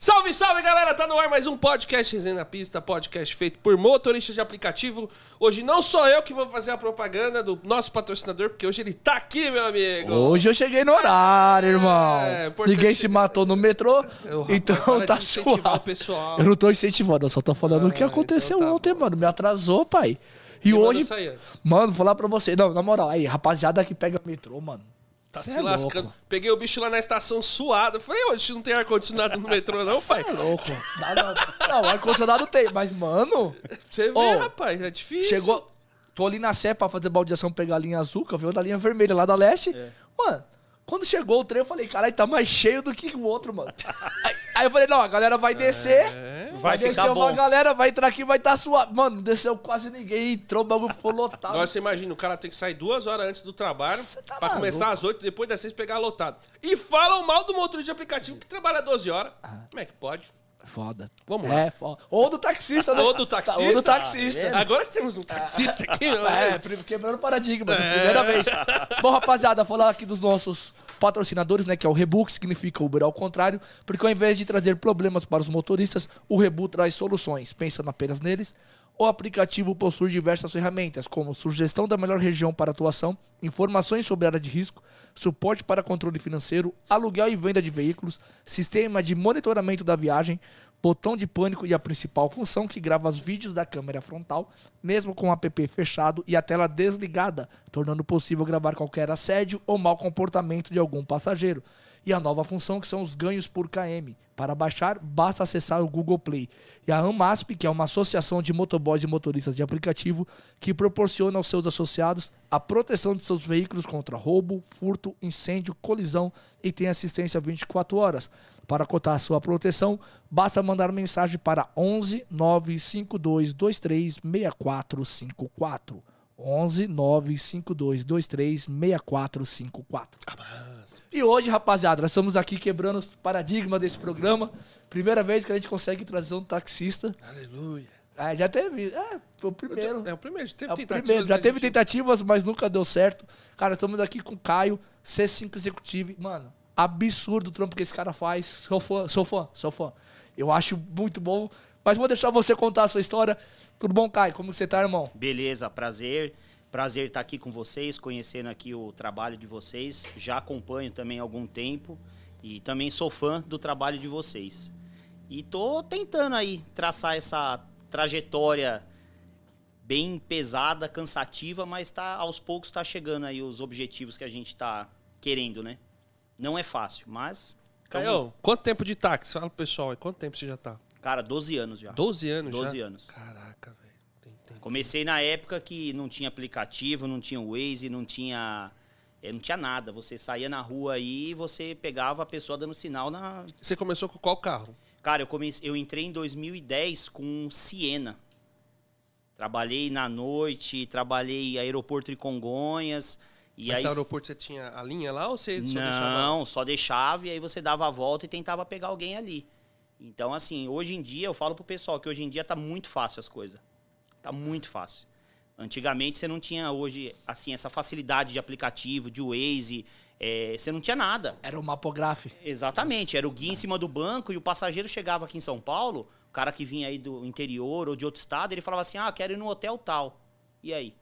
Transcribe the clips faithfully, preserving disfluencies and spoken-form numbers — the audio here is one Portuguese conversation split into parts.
Salve, salve, galera! Tá no ar mais um podcast Resenha na Pista, podcast feito por motoristas de aplicativo. Hoje não sou eu que vou fazer a propaganda do nosso patrocinador, porque hoje ele tá aqui, meu amigo! Hoje eu cheguei no horário, irmão. É, Ninguém se matou no metrô, eu, então tá suave. O pessoal. Eu não tô incentivando, eu só tô falando ah, o que aconteceu então tá ontem, bom. mano. Me atrasou, pai. E Quem hoje, mano, vou falar pra você. Não, na moral, aí, rapaziada que pega metrô, mano. Tá Cê se é lascando. Louco. Peguei o bicho lá na estação suado. Falei, hoje não tem ar-condicionado no metrô, não, pai? Você é louco. Não, não. não ar-condicionado tem, mas, mano... Você vê, oh, rapaz, é difícil. Chegou... Tô ali na Sé pra fazer baldeação, pegar a linha azul, que eu vi da linha vermelha lá da leste. É. Mano, quando chegou o trem, eu falei, caralho, tá mais cheio do que o outro, mano. aí, aí eu falei, não, a galera vai descer... É. Vai, vai descer uma bom. galera, vai entrar aqui, vai estar tá suave. Mano, não desceu quase ninguém, entrou, o bagulho ficou lotado. Agora você imagina, o cara tem que sair duas horas antes do trabalho tá pra maluco. começar às oito, depois das seis pegar lotado. E falam mal do motorista de aplicativo que trabalha doze horas. Ah. Como é que pode? Foda. Vamos lá. É, foda. Ou do taxista, né? Ou do taxista. Ou do taxista. Ah, Agora temos um taxista aqui, meu É, quebrando o paradigma, é. primeira vez. Bom, rapaziada, falar aqui dos nossos patrocinadores, né, que é o Rebu, que significa Uber ao contrário, porque ao invés de trazer problemas para os motoristas, o Rebu traz soluções, pensando apenas neles. O aplicativo possui diversas ferramentas, como sugestão da melhor região para atuação, informações sobre área de risco, suporte para controle financeiro, aluguel e venda de veículos, sistema de monitoramento da viagem, botão de pânico e a principal função que grava os vídeos da câmera frontal, mesmo com o app fechado e a tela desligada, tornando possível gravar qualquer assédio ou mau comportamento de algum passageiro. E a nova função que são os ganhos por quilômetro. Para baixar, basta acessar o Google Play. E a AMASP, que é uma associação de motoboys e motoristas de aplicativo, que proporciona aos seus associados a proteção de seus veículos contra roubo, furto, incêndio, colisão e tem assistência vinte e quatro horas. Para cotar a sua proteção, basta mandar mensagem para onze nove cinco dois dois três seis quatro cinco quatro. onze nove cinco dois dois três seis quatro cinco quatro. E hoje, rapaziada, nós estamos aqui quebrando os paradigmas desse programa. Primeira vez que a gente consegue trazer um taxista. Aleluia. É, já teve. É, foi o primeiro. É o primeiro. Teve é o tentativas, primeiro. Já teve tentativas, mas nunca deu certo. Cara, estamos aqui com o Caio, C cinco Executive. Mano, absurdo o trampo que esse cara faz. Sou fã, sou fã, sou fã. Eu acho muito bom. Mas vou deixar você contar a sua história. Tudo bom, Caio? Como você tá, irmão? Beleza, prazer. Prazer estar aqui com vocês, conhecendo aqui o trabalho de vocês. Já acompanho também há algum tempo e também sou fã do trabalho de vocês. E tô tentando aí traçar essa trajetória bem pesada, cansativa, mas tá, aos poucos tá chegando aí os objetivos que a gente tá querendo, né? Não é fácil, mas... Caio, quanto tempo de táxi? Fala pro pessoal aí, quanto tempo você já tá? Cara, doze anos já. doze anos já? doze anos. Caraca, velho. Comecei na época que não tinha aplicativo, não tinha Waze, não tinha, é, não tinha nada. Você saía na rua aí e você pegava a pessoa dando sinal na... Você começou com qual carro? Cara, eu, comecei, eu entrei em dois mil e dez com um Siena. Trabalhei na noite, trabalhei em aeroporto de Congonhas. E Mas aí... no aeroporto você tinha a linha lá ou você só não, deixava? Não, só deixava e aí você dava a volta e tentava pegar alguém ali. Então, assim, hoje em dia, eu falo pro pessoal que hoje em dia tá muito fácil as coisas. Tá muito fácil. Antigamente você não tinha hoje, assim, essa facilidade de aplicativo, de Waze, é, você não tinha nada. Era o Mapograph. Exatamente, Nossa. Era o guia em cima do banco e o passageiro chegava aqui em São Paulo, o cara que vinha aí do interior ou de outro estado, ele falava assim, ah, quero ir no hotel tal. E aí?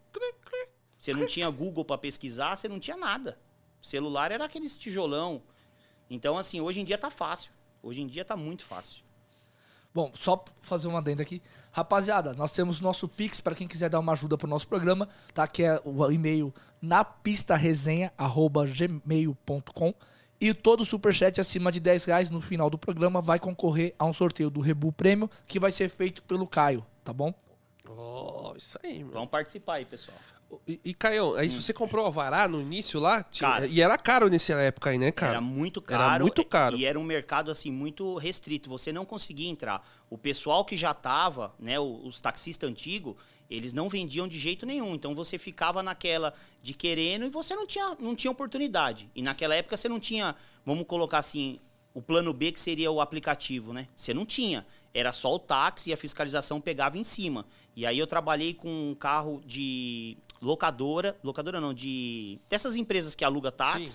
Você não tinha Google para pesquisar, você não tinha nada. O celular era aquele tijolão. Então, assim, hoje em dia tá fácil. Hoje em dia tá muito fácil. Bom, só fazer uma adenda aqui. Rapaziada, nós temos nosso Pix para quem quiser dar uma ajuda pro nosso programa, tá? Que é o e-mail napistaresenha arroba gmail ponto com. E todo superchat acima de dez reais no final do programa vai concorrer a um sorteio do Rebu Prêmio, que vai ser feito pelo Caio, tá bom? Oh, isso aí, mano. Vamos participar aí, pessoal. E, e Caio, aí hum. você comprou o Alvará no início lá? Tinha, cara, e era caro nessa época aí, né, cara? Era muito caro. Era muito caro. E era um mercado, assim, muito restrito. Você não conseguia entrar. O pessoal que já tava, né, os taxistas antigos, eles não vendiam de jeito nenhum. Então você ficava naquela de querendo e você não tinha, não tinha oportunidade. E naquela época você não tinha, vamos colocar assim, o plano B, que seria o aplicativo, né? Você não tinha. Era só o táxi e a fiscalização pegava em cima. E aí eu trabalhei com um carro de locadora, locadora não, de dessas empresas que aluga táxi,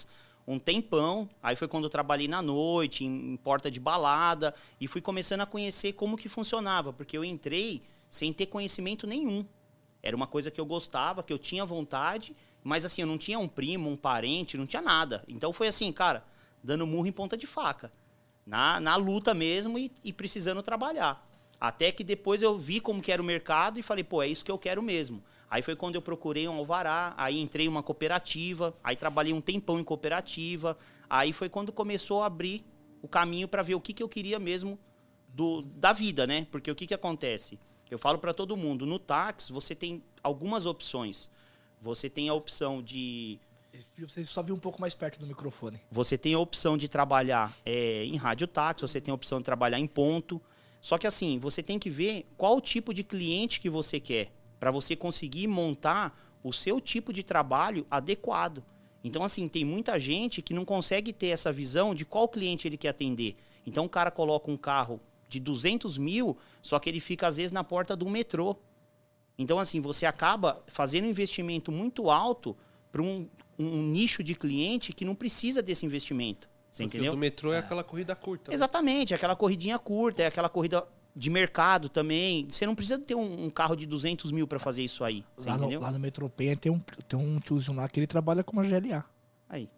um tempão. Aí foi quando eu trabalhei na noite, em, em porta de balada, e fui começando a conhecer como que funcionava, porque eu entrei sem ter conhecimento nenhum. Era uma coisa que eu gostava, que eu tinha vontade, mas assim, eu não tinha um primo, um parente, não tinha nada. Então foi assim, cara, dando murro em ponta de faca. Na, na luta mesmo e, e precisando trabalhar. Até que depois eu vi como que era o mercado e falei, pô, é isso que eu quero mesmo. Aí foi quando eu procurei um alvará, aí entrei em uma cooperativa, aí trabalhei um tempão em cooperativa. Aí foi quando começou a abrir o caminho para ver o que, que eu queria mesmo do, da vida, né? Porque o que, que acontece? Eu falo para todo mundo, no táxi você tem algumas opções. Você tem a opção de... Você só viu um pouco mais perto do microfone. Você tem a opção de trabalhar é, em rádio táxi, você tem a opção de trabalhar em ponto. Só que assim, você tem que ver qual tipo de cliente que você quer, para você conseguir montar o seu tipo de trabalho adequado. Então assim, tem muita gente que não consegue ter essa visão de qual cliente ele quer atender. Então o cara coloca um carro de duzentos mil, só que ele fica às vezes na porta do metrô. Então assim, você acaba fazendo um investimento muito alto para um, um nicho de cliente que não precisa desse investimento. Você Porque entendeu? o do metrô é, é aquela corrida curta. Né? Exatamente, é aquela corridinha curta, é aquela corrida de mercado também. Você não precisa ter um, um carro de duzentos mil para fazer isso aí. Você Lá no, entendeu? lá no Metropenha tem um, tem um tiozinho lá que ele trabalha com uma G L A. Aí.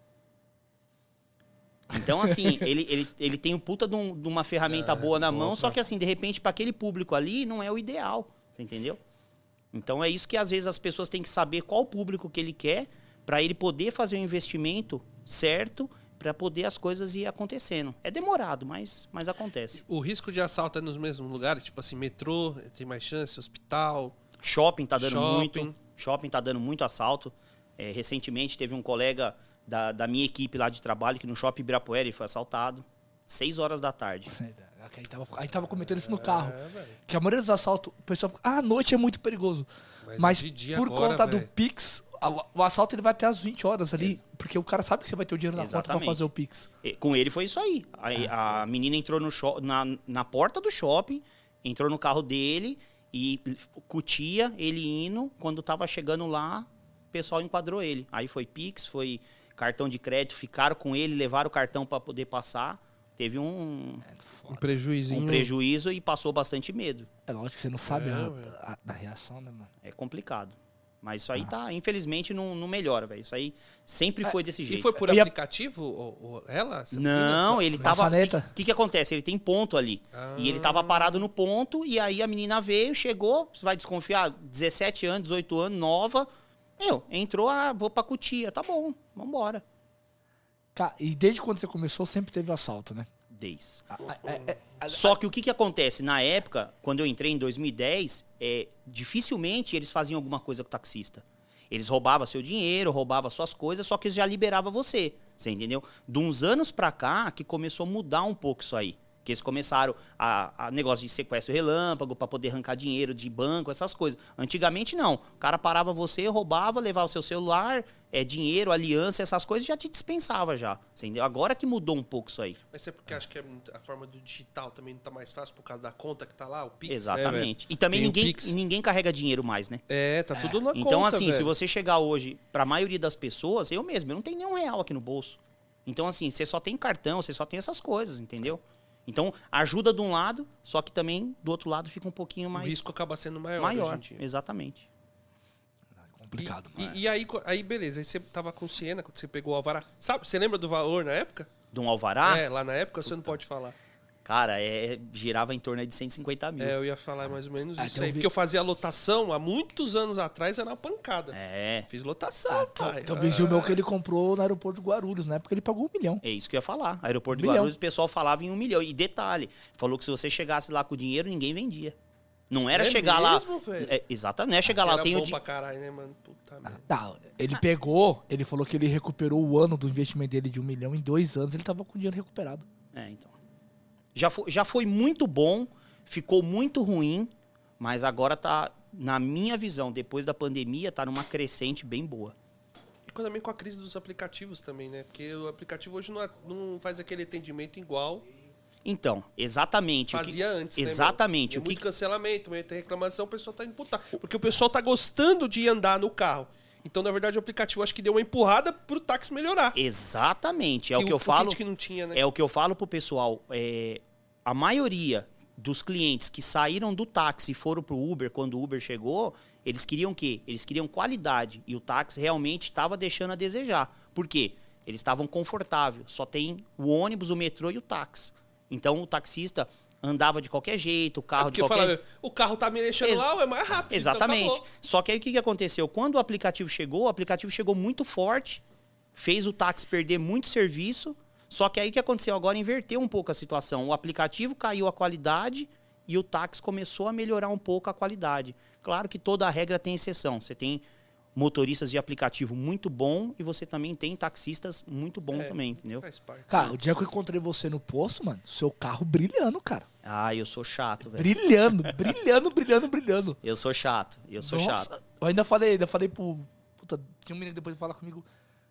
Então, assim, ele, ele, ele tem um puta de, um, de uma ferramenta Ah, boa na boa, mão, só pra- que, assim, de repente, para aquele público ali, não é o ideal. Você entendeu? Então, é isso que, às vezes, as pessoas têm que saber qual público que ele quer para ele poder fazer o investimento certo para poder as coisas ir acontecendo. É demorado, mas, mas acontece. O risco de assalto é nos mesmos lugares? Tipo assim, metrô tem mais chance, hospital... Shopping tá dando Shopping. muito. Shopping tá dando muito assalto. É, recentemente teve um colega da, da minha equipe lá de trabalho que no shopping Ibirapuera ele foi assaltado. Seis horas da tarde. Aí tava, aí tava comentando isso no carro. É, velho. Que a maioria dos assaltos, o pessoal fala, ah, à noite é muito perigoso. Mas Mas, de dia por agora, conta do velho. Pix, a- o assalto ele vai até às vinte horas ali. Porque o cara sabe que você vai ter o dinheiro na conta pra Exatamente. fazer o Pix. E com ele foi isso aí. Aí a menina entrou no sho- na, na porta do shopping, entrou no carro dele e cutia ele indo. Quando tava chegando lá, o pessoal enquadrou ele. Aí foi Pix, foi cartão de crédito, ficaram com ele, levaram o cartão para poder passar. Teve um, Um prejuizinho. um prejuízo e passou bastante medo. É lógico que você não sabe É, a, ué. a- da reação, né, mano? É complicado. Mas isso aí tá, infelizmente, não, não melhora, velho. Isso aí sempre foi desse jeito. E foi por E a- aplicativo, o- o- ela? essa Não, menina? ele tava. O Maçaneta. que, que acontece? Ele tem ponto ali. Ah. E ele tava parado no ponto, e aí a menina veio, chegou, você vai desconfiar, dezessete anos, dezoito anos, nova. Meu, entrou, ah, vou pra Cutia. Tá bom, vambora. Cara, e desde quando você começou, sempre teve assalto, né? Desde. A- a- é- é- Só que o que, que acontece? Na época, quando eu entrei em dois mil e dez, é, dificilmente eles faziam alguma coisa com o taxista. Eles roubavam seu dinheiro, roubavam suas coisas, só que eles já liberavam você. Você entendeu? De uns anos pra cá que começou a mudar um pouco isso aí. Que eles começaram a, a negócio de sequestro relâmpago pra poder arrancar dinheiro de banco, essas coisas. Antigamente não. O cara parava você, roubava, levava o seu celular, é, dinheiro, aliança, essas coisas, já te dispensava já. Você entendeu? Agora que mudou um pouco isso aí. Mas é porque acho que é muito- a forma do digital também não tá mais fácil por causa da conta que tá lá, o Pix. Exatamente. e também Tem o ninguém, Pix. ninguém carrega dinheiro mais, né? É, tá tudo na conta, Então, assim, velho. se você chegar hoje, pra maioria das pessoas, eu mesmo, eu não tenho nenhum real aqui no bolso. Então, assim, você só tem cartão, você só tem essas coisas, entendeu? Então, ajuda de um lado, só que também do outro lado fica um pouquinho O mais risco acaba sendo maior, maior. hoje em dia. Exatamente. é complicado, E, mano. e aí, co- aí, beleza, aí você tava com Siena, quando você pegou o Alvará. Sabe, você lembra do valor na época? De um alvará, É, lá na época você não pode falar. cara, é, girava em torno aí de cento e cinquenta mil. É, eu ia falar mais ou menos Ah, isso então aí. vi- Porque eu fazia lotação há muitos anos atrás, era uma pancada. É, Fiz lotação, Ah, pai. Então, vizinho meu que ele comprou no aeroporto de Guarulhos, na época ele pagou um milhão. é isso que eu ia falar. Aeroporto Um de milhão. Guarulhos, o pessoal falava em um milhão. E detalhe, falou que se você chegasse lá com o dinheiro, ninguém vendia. Não era É chegar mesmo, lá... velho? É, exatamente, não é chegar lá, eu Era tenho... bom di- pra caralho, né, mano? Puta merda. Tá, ele pegou, ele falou que ele recuperou o ano do investimento dele de um milhão em dois anos, ele tava com o dinheiro recuperado. É, então. Já foi, já foi muito bom, ficou muito ruim, mas agora tá, na minha visão, depois da pandemia, tá numa crescente bem boa. E também com a crise dos aplicativos também, né? Porque o aplicativo hoje não, é- não faz aquele atendimento igual Então, exatamente. o que- fazia antes, né, Exatamente. meu? o Tem que, muito cancelamento, muita reclamação, o pessoal tá imputar. Porque o pessoal tá gostando de andar no carro. Então, na verdade, o aplicativo acho que deu uma empurrada pro táxi melhorar. Exatamente. É que o que eu o falo. Que não tinha, né? É o que eu falo pro pessoal. É, a maioria dos clientes que saíram do táxi e foram pro Uber quando o Uber chegou, eles queriam o quê? Eles queriam qualidade. E o táxi realmente estava deixando a desejar. Por quê? Eles estavam confortáveis. Só tem o ônibus, o metrô e o táxi. Então o taxista andava de qualquer jeito, o carro é de qualquer fala, o carro tá me deixando Ex lá, é mais rápido. Exatamente. Então Só que aí o que que aconteceu? Quando o aplicativo chegou, o aplicativo chegou muito forte, fez o táxi perder muito serviço. Só que aí o que aconteceu? Agora inverteu um pouco a situação. O aplicativo caiu a qualidade e o táxi começou a melhorar um pouco a qualidade. Claro que toda a regra tem exceção. Você tem motoristas de aplicativo muito bom e você também tem taxistas muito bom É, também, entendeu? Faz parte. Cara, o dia que eu encontrei você no posto, mano, seu carro brilhando, cara. Ah, eu sou chato, velho. Brilhando, brilhando, brilhando, brilhando. Eu sou chato, eu sou Nossa, chato. eu ainda falei, ainda falei pro... Puta, tinha um menino que depois de falar comigo.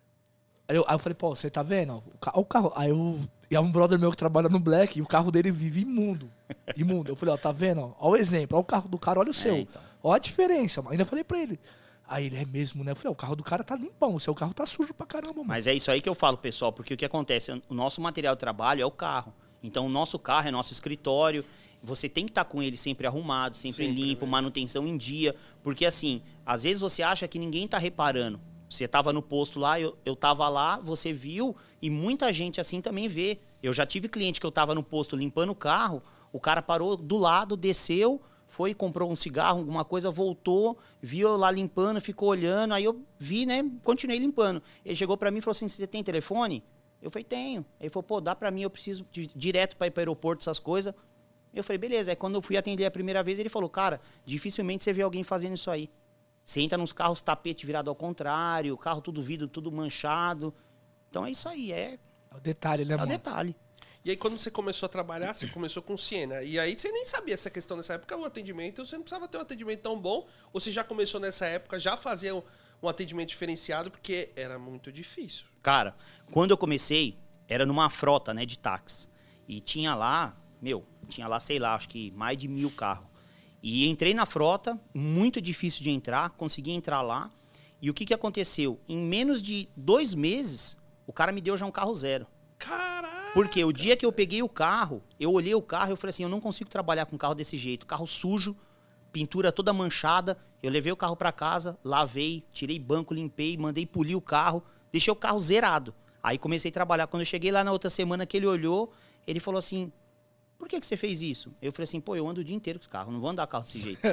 Aí eu, aí eu falei, pô, você tá vendo? ó, O, ca- ó o carro. Aí eu... E é um brother meu que trabalha no Black e o carro dele vive imundo. Imundo. Eu falei, ó, tá vendo? Ó, ó o exemplo, ó o carro do cara, olha o seu. então. Ó a diferença, mano. Ainda falei pra ele. Aí ele, é mesmo, né? Eu falei, ó, o carro do cara tá limpão, o seu carro tá sujo pra caramba, mano. Mas é isso aí que eu falo, pessoal, porque o que acontece? O nosso material de trabalho é o carro. Então, o nosso carro é nosso escritório. Você tem que estar com ele sempre arrumado, sempre, Sempre, limpo, né? manutenção em dia. Porque, assim, às vezes você acha que ninguém tá reparando. Você tava no posto lá, eu, eu tava lá, você viu, e muita gente assim também vê. Eu já tive cliente que eu tava no posto limpando o carro, o cara parou do lado, desceu, foi, comprou um cigarro, alguma coisa, voltou, viu eu lá limpando, ficou olhando, aí eu vi, né, continuei limpando. Ele chegou pra mim e falou assim, você tem telefone? Eu falei, tenho. Ele falou, pô, dá pra mim, eu preciso de, direto pra ir pro aeroporto, essas coisas. Eu falei, beleza. Aí quando eu fui atender a primeira vez, ele falou, cara, dificilmente você vê alguém fazendo isso aí. Você entra nos carros, tapete virado ao contrário, carro tudo vidro, tudo manchado. Então é isso aí, é, É o detalhe, né, é o mano? detalhe. E aí, quando você começou a trabalhar, você começou com Siena. E aí, você nem sabia essa questão nessa época, o atendimento, você não precisava ter um atendimento tão bom. Ou você já começou nessa época, já fazia um, um atendimento diferenciado, porque era muito difícil. Cara, quando eu comecei, era numa frota, né, de táxi. E tinha lá, meu, tinha lá, sei lá, acho que mais de mil carros. E entrei na frota, muito difícil de entrar, consegui entrar lá. E o que que aconteceu? Em menos de dois meses, o cara me deu já um carro zero. Caraca! Porque o dia que eu peguei o carro, eu olhei o carro e eu falei assim, eu não consigo trabalhar com carro desse jeito. Carro sujo, pintura toda manchada. Eu levei o carro pra casa, lavei, tirei banco, limpei, mandei polir o carro, deixei o carro zerado. Aí comecei a trabalhar. Quando eu cheguei lá na outra semana que ele olhou, ele falou assim, por que que você fez isso? Eu falei assim, pô, eu ando o dia inteiro com esse carro, não vou andar carro desse jeito.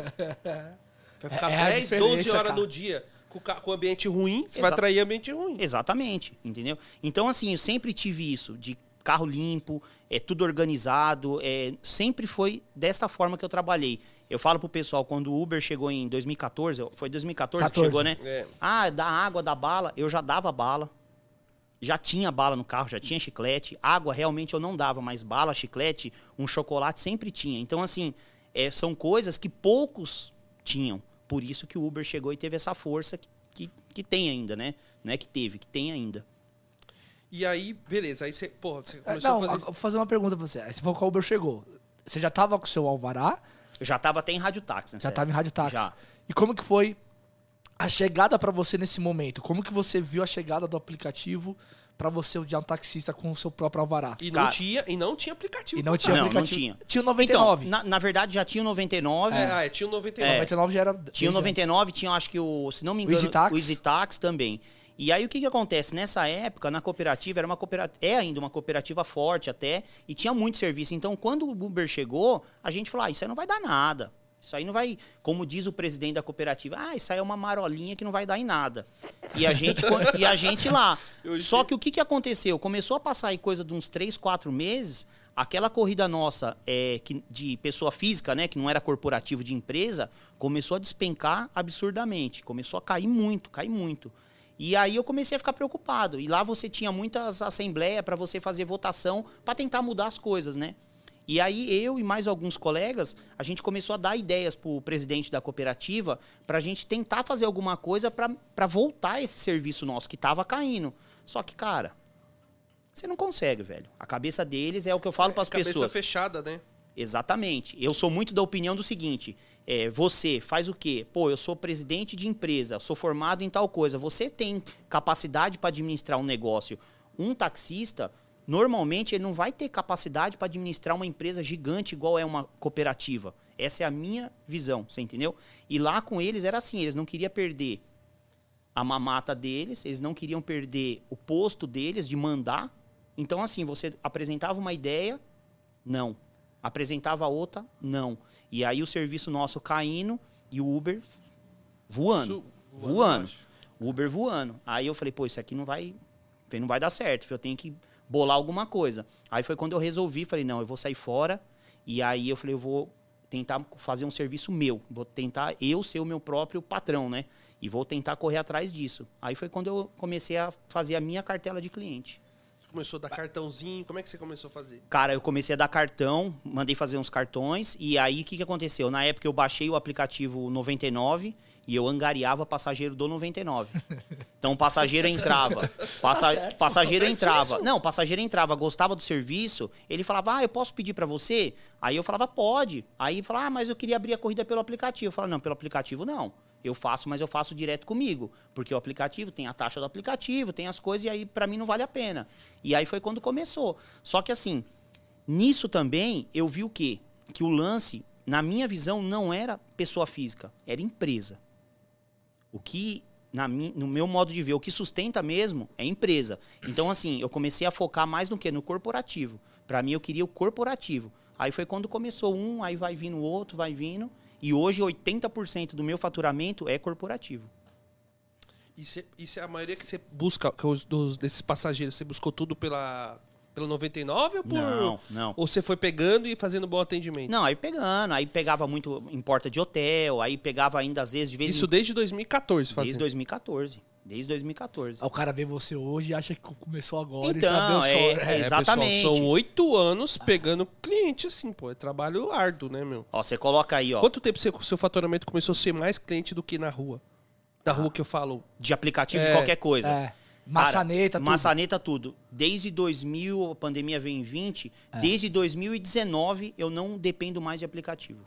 Vai ficar É a dez, doze diferença, horas cara. no dia com, ca- com ambiente ruim, você Exato. vai atrair ambiente ruim. Exatamente, entendeu? Então, assim, eu sempre tive isso, de carro limpo, é tudo organizado, é, sempre foi desta forma que eu trabalhei. Eu falo pro pessoal, quando o Uber chegou em dois mil e quatorze, foi dois mil e quatorze que quatorze. chegou, né? É. Ah, dá água, dá bala, eu já dava bala. Já tinha bala no carro, já tinha chiclete. Água, realmente, eu não dava, mas bala, chiclete, um chocolate sempre tinha. Então, assim, é, são coisas que poucos tinham. Por isso que o Uber chegou e teve essa força que, que, que tem ainda, né? Não é que teve, que tem ainda. E aí, beleza. Aí você, porra, você É, começou Não, a a- fazer... vou fazer uma pergunta pra você. Aí você falou que o Uber chegou. Você já tava com o seu alvará? Eu já tava até em rádio táxi, né? Já tava em rádio táxi? Já. E como que foi a chegada pra você nesse momento? Como que você viu a chegada do aplicativo pra você odiar um taxista com o seu próprio alvará? E não, Cara. tinha, e não tinha aplicativo. E não pra tinha Não, não aplicativo. tinha. Tinha o noventa e nove. Então, na, na verdade, já tinha o noventa e nove. É, ah, é, tinha o noventa e O nove. noventa e nove já era... Tinha o desde noventa e antes. nove, tinha, acho que o, se não me engano, Easy Tax. o Easy Tax também. E aí o que que acontece? Nessa época, na cooperativa, era uma cooperativa, é ainda uma cooperativa forte até, e tinha muito serviço. Então, quando o Uber chegou, a gente falou, ah, isso aí não vai dar nada. Isso aí não vai, como diz o presidente da cooperativa, ah, isso aí é uma marolinha que não vai dar em nada. E a gente, e a gente lá. Eu Só sei. que o que que aconteceu? Começou a passar aí coisa de uns três, quatro meses, aquela corrida nossa é, que, de pessoa física, né, que não era corporativo de empresa, começou a despencar absurdamente. Começou a cair muito, cair muito. E aí eu comecei a ficar preocupado. E lá você tinha muitas assembleias para você fazer votação para tentar mudar as coisas, né? E aí eu e mais alguns colegas, a gente começou a dar ideias pro presidente da cooperativa para a gente tentar fazer alguma coisa para voltar esse serviço nosso que tava caindo. Só que, cara, você não consegue, velho. A cabeça deles é o que eu falo para as Cabeça pessoas. fechada, né? Exatamente. Eu sou muito da opinião do seguinte, é, você faz o quê? Pô, eu sou presidente de empresa, sou formado em tal coisa. Você tem capacidade para administrar um negócio. Um taxista, normalmente, ele não vai ter capacidade para administrar uma empresa gigante igual é uma cooperativa. Essa é a minha visão, você entendeu? E lá com eles era assim, eles não queriam perder a mamata deles, eles não queriam perder o posto deles de mandar. Então, assim, você apresentava uma ideia, não. Apresentava outra, não. E aí o serviço nosso caindo e o Uber voando. Su voando. voando. Uber voando. Aí eu falei, pô, isso aqui não vai, não vai dar certo. Eu tenho que bolar alguma coisa. Aí foi quando eu resolvi, falei, não, eu vou sair fora. E aí eu falei, eu vou tentar fazer um serviço meu. Vou tentar eu ser o meu próprio patrão, né? E vou tentar correr atrás disso. Aí foi quando eu comecei a fazer a minha cartela de cliente. Começou a dar cartãozinho, como é que você começou a fazer? Cara, eu comecei a dar cartão, mandei fazer uns cartões, e aí o que, que aconteceu? Na época eu baixei o aplicativo noventa e nove e eu angariava passageiro do noventa e nove. Então o passageiro entrava, passa, tá certo, passageiro tá entrava, isso? Não, o passageiro entrava, gostava do serviço, ele falava, ah, eu posso pedir pra você? Aí eu falava, pode. Aí ele falava, ah, mas eu queria abrir a corrida pelo aplicativo. Eu falava, não, pelo aplicativo não. Eu faço, mas eu faço direto comigo. Porque o aplicativo tem a taxa do aplicativo, tem as coisas, e aí pra mim não vale a pena. E aí foi quando começou. Só que assim, nisso também eu vi o quê? Que o lance, na minha visão, não era pessoa física, era empresa. O que, na minha, no meu modo de ver, o que sustenta mesmo é empresa. Então assim, eu comecei a focar mais no quê? No corporativo. Pra mim eu queria o corporativo. Aí foi quando começou um, aí vai vindo o outro, vai vindo... E hoje, oitenta por cento do meu faturamento é corporativo. E, cê, e cê, a maioria que você busca, que os, dos, desses passageiros, você buscou tudo pela, pela noventa e nove ou por... Não, não. Ou você foi pegando e fazendo bom atendimento? Não, aí pegando. Aí pegava muito em porta de hotel, aí pegava ainda às vezes... De vez Isso em... desde dois mil e quatorze fazendo? Desde dois mil e quatorze. Desde dois mil e quatorze. Aí o cara vê você hoje e acha que começou agora então, e já deu é, sorte. é, exatamente. É, pessoal, são oito anos pegando cliente, assim, pô. É trabalho árduo, né, meu? Ó, você coloca aí, ó. Quanto tempo seu, seu faturamento começou a ser mais cliente do que na rua? Da ah, rua que eu falo. De aplicativo, é, de qualquer coisa. É. Maçaneta, cara, tudo. Maçaneta, tudo. Desde dois mil, a pandemia veio em vinte. É. Desde dois mil e dezenove, eu não dependo mais de aplicativo.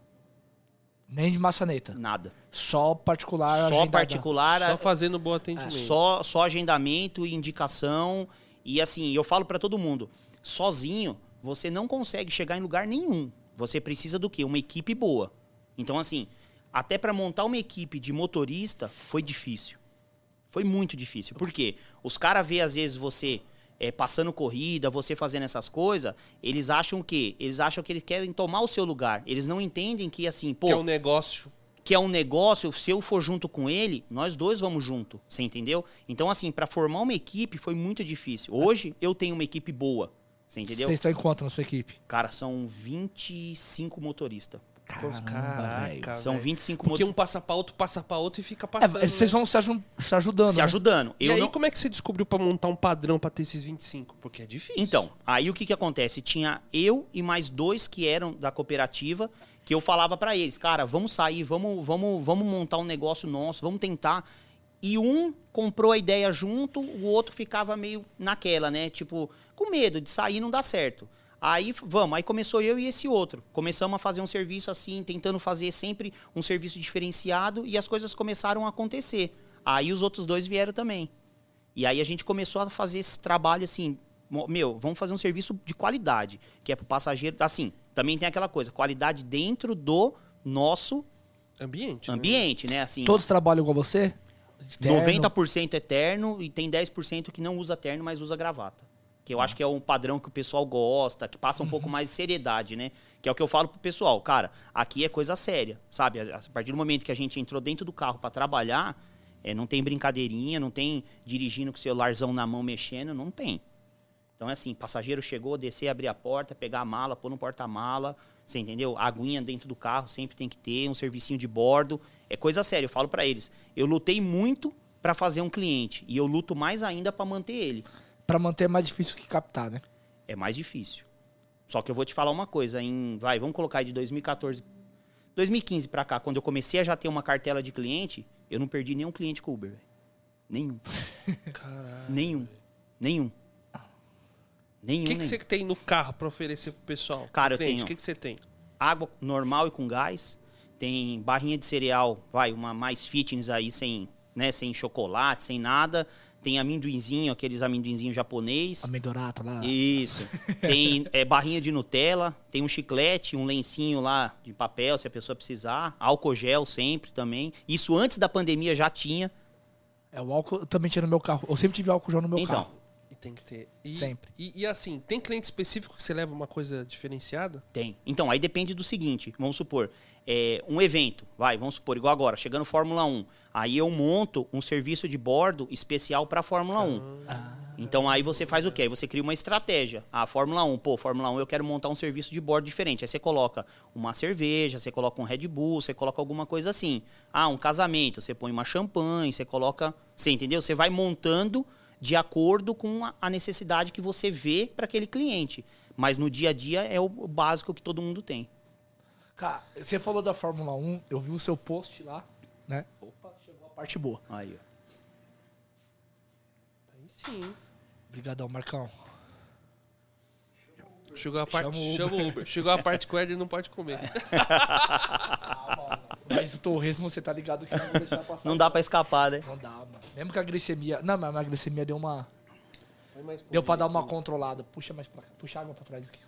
Nem de maçaneta? Nada. Só particular? Só agendada. particular. Só fazendo bom atendimento. É, só, só agendamento e indicação. E assim, eu falo pra todo mundo, sozinho, você não consegue chegar em lugar nenhum. Você precisa do quê? Uma equipe boa. Então assim, até pra montar uma equipe de motorista, foi difícil. Foi muito difícil. Por quê? Os caras vê às vezes você... É, passando corrida, você fazendo essas coisas, eles acham o quê? Eles acham que eles querem tomar o seu lugar. Eles não entendem que, assim, pô... Que é um negócio. Que é um negócio, se eu for junto com ele, nós dois vamos junto, você entendeu? Então, assim, para formar uma equipe foi muito difícil. Hoje, eu tenho uma equipe boa, você entendeu? Vocês estão em quanto na sua equipe? Cara, são vinte e cinco motoristas. Caramba, Caraca, são véio. vinte e cinco Porque um passa pra outro, passa pra outro e fica passando. É, vocês né? vão se, aju se ajudando. Se né? ajudando. E eu aí, não... como é que você descobriu pra montar um padrão pra ter esses vinte e cinco? Porque é difícil. Então, aí o que que acontece? Tinha eu e mais dois que eram da cooperativa, que eu falava pra eles, cara, vamos sair, vamos, vamos, vamos montar um negócio nosso, vamos tentar. E um comprou a ideia junto, o outro ficava meio naquela, né? Tipo, com medo de sair e não dar certo. Aí, vamos, aí começou eu e esse outro. Começamos a fazer um serviço assim, tentando fazer sempre um serviço diferenciado e as coisas começaram a acontecer. Aí os outros dois vieram também. E aí a gente começou a fazer esse trabalho assim, meu, vamos fazer um serviço de qualidade, que é pro passageiro, assim, também tem aquela coisa, qualidade dentro do nosso ambiente. Ambiente, né? né? Assim, todos trabalham com você? Terno. noventa por cento é terno e tem dez por cento que não usa terno, mas usa gravata. Que eu acho que é um padrão que o pessoal gosta, que passa um uhum. pouco mais de seriedade, né? Que é o que eu falo pro pessoal. Cara, aqui é coisa séria, sabe? A partir do momento que a gente entrou dentro do carro para trabalhar, é, não tem brincadeirinha, não tem dirigindo com o celularzão na mão mexendo, não tem. Então é assim, passageiro chegou, descer, abrir a porta, pegar a mala, pôr no porta-mala, você entendeu? A aguinha dentro do carro sempre tem que ter, um servicinho de bordo. É coisa séria, eu falo para eles. Eu lutei muito para fazer um cliente e eu luto mais ainda para manter ele. Para manter é mais difícil que captar, né? É mais difícil. Só que eu vou te falar uma coisa, em, vai, vamos colocar aí de dois mil e quatorze, dois mil e quinze para cá, quando eu comecei a já ter uma cartela de cliente, eu não perdi nenhum cliente com Uber, véio. Nenhum. Caralho. Nenhum. Nenhum. Nenhum. O que, que você tem no carro para oferecer pro pessoal? Cara, cliente? eu tenho. O que, que você tem? água normal e com gás. Tem barrinha de cereal, vai, uma mais fitness aí, sem, né, sem chocolate, sem nada. Tem amendoinzinho, aqueles amendoinzinhos japonês. Amendorato lá. Isso. Tem é, barrinha de Nutella, tem um chiclete, um lencinho lá de papel, se a pessoa precisar. Álcool gel sempre também. Isso antes da pandemia já tinha. É, o álcool eu também tinha no meu carro. Eu sempre tive álcool gel no meu Então, carro. E tem que ter. E, Sempre. E, e assim, tem cliente específico que você leva uma coisa diferenciada? Tem. Então, aí depende do seguinte, vamos supor, é, um evento, vai, vamos supor, igual agora, chegando Fórmula um, aí eu monto um serviço de bordo especial para Fórmula um. Ah. Então, aí você faz o quê? Aí você cria uma estratégia. Ah, Fórmula um, pô, Fórmula um eu quero montar um serviço de bordo diferente. Aí você coloca uma cerveja, você coloca um Red Bull, você coloca alguma coisa assim. Ah, um casamento, você põe uma champanhe, você coloca... Você entendeu? Você vai montando de acordo com a necessidade que você vê para aquele cliente. Mas no dia a dia é o básico que todo mundo tem. Cara, você falou da Fórmula um, eu vi o seu post lá, né? Opa, chegou a parte boa. Aí, ó. Aí sim. Obrigadão, Marcão. Chegou a parte. Chama o Uber. Chama o Uber. Chegou a parte que o Ed não pode comer. Mas o torresmo, você tá ligado que eu não vou deixar passar. Não dá para escapar, né? Não dá, mano. Mesmo que a glicemia... Não, mas a glicemia deu uma... Vai mais pro Deu pra meio. dar uma controlada. Puxa mais pra cá. Puxa água pra trás aqui.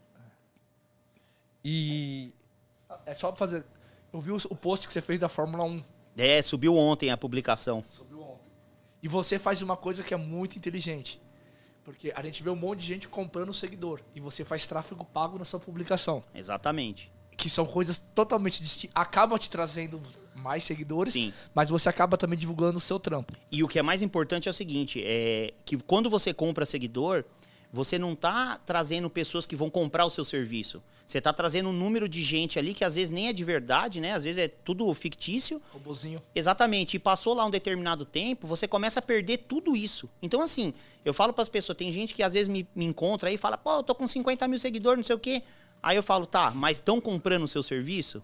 E. É só pra fazer... Eu vi o o post que você fez da Fórmula um. É, subiu ontem a publicação. Subiu ontem. E você faz uma coisa que é muito inteligente. Porque a gente vê um monte de gente comprando seguidor. E você faz tráfego pago na sua publicação. Exatamente. Que são coisas totalmente distintas. Acaba te trazendo mais seguidores, Sim. mas você acaba também divulgando o seu trampo. E o que é mais importante é o seguinte, é que quando você compra seguidor, você não está trazendo pessoas que vão comprar o seu serviço. Você está trazendo um número de gente ali que às vezes nem é de verdade, né? Às vezes é tudo fictício. Robozinho. Exatamente. E passou lá um determinado tempo, você começa a perder tudo isso. Então, assim, eu falo para as pessoas, tem gente que às vezes me, me encontra aí e fala, pô, eu tô com cinquenta mil seguidores, não sei o quê. Aí eu falo, tá, mas estão comprando o seu serviço?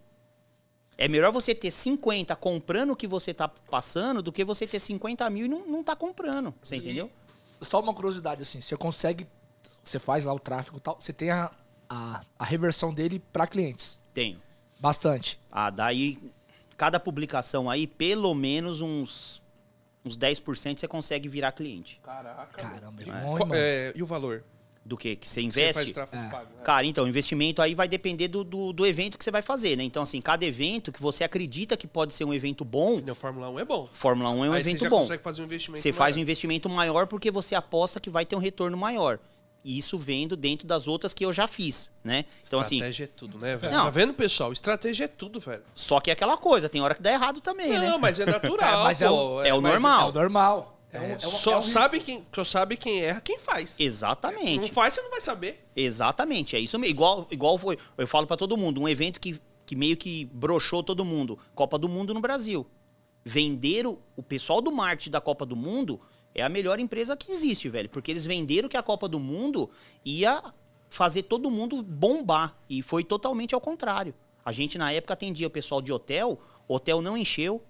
É melhor você ter cinquenta comprando o que você tá passando do que você ter cinquenta mil e não, não tá comprando. Você entendeu? Só uma curiosidade, assim, você consegue, você faz lá o tráfego e tal, você tem a, a, a reversão dele para clientes. Tenho. Bastante. Ah, daí, cada publicação aí, pelo menos uns, uns dez por cento você consegue virar cliente. Caraca. Caramba, é mano. bom, Qual- mano. é, e o valor? Do que? Que você Você investe? faz tráfego É. pago. né? Cara, então, o investimento aí vai depender do, do, do evento que você vai fazer, né? Então, assim, cada evento que você acredita que pode ser um evento bom, Não, Fórmula um é bom. Fórmula um é um Aí evento você já bom. consegue fazer um investimento Você faz um maior. investimento maior porque você aposta que vai ter um retorno maior. E isso vendo dentro das outras que eu já fiz, né? Então, assim, Estratégia é tudo, né, velho? Não. Tá vendo, pessoal? Estratégia é tudo, velho. só que é aquela coisa, tem hora que dá errado também, né? Não, mas é natural, É, mas é pô. o- é o mas- normal. É o normal. É, um- É, é um- só, é um sabe quem, só sabe quem erra, quem faz. Não Exatamente. faz, você não vai saber. Exatamente, é isso mesmo. Igual, igual foi, eu falo pra todo mundo, um evento que, que meio que broxou todo mundo. Copa do Mundo no Brasil. Venderam, o pessoal do marketing da Copa do Mundo é a melhor empresa que existe, velho. Porque eles venderam que a Copa do Mundo ia fazer todo mundo bombar. E foi totalmente ao contrário. A gente, na época, atendia o pessoal de hotel, o hotel não encheu.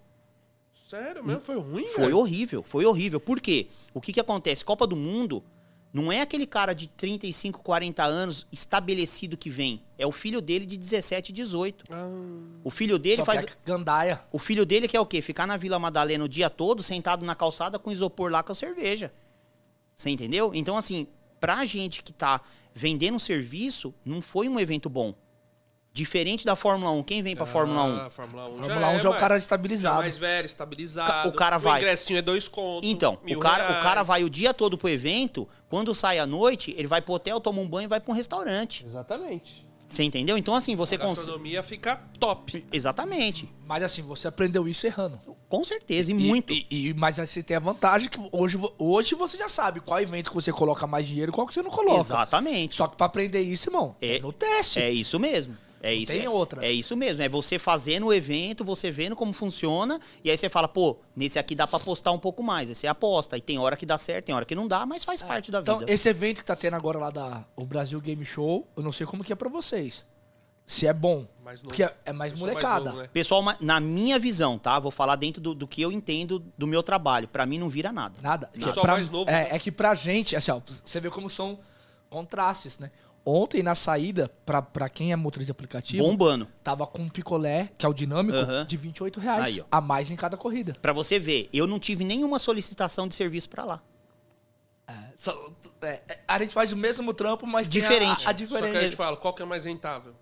Sério mesmo? Foi ruim, Foi velho? horrível, foi horrível. Por quê? O que que acontece? Copa do Mundo não é aquele cara de trinta e cinco, quarenta anos estabelecido que vem. É o filho dele de dezessete, dezoito. Ah, O filho dele Só faz... que é gandaia. O filho dele quer o quê? Ficar na Vila Madalena o dia todo, sentado na calçada com isopor lá com a cerveja. Você entendeu? Então, assim, pra gente que tá vendendo um serviço, não foi um evento bom. Diferente da Fórmula um. Quem vem pra Fórmula um? Ah, Fórmula um Fórmula um já é o mais- cara já estabilizado. é mais velho, estabilizado. O cara vai- O ingressinho é dois contos. Então, mil o cara, o reais. cara vai o dia todo pro evento, quando sai à noite, ele vai pro hotel, toma um banho e vai pra um restaurante. Exatamente. Você entendeu? Então, assim, você A consegue... gastronomia fica top. Exatamente. Mas assim, você aprendeu isso errando. Com certeza, e muito. E, e- mas aí você tem a vantagem que hoje, vo- hoje você já sabe qual evento que você coloca mais dinheiro e qual que você não coloca. Exatamente. Só que pra aprender isso, irmão, é, É- no teste. É isso mesmo. É isso, tem é, outra. É isso mesmo. É você fazendo o evento, você vendo como funciona, e aí você fala, pô, nesse aqui dá pra apostar um pouco mais. Aí você aposta. E tem hora que dá certo, tem hora que não dá, mas faz parte da Então, vida. esse evento que tá tendo agora lá da o Brasil Game Show, eu não sei como que é pra vocês. Se é bom. Mais novo. Porque é, é mais Eu sou molecada. novo, né? Pessoal, ma- na minha visão, tá? Vou falar dentro do, do que eu entendo do meu trabalho. Pra mim não vira nada. Nada. Que Pessoal pra- mais novo, é, né? é que pra gente, assim, ó, você vê como são contrastes, né? Ontem, na saída, pra, pra quem é motorista de aplicativo... Bombando. Tava com um picolé, que é o dinâmico, Uhum. de vinte e oito reais. Aí, ó. A mais em cada corrida. Pra você ver, eu não tive nenhuma solicitação de serviço pra lá. É, só- é, é, a gente faz o mesmo trampo, mas tem Diferente. a, a Só que a diferença. gente fala, qual que é mais rentável?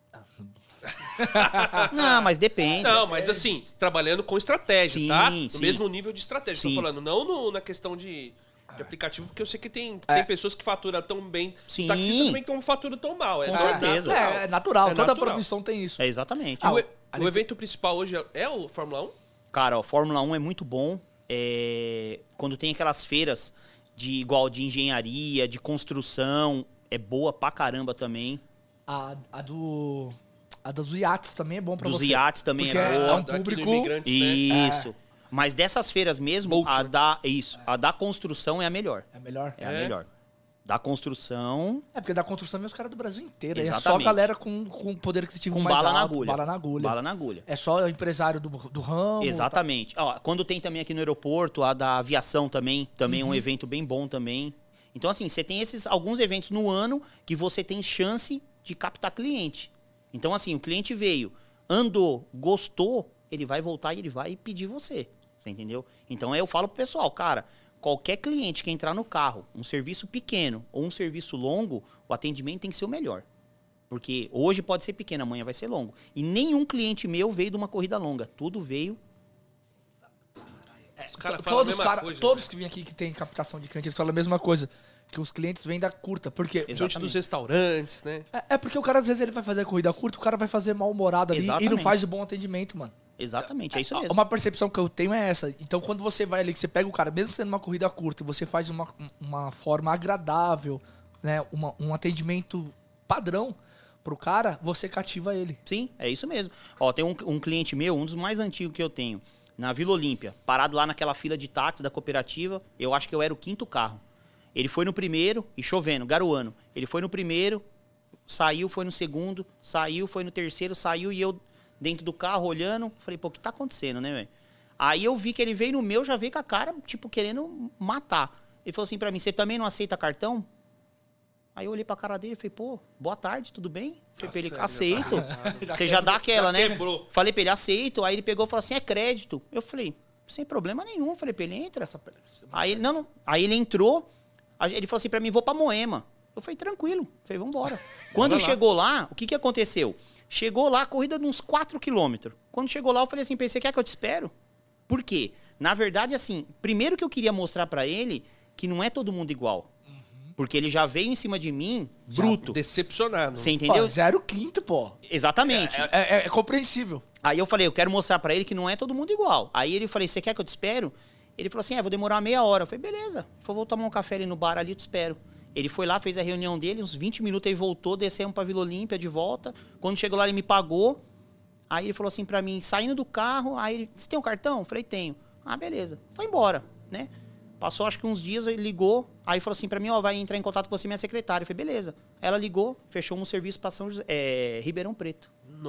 Não, mas depende. Não, mas assim, trabalhando com estratégia, Sim, tá? No sim. mesmo nível de estratégia. Sim. Tô falando, não no- na questão de, de aplicativo, porque eu sei que tem, É. tem pessoas que faturam tão bem. Sim. O taxista também que não fatura tão mal. É Com natural. certeza. É, é natural, É toda natural. profissão tem isso. É exatamente. E o, Ah, e- a o gente- evento principal hoje é, é o Fórmula um? Cara, ó, Fórmula um é muito bom. É, quando tem aquelas feiras de igual de engenharia, de construção, é boa pra caramba também. A, a do. A dos iates também é bom pra Dos você. iates também Porque é é boa. um Aqui do público- Imigrantes, né? Isso. Mas dessas feiras mesmo, Multi, a né? da isso, a da construção é a melhor. É melhor. É, a É? melhor. Da construção, É porque da construção vem os caras do Brasil inteiro. aí É só Exatamente. galera com, com poder aquisitivo com mais bala na alto, agulha. Bala na agulha. Bala na agulha. É só empresário do, do ramo. Exatamente. Ó, quando tem também aqui no aeroporto, a da aviação também, também é um evento bem bom também. Então, assim, você tem esses alguns eventos no ano que você tem chance de captar cliente. Então, assim, o cliente veio, andou, gostou, ele vai voltar e ele vai pedir você. Você entendeu? Então, eu falo pro pessoal, cara, qualquer cliente que entrar no carro, um serviço pequeno ou um serviço longo, o atendimento tem que ser o melhor. Porque hoje pode ser pequeno, amanhã vai ser longo. E nenhum cliente meu veio de uma corrida longa. Tudo veio. Os caras To- falam a todos mesma cara- coisa. todos né? que vêm aqui que tem captação de cliente, eles falam a mesma coisa. Que os clientes vêm da curta. Porque. Diante Exatamente. dos restaurantes, né? É, é porque o cara, às vezes, ele vai fazer a corrida curta, o cara vai fazer mal-humorado ali e não Exatamente. faz o bom atendimento, mano. Exatamente, é isso mesmo. Uma percepção que eu tenho é essa. Então, quando você vai ali, que você pega o cara, mesmo sendo uma corrida curta, e você faz uma, uma forma agradável, né? Uma, um atendimento padrão pro cara, você cativa ele. Sim, é isso mesmo. Ó, tem um, um cliente meu, um dos mais antigos que eu tenho, na Vila Olímpia, parado lá naquela fila de táxi da cooperativa, eu acho que eu era o quinto carro. Ele foi no primeiro, e chovendo, garoando. Ele foi no primeiro, saiu, foi no segundo, saiu, foi no terceiro, saiu, e eu dentro do carro olhando, falei, pô, o que tá acontecendo, né, velho? Aí eu vi que ele veio no meu, já veio com a cara, tipo, querendo matar. Ele falou assim pra mim, você também não aceita cartão? Aí eu olhei pra cara dele e falei, pô, boa tarde, tudo bem? Falei pra ele, Nossa, aceito. Já Você já dá aquela, já né? quebrou. Falei pra ele, aceito. Aí ele pegou e falou assim, é crédito. Eu falei, sem problema nenhum. Falei pra ele, entra. Aí ele, não, não. Aí ele entrou, a- ele falou assim pra mim, vou pra Moema. Eu falei, tranquilo. Falei, vambora. Quando lá. chegou lá, o que que aconteceu? Chegou lá, a corrida de uns quatro quilômetros. Quando chegou lá, eu falei assim, você quer que eu te espero? Por quê? Na verdade, assim, primeiro que eu queria mostrar pra ele que não é todo mundo igual. Porque ele já veio em cima de mim, bruto. Decepcionado. Você entendeu? Pô, zero quinto, pô. Exatamente. É, é- é compreensível. Aí eu falei, eu quero mostrar pra ele que não é todo mundo igual. Aí ele falei, você quer que eu te espero? Ele falou assim, é, vou demorar meia hora. Eu falei, beleza. Ele falou, vou tomar um café ali no bar ali, eu te espero. Ele foi lá, fez a reunião dele, uns vinte minutos, aí voltou, descemos pra Vila Olímpia de volta. Quando chegou lá, ele me pagou. Aí ele falou assim pra mim, saindo do carro, aí ele, você tem um cartão? Eu falei, tenho. Ah, beleza. Foi embora, né? Passou acho que uns dias, ele ligou, aí falou assim pra mim, ó, vai entrar em contato com você, minha secretária. Eu falei, beleza. Ela ligou, fechou um serviço pra São José, é, Ribeirão Preto.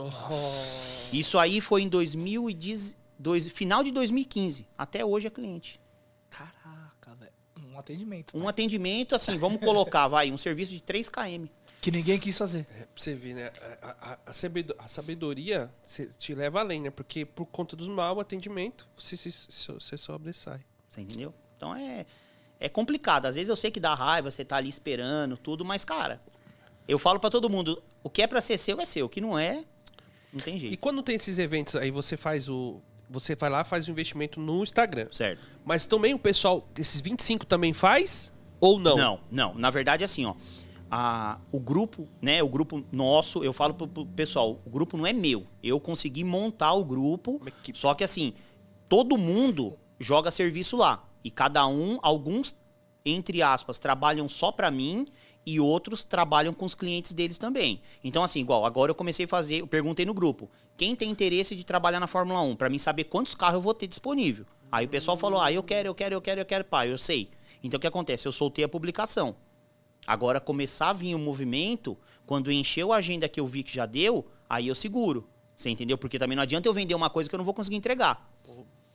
Nossa. Isso aí foi em dois mil e dez, dois, final de dois mil e quinze. Até hoje é cliente. Caraca, velho. Um atendimento. Um tá? atendimento, assim, vamos colocar, vai, um serviço de três quilômetros. Que ninguém quis fazer. É, pra você ver, né? A, a- a sabedo- a sabedoria cê- te leva além, né? Porque por conta do mau atendimento, você, se- se- você sobressai. Você entendeu? Então é, é complicado. Às vezes eu sei que dá raiva, você tá ali esperando, tudo, mas, cara, eu falo pra todo mundo, o que é pra ser seu é seu, o que não é, não tem E jeito. quando tem esses eventos aí, você faz o. Você vai lá faz o investimento no Instagram. Certo. Mas também o pessoal, esses vinte e cinco também faz? Ou não? Não, não. Na verdade, assim, ó. A, o grupo, né? O grupo nosso, eu falo pro, pro pessoal, o grupo não é meu. Eu consegui montar o grupo, Uma equipe. só que assim, todo mundo joga serviço lá. E cada um, alguns, entre aspas, trabalham só pra mim e outros trabalham com os clientes deles também. Então, assim, igual, agora eu comecei a fazer, eu perguntei no grupo, quem tem interesse de trabalhar na Fórmula um, pra mim saber quantos carros eu vou ter disponível. Aí o pessoal falou, ah, eu quero, eu quero, eu quero, eu quero, pá, eu sei. Então o que acontece? Eu soltei a publicação. Agora, começar a vir o movimento, quando encheu a agenda que eu vi que já deu, aí eu seguro. Você entendeu? Porque também não adianta eu vender uma coisa que eu não vou conseguir entregar. Puta merda.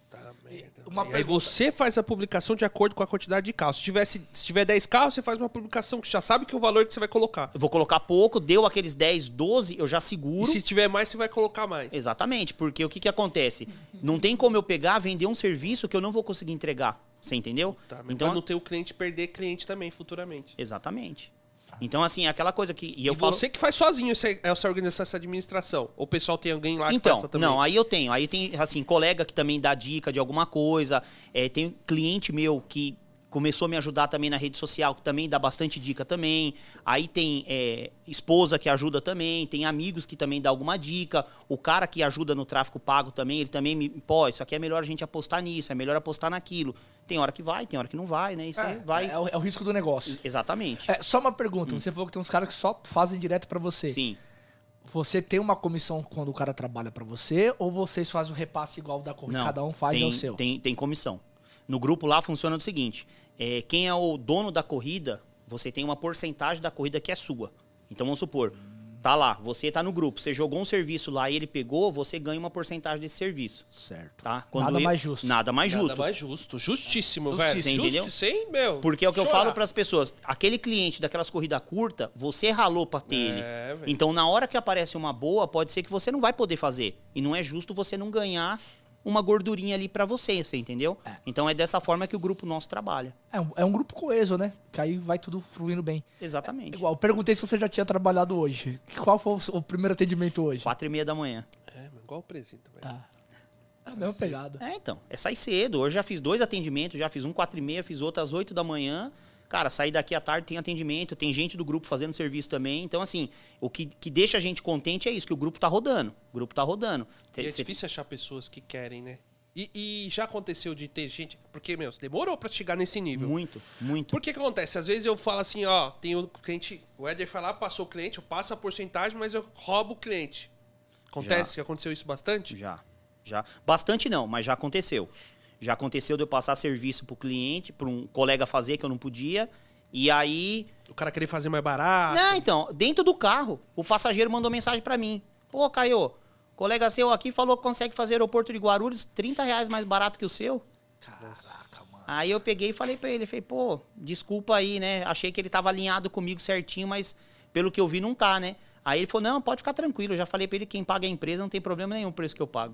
Uma Aí pergunta. você faz a publicação de acordo com a quantidade de carros. Se, tivesse, se tiver dez carros, você faz uma publicação que já sabe que é o valor que você vai colocar. Eu vou colocar pouco, deu aqueles dez, doze, eu já E seguro. se tiver mais, você vai colocar mais. Exatamente, porque o que, que acontece? Não tem como eu pegar, vender um serviço que eu não vou conseguir entregar. Você entendeu? Tá, mas então pra não ter o cliente perder cliente também futuramente. Exatamente. Então, assim, é aquela coisa que... E, eu e falo... você que faz sozinho essa, essa organização, essa administração? Ou o pessoal tem alguém lá que Então, faça também? não, aí eu tenho. Aí tem, assim, colega que também dá dica de alguma coisa. É, tem cliente meu que começou a me ajudar também na rede social, que também dá bastante dica também. Aí tem é, esposa que ajuda também, tem amigos que também dá alguma dica. O cara que ajuda no tráfego pago também, ele também me... Pô, isso aqui é melhor a gente apostar nisso, é melhor apostar naquilo. Tem hora que vai, tem hora que não vai, né? Isso É, aí vai... é, o, é o risco do negócio. Exatamente. É, só uma pergunta. Você falou que tem uns caras que só fazem direto pra você. Sim. Você tem uma comissão quando o cara trabalha pra você ou vocês fazem o repasse igual da corrida? Não, Cada um faz tem, é o seu? Tem, tem comissão. No grupo lá funciona do seguinte: é, quem é o dono da corrida, você tem uma porcentagem da corrida que é sua. Então vamos supor, tá lá, você tá no grupo, você jogou um serviço lá e ele pegou, você ganha uma porcentagem desse serviço. Certo. Tá? Nada ele- mais justo. Nada mais justo. Nada mais justo. Justíssimo, Justíssimo. velho. Você entendeu? Justo, sem, meu. Porque é o que eu chorar. falo pras pessoas, aquele cliente daquelas corridas curtas, você ralou pra ter É, ele. velho. Então na hora que aparece uma boa, pode ser que você não vai poder fazer. E não é justo você não ganhar uma gordurinha ali pra você, você entendeu? É. Então é dessa forma que o grupo nosso trabalha. É um, é um grupo coeso, né? Que aí vai tudo fluindo bem. Exatamente. Igual, eu perguntei se você já tinha trabalhado hoje. Qual foi o, o primeiro atendimento hoje? Quatro e meia da manhã. É, mas igual o presente, velho. Ah, é a mesma pegada. É, então. É sair cedo. Hoje já fiz dois atendimentos, já fiz um quatro e meia, fiz outro às oito da manhã. Cara, sair daqui à tarde tem atendimento, tem gente do grupo fazendo serviço também. Então, assim, o que, que deixa a gente contente é isso, que o grupo tá rodando. O grupo tá rodando. E é Cê- difícil achar pessoas que querem, né? E, e já aconteceu de ter gente... Porque, meu, demorou pra chegar nesse nível. Muito, muito. Por que que acontece? Às vezes eu falo assim, ó, tem o cliente... O Éder foi lá, passou o cliente, eu passo a porcentagem, mas eu roubo o cliente. Acontece Já. que aconteceu isso bastante? Já, já. Bastante não, mas já aconteceu. Já aconteceu de eu passar serviço pro cliente, para um colega fazer que eu não podia. E aí... O cara querer fazer mais barato. Não, então, dentro do carro, o passageiro mandou mensagem pra mim. Pô, Caio, colega seu aqui falou que consegue fazer aeroporto de Guarulhos trinta reais mais barato que o seu. Caraca, mano. Aí eu peguei e falei pra ele, falei, pô, desculpa aí, né? Achei que ele tava alinhado comigo certinho, mas pelo que eu vi não tá, né? Aí ele falou, não, pode ficar tranquilo. Eu já falei pra ele, quem paga é a empresa, não tem problema nenhum o preço que eu pago.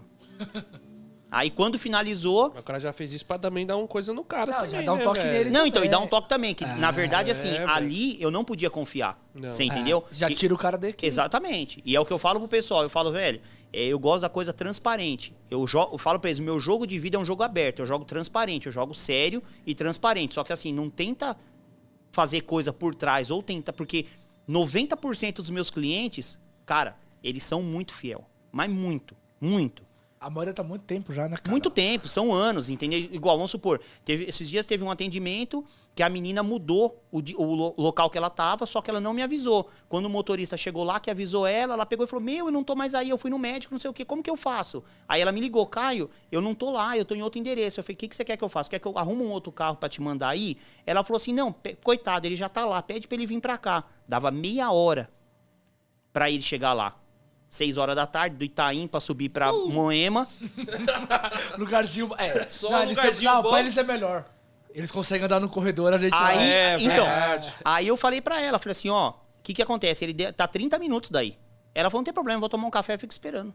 Aí quando finalizou... O cara já fez isso pra também dar uma coisa no cara Não, também, já dá um né, toque velho? nele. Não, então, e também. dá um toque também, que na verdade, assim, é, velho. ali eu não podia confiar. Não. Você entendeu? É, já Que- tira o cara daqui. Exatamente. E é o que eu falo pro pessoal. Eu falo, velho, é, eu gosto da coisa transparente. Eu, jo- eu falo pra eles, o meu jogo de vida é um jogo aberto. Eu jogo transparente, eu jogo sério e transparente. Só que assim, não tenta fazer coisa por trás ou tenta... Porque noventa por cento dos meus clientes, cara, eles são muito fiel. Mas muito, muito. A maioria tá há muito tempo já, né, cara? Muito tempo, são anos, entendeu? Igual, vamos supor, teve, esses dias teve um atendimento que a menina mudou o, di- o lo- local que ela tava, só que ela não me avisou. Quando o motorista chegou lá, que avisou ela, ela pegou e falou, meu, eu não tô mais aí, eu fui no médico, não sei o quê, como que eu faço? Aí ela me ligou, Caio, eu não tô lá, eu tô em outro endereço. Eu falei, o que, que você quer que eu faça? Quer que eu arrume um outro carro pra te mandar aí? Ela falou assim, não, pe- coitado, ele já tá lá, pede pra ele vir pra cá. Dava meia hora pra ele chegar lá. Seis horas da tarde, do Itaim pra subir pra Uh! Moema. Lugarzinho... É, Só não, um eles lugarzinho têm, não, bom. pra eles é melhor. Eles conseguem andar no corredor, a gente... Aí, É, então, verdade. aí eu falei pra ela, falei assim, ó, o que que acontece? Ele de- tá trinta minutos daí. Ela falou, não tem problema, vou tomar um café e fico esperando.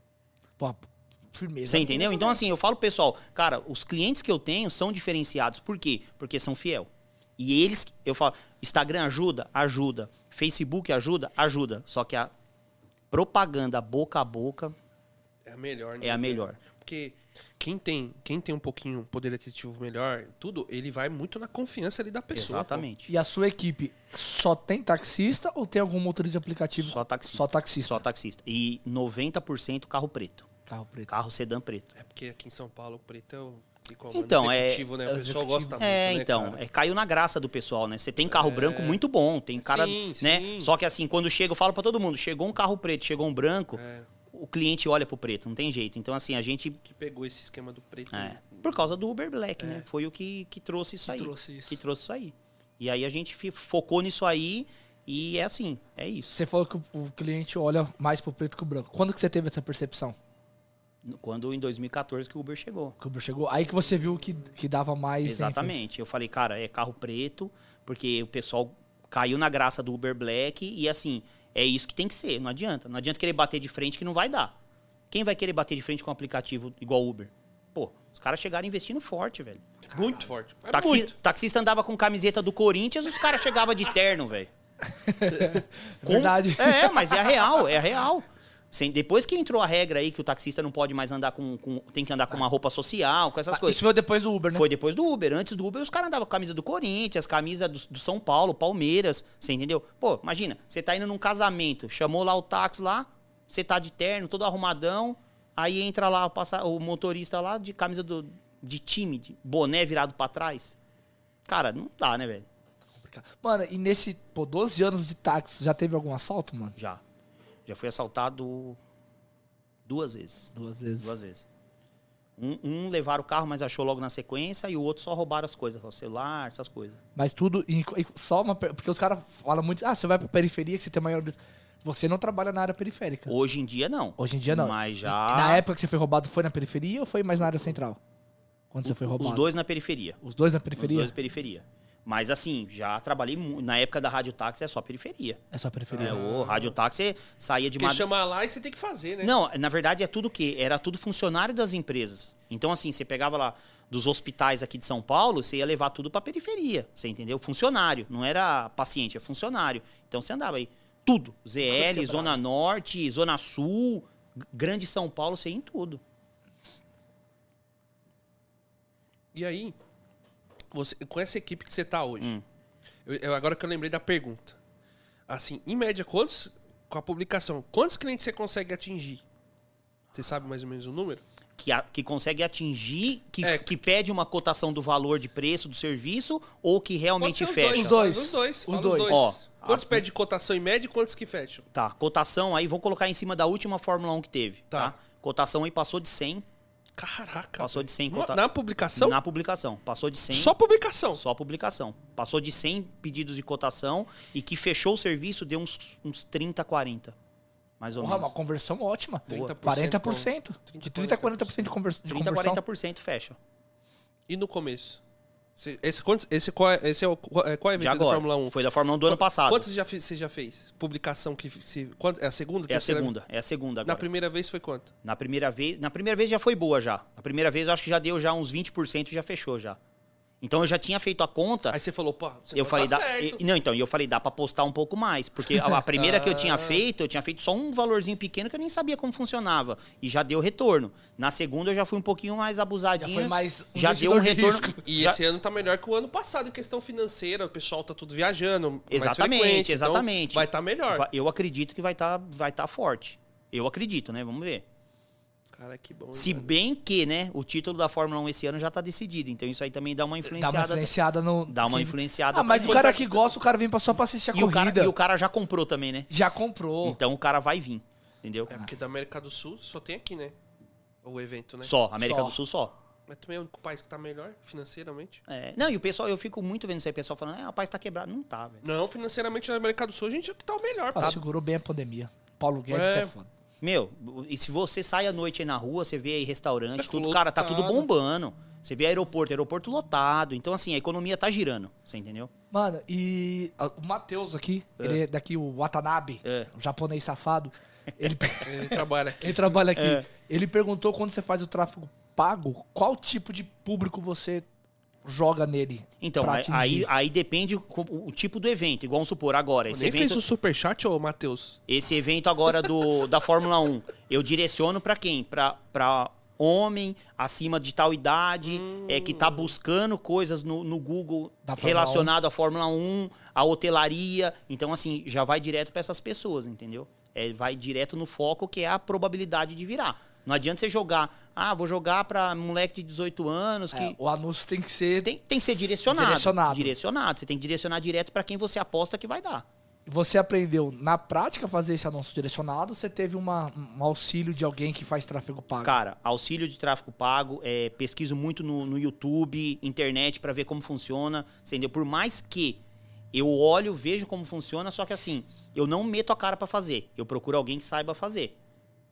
Pô, firmeza. Você entendeu? Então, assim, eu falo pro pessoal, cara, os clientes que eu tenho são diferenciados. Por quê? Porque são fiel. E eles, eu falo, Instagram ajuda? Ajuda. Facebook ajuda? Ajuda. Só que a propaganda boca a boca É a melhor, né? é a melhor. Porque quem tem, quem tem um pouquinho poder aquisitivo melhor, tudo, ele vai muito na confiança ali da pessoa. Exatamente. E a sua equipe só tem taxista ou tem algum motorista de aplicativo? Só taxista. Só taxista. Só taxista. E noventa por cento carro preto. Carro preto. Carro sedã preto. pô. É porque aqui em São Paulo o preto é o que comanda Então, é- executivo, né? O é o pessoal executivo. gosta É, muito, né, então, cara? é, caiu na graça do pessoal, né? Você tem carro branco muito bom, tem cara, Sim, né? sim. Só que assim, quando chega, eu falo pra todo mundo, chegou um carro preto, chegou um branco, É, o cliente olha pro preto, não tem jeito. Então assim, a gente, que pegou esse esquema do preto. é, aí. por causa do Uber Black, É. né? Foi o que, que trouxe isso Que aí. trouxe isso. Que trouxe isso aí. E aí a gente fi- focou nisso aí e é assim, é isso. Você falou que o, o cliente olha mais pro preto que o branco. Quando que você teve essa percepção? Quando em dois mil e quatorze que o Uber chegou. Que o Uber chegou. Aí que você viu que, que dava mais... Exatamente. Eu falei, cara, é carro preto, porque o pessoal caiu na graça do Uber Black e assim, é isso que tem que ser, não adianta. Não adianta querer bater de frente que não vai dar. Quem vai querer bater de frente com um aplicativo igual o Uber? Pô, os caras chegaram investindo forte, velho. Muito forte. É Taxi, muito. Taxista andava com camiseta do Corinthians, os caras chegavam de terno, velho. Verdade. É, mas é a real, é a real. Sem, depois que entrou a regra aí que o taxista não pode mais andar com, com tem que andar com uma roupa social, com essas Ah, coisas. Isso foi depois do Uber, né? Foi depois do Uber. Antes do Uber, os caras andavam com camisa do Corinthians, camisa do, do São Paulo, Palmeiras, você entendeu? Pô, imagina, você tá indo num casamento, chamou lá o táxi lá, você tá de terno, todo arrumadão, aí entra lá passa, o motorista lá de camisa do, de time, de boné virado pra trás. Cara, não dá, né, velho? Mano, e nesse, pô, doze anos de táxi, já teve algum assalto, mano? Já. Já fui assaltado duas vezes. Duas vezes. Duas vezes. Um, um levaram o carro, mas achou logo na sequência, e o outro só roubaram as coisas, o celular, essas coisas. Mas tudo, e- e só uma... per- Porque os caras falam muito, ah, você vai pra periferia que você tem maior... des-" Você não trabalha na área periférica. Hoje em dia, não. Hoje em dia, não. Mas já... Na época que você foi roubado, foi na periferia ou foi mais na área central? Quando você foi roubado? Os dois na periferia. Os dois na Os periferia? dois na periferia. Mas assim, já trabalhei mu- na época da Rádio Táxi, é só periferia. É só periferia. É, o Rádio Táxi saía de Porque madrugada. chamar lá e você tem que fazer, né? Não, na verdade é tudo o quê? Era tudo funcionário das empresas. Então, assim, você pegava lá dos hospitais aqui de São Paulo, você ia levar tudo pra periferia. Você entendeu? Funcionário. Não era paciente, é funcionário. Então você andava aí. Tudo. Z L, Zona Norte, Zona Sul, G- Grande São Paulo, você ia em tudo. E aí, você, com essa equipe que você tá hoje, Hum. eu, eu- agora que eu lembrei da pergunta. Assim, em média, quantos, com a publicação, quantos clientes você consegue atingir? Você sabe mais ou menos o número? Que, a- que consegue atingir, que, É. que pede uma cotação do valor de preço do serviço ou que realmente Pode ser fecha? Os dois. Os dois. Os fala dois. Ó, quantos a- pede cotação em média e quantos que fecham? Tá, cotação aí, vou colocar em cima da última Fórmula um que teve, Tá. tá? Cotação aí passou de cem, Caraca. passou de cem Na, cota... na publicação? na publicação, passou de cem. Só publicação. Só publicação. Passou de cem pedidos de cotação e que fechou o serviço deu uns, uns trinta, quarenta. Mais ou Porra, menos. uma conversão ótima. trinta por cento quarenta por cento. como? De trinta a quarenta por cento de, convers... de trinta, conversão. quarenta por cento fecha. E no começo? Cê- Esse, quantos, esse, qual, é, esse é o qual é qual é o Já evento da agora. Fórmula um? Foi da Fórmula um do ano passado. Quantos já fe- você já fez? Publicação que... Se, quanto, é a segunda? É a terceira? segunda. É a segunda Na agora. primeira vez foi quanto? Na primeira vez, na primeira vez já foi boa já. Na primeira vez eu acho que já deu já uns vinte por cento e já fechou já. Então eu já tinha feito a conta. Aí você falou, pô, você Eu falei, tá dá, certo. e- não, então, e eu falei, dá pra postar um pouco mais. Porque a, a primeira que eu tinha Ah. feito, eu tinha feito só um valorzinho pequeno que eu nem sabia como funcionava. E já deu retorno. Na segunda eu já fui um pouquinho mais Já abusadinho. foi mais um já deu um investidor de retorno. risco. E já- esse ano tá melhor que o ano passado em questão financeira. O pessoal tá tudo viajando. mais Exatamente, frequente, então exatamente. vai estar melhor. Va- Eu acredito que vai estar vai tá forte. Eu acredito, né? Vamos ver. Cara, que bom. Se velho. bem que, né, o título da Fórmula um esse ano já tá decidido. Então isso aí também dá uma Dá uma influenciada. influenciada no... Dá uma que- influenciada. Ah, mas também. o cara que gosta, o cara vem pra só pra assistir a e, o corrida. cara, e o cara já comprou também, né? Já comprou. Então o cara vai vir. Entendeu? É porque da América do Sul só tem aqui, né? O evento, né? Só, América Só. do Sul só. Mas também é o único país que tá melhor financeiramente. É, não, e o pessoal, eu fico muito vendo isso aí, o pessoal falando, ah, o país tá quebrado. Não tá, velho. Não, financeiramente na América do Sul a gente é que tá o melhor. Ah, Tá? segurou bem a pandemia. Paulo Guedes É. é, foda. Meu, e se você sai à noite aí na rua, você vê aí restaurante, É tudo, cara, tá tudo lotado. bombando. Você vê aeroporto, aeroporto lotado. Então, assim, a economia tá girando, você entendeu? Mano, e a- o Matheus aqui, ele é daqui, o Watanabe, É. o japonês safado, ele, Ele trabalha aqui. ele trabalha aqui. É. Ele perguntou quando você faz o tráfego pago, qual tipo de público você joga nele? Então, pra aí, atingir? aí, aí depende o, o tipo do evento. Igual vamos supor, agora, esse Nem evento, fez o superchat, ô Matheus? esse evento agora do, da Fórmula um, eu direciono pra quem? Pra, pra homem acima de tal idade, é que tá buscando coisas no, no Google Da Fórmula relacionado à Fórmula um, à hotelaria. Então, assim, já vai direto pra essas pessoas, entendeu? É, vai direto no foco, que é a probabilidade de virar. Não adianta você jogar, ah, vou jogar pra moleque de dezoito anos que... É, o anúncio tem que ser... Tem, tem que ser direcionado. Direcionado. Direcionado. Você tem que direcionar direto pra quem você aposta que vai dar. Você aprendeu na prática a fazer esse anúncio direcionado ou você teve uma, um auxílio de alguém que faz tráfego pago? Cara, auxílio de tráfego pago, é, pesquiso muito no, no YouTube, internet, pra ver como funciona. Entendeu? Por mais que eu olho, vejo como funciona, só que assim, eu não meto a cara pra fazer. Eu procuro alguém que saiba fazer.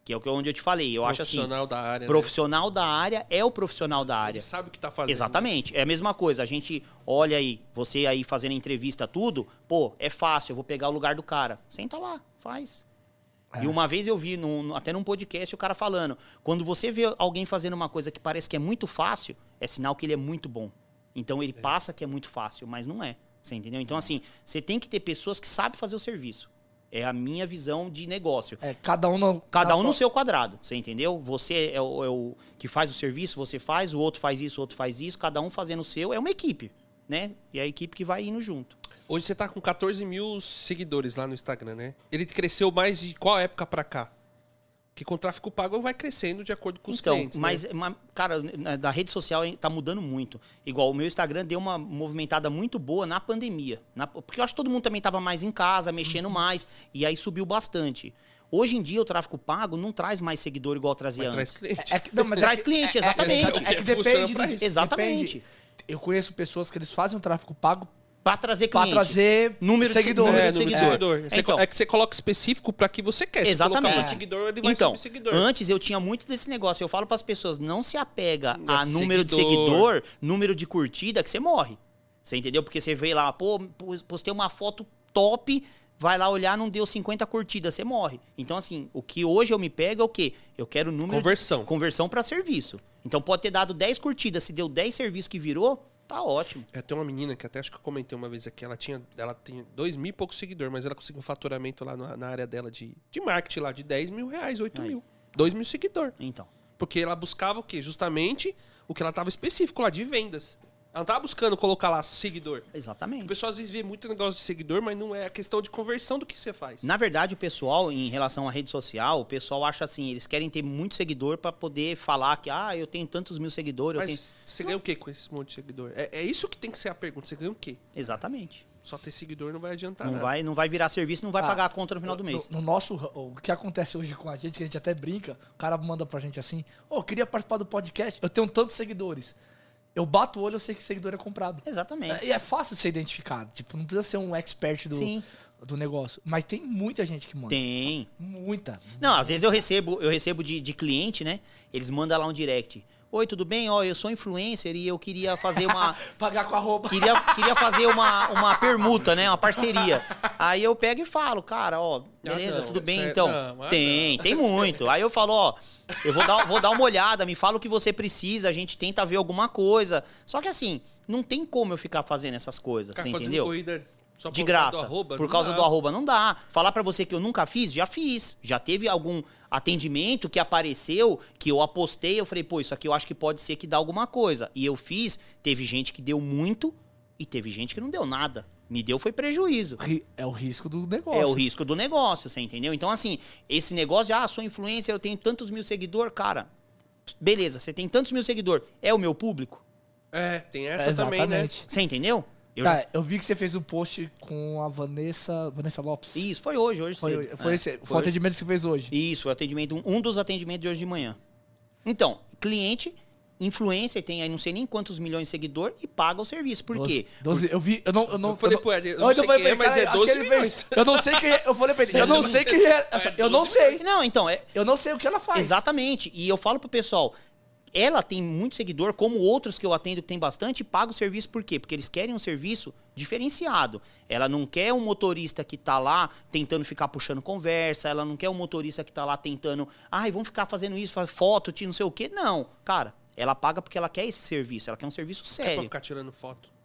Que é o que onde eu te falei. Eu acho assim. Profissional da área. Profissional né? da área é o profissional da área. Ele sabe o que tá fazendo. Exatamente. É a mesma coisa. A gente olha aí, você aí fazendo entrevista, tudo. Pô, é fácil, eu vou pegar o lugar do cara. Senta lá, faz. É. E uma vez eu vi, num, até num podcast, o cara falando: quando você vê alguém fazendo uma coisa que parece que é muito fácil, é sinal que ele é muito bom. Então ele é. passa que é muito fácil, mas não é. Você entendeu? Então, assim, você tem que ter pessoas que sabem fazer o serviço. É a minha visão de negócio. É, cada um no, cada um no seu quadrado, você entendeu? Você é o, é o que faz o serviço, você faz, o outro faz isso, o outro faz isso, cada um fazendo o seu. É uma equipe, né? E é a equipe que vai indo junto. Hoje você tá com quatorze mil seguidores lá no Instagram, né? Ele cresceu mais de qual época pra cá? Porque com o tráfego pago vai crescendo de acordo com os então, clientes, mas, né? mas, cara, da rede social tá mudando muito. Igual o meu Instagram deu uma movimentada muito boa na pandemia. Na, porque eu acho que todo mundo também tava mais em casa, mexendo mais, e aí subiu bastante. Hoje em dia, o tráfego pago não traz mais seguidor igual trazia mas antes. Traz cliente. É, é, não, mas traz é, cliente, é, exatamente. É, é, é que depende disso. Exatamente. Depende. Eu conheço pessoas que eles fazem um tráfego pago Pra trazer cliente. Pra trazer número seguidor. De, é, número de seguidor. seguidor. É. Então, é que você coloca específico pra que você quer. Exatamente. Se colocar um seguidor, ele vai então, subir seguidor. Antes eu tinha muito desse negócio. Eu falo pras pessoas, não se apega Nossa, a número seguidor. de seguidor, número de curtida, que você morre. Você entendeu? Porque você vê lá, pô, postei uma foto top, vai lá olhar, não deu cinquenta curtidas, você morre. Então, assim, o que hoje eu me pego é o quê? Eu quero número Conversão. de conversão pra serviço. Então pode ter dado dez curtidas, se deu dez serviços que virou, tá ótimo. É, tem uma menina que até acho que eu comentei uma vez aqui, ela tinha, ela tem dois mil e poucos seguidores, mas ela conseguiu um faturamento lá na, na área dela de, de marketing lá, de dez mil reais, oito mil. dois mil seguidores. Então. Porque ela buscava o quê? Justamente o que ela tava específico lá, de vendas. Ela não tava buscando colocar lá seguidor. Exatamente. O pessoal às vezes vê muito negócio de seguidor, mas não é a questão de conversão do que você faz. Na verdade, o pessoal, em relação à rede social, o pessoal acha assim, eles querem ter muito seguidor pra poder falar que, ah, eu tenho tantos mil seguidores. Mas eu tenho... você ganha o quê com esse monte de seguidor? É, é isso que tem que ser a pergunta. Você ganha o quê? Exatamente. Só ter seguidor não vai adiantar Não nada. vai, não vai virar serviço, não vai Ah, pagar a conta no final do mês. No, no nosso, o que acontece hoje com a gente, que a gente até brinca, o cara manda pra gente assim, ô, oh, queria participar do podcast, eu tenho tantos seguidores. Eu bato o olho, eu sei que o seguidor é comprado. Exatamente. E é fácil de ser identificado. Tipo, não precisa ser um expert do, Sim. do negócio. Mas tem muita gente que manda. Tem. Muita. Não, às vezes eu recebo, eu recebo de, de cliente, né? Eles mandam lá um direct. Oi, tudo bem? Ó, eu sou influencer e eu queria fazer uma... Pagar com a roupa. Queria, queria fazer uma, uma permuta, né? Uma parceria. Aí eu pego e falo, cara, ó, beleza, Ah, não, tudo bem, sério? então? Não, ah, tem, não. tem muito. Aí eu falo, ó, eu vou dar, vou dar uma olhada, me fala o que você precisa, a gente tenta ver alguma coisa. Só que assim, não tem como eu ficar fazendo essas coisas, Cara, você fazendo entendeu? corrida só De por causa graça, do arroba, por não causa dá. do arroba, não dá. Falar pra você que eu nunca fiz, já fiz. Já teve algum atendimento que apareceu, que eu apostei, eu falei, pô, isso aqui eu acho que pode ser que dá alguma coisa. E eu fiz, teve gente que deu muito e teve gente que não deu nada. Me deu foi prejuízo. É o risco do negócio. É o risco do negócio, você entendeu? Então, assim, esse negócio de, ah, sou influencer, eu tenho tantos mil seguidores, cara, beleza, você tem tantos mil seguidores, é o meu público? É, tem essa É, também, né? exatamente. Você entendeu? Eu Tá, já- eu vi que você fez um post com a Vanessa, Vanessa Lopes. Isso, foi hoje, hoje Foi, cedo. foi, É, esse, foi o hoje. atendimento que você fez hoje. Isso, foi o atendimento, um dos atendimentos de hoje de manhã. Então, cliente, influencer, tem aí não sei nem quantos milhões de seguidor e paga o serviço. Por quê? doze, eu vi, eu não, eu não, Eu falei, eu pô, eu não eu sei falei quem é, pra ele, mas é cara, doze aquele milhões. fez- Eu não sei quem é, eu falei pra ele, eu não sei quem é, essa- eu não sei. Não, então, é, Eu não sei o que ela faz. exatamente. E eu falo pro pessoal, ela tem muito seguidor, como outros que eu atendo que tem bastante, e paga o serviço por quê? Porque eles querem um serviço diferenciado. Ela não quer um motorista que tá lá tentando ficar puxando conversa, ela não quer um motorista que tá lá tentando, ai, vamos ficar fazendo isso, faz foto, não sei o quê. Não, cara, ela paga porque ela quer esse serviço, ela quer um serviço É pra sério. ficar tirando foto.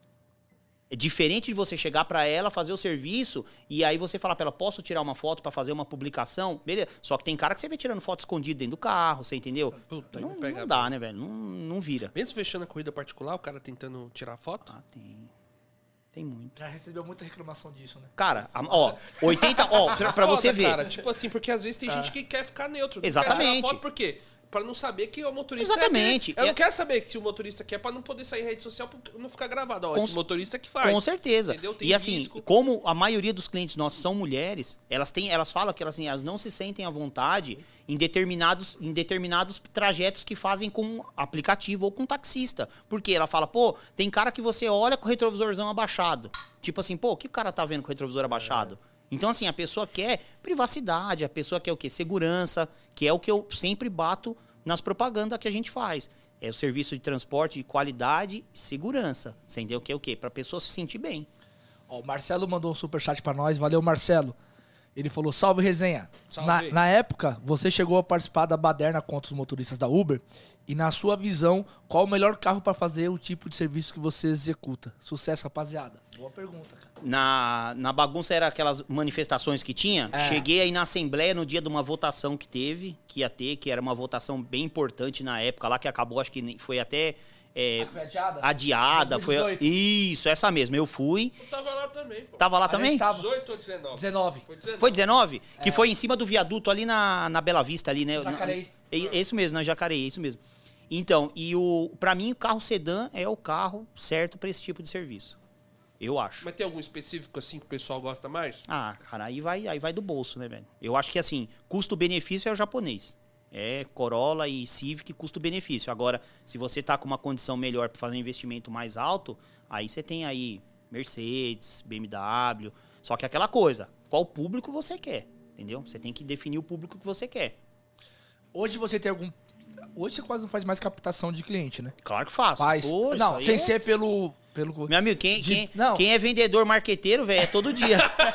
É diferente de você chegar pra ela, fazer o serviço e aí você falar pra ela, posso tirar uma foto pra fazer uma publicação? Beleza. Só que tem cara que você vê tirando foto escondida dentro do carro, você entendeu? Puta, não, não pega não dá, né, velho? Não, não vira. Mesmo fechando a corrida particular, o cara tentando tirar foto. Ah, tem. Tem muito. Já recebeu muita reclamação disso, né? Cara, a- ó, oitenta, ó, pra, pra você Foda, ver. Cara, tipo assim, porque às vezes tem gente que quer ficar neutro. não Exatamente. Quer tirar foto por quê? Pra não saber que o motorista Exatamente. é dele. Eu E não é- quero saber se o motorista quer pra não poder sair em rede social pra não ficar gravado. Ó, Com esse c- motorista que faz. Com certeza. Entendeu? Tem E assim, risco. como a maioria dos clientes nossos são mulheres, elas têm, elas falam que elas, assim, elas não se sentem à vontade em determinados, em determinados trajetos que fazem com aplicativo ou com taxista. Porque ela fala, pô, tem cara que você olha com o retrovisorzão abaixado. Tipo assim, pô, o que o cara tá vendo com o retrovisor abaixado? Então, assim, a pessoa quer privacidade, a pessoa quer o quê? Segurança, que é o que eu sempre bato nas propagandas que a gente faz. É o serviço de transporte de qualidade e segurança. Você entendeu? Que é o quê? Para a pessoa se sentir bem. Ó, o Marcelo mandou um superchat pra nós. Valeu, Marcelo. Ele falou, salve, resenha. Salve. Na, na época, você chegou a participar da baderna contra os motoristas da Uber. E na sua visão, qual o melhor carro pra fazer o tipo de serviço que você executa? Sucesso, rapaziada. Boa pergunta, cara. Na, na bagunça era aquelas manifestações que tinha. É. Cheguei aí na Assembleia no dia de uma votação que teve, que ia ter, que era uma votação bem importante na época lá, que acabou, acho que nem- foi até é, Foi adiada? adiada. dois mil e dezoito. Foi, isso, essa mesma. Eu fui. Eu tava lá também, pô. Tava lá A também? gente tava. dezoito ou dezenove? dezenove. Foi dezenove. Foi dezenove? Que foi em cima do viaduto ali na, na Bela Vista, ali, né? Jacareí. É, é isso mesmo, na Jacareí, é isso mesmo. Então, e o para mim o carro sedã é o carro certo para esse tipo de serviço. Eu acho. Mas tem algum específico assim que o pessoal gosta mais? Ah, cara, aí vai, aí vai do bolso, né, velho? Eu acho que assim, custo-benefício é o japonês. É Corolla e Civic, custo-benefício. Agora, se você tá com uma condição melhor para fazer um investimento mais alto, aí você tem aí Mercedes, B M W. Só que aquela coisa, qual público você quer, entendeu? Você tem que definir o público que você quer. Hoje você tem algum... Hoje você quase não faz mais captação de cliente, né? Claro que faço. Faz. Pô, não, isso aí sem é- ser pelo... pelo... Meu amigo, quem, De- quem, não. quem é vendedor marqueteiro, velho, é todo dia.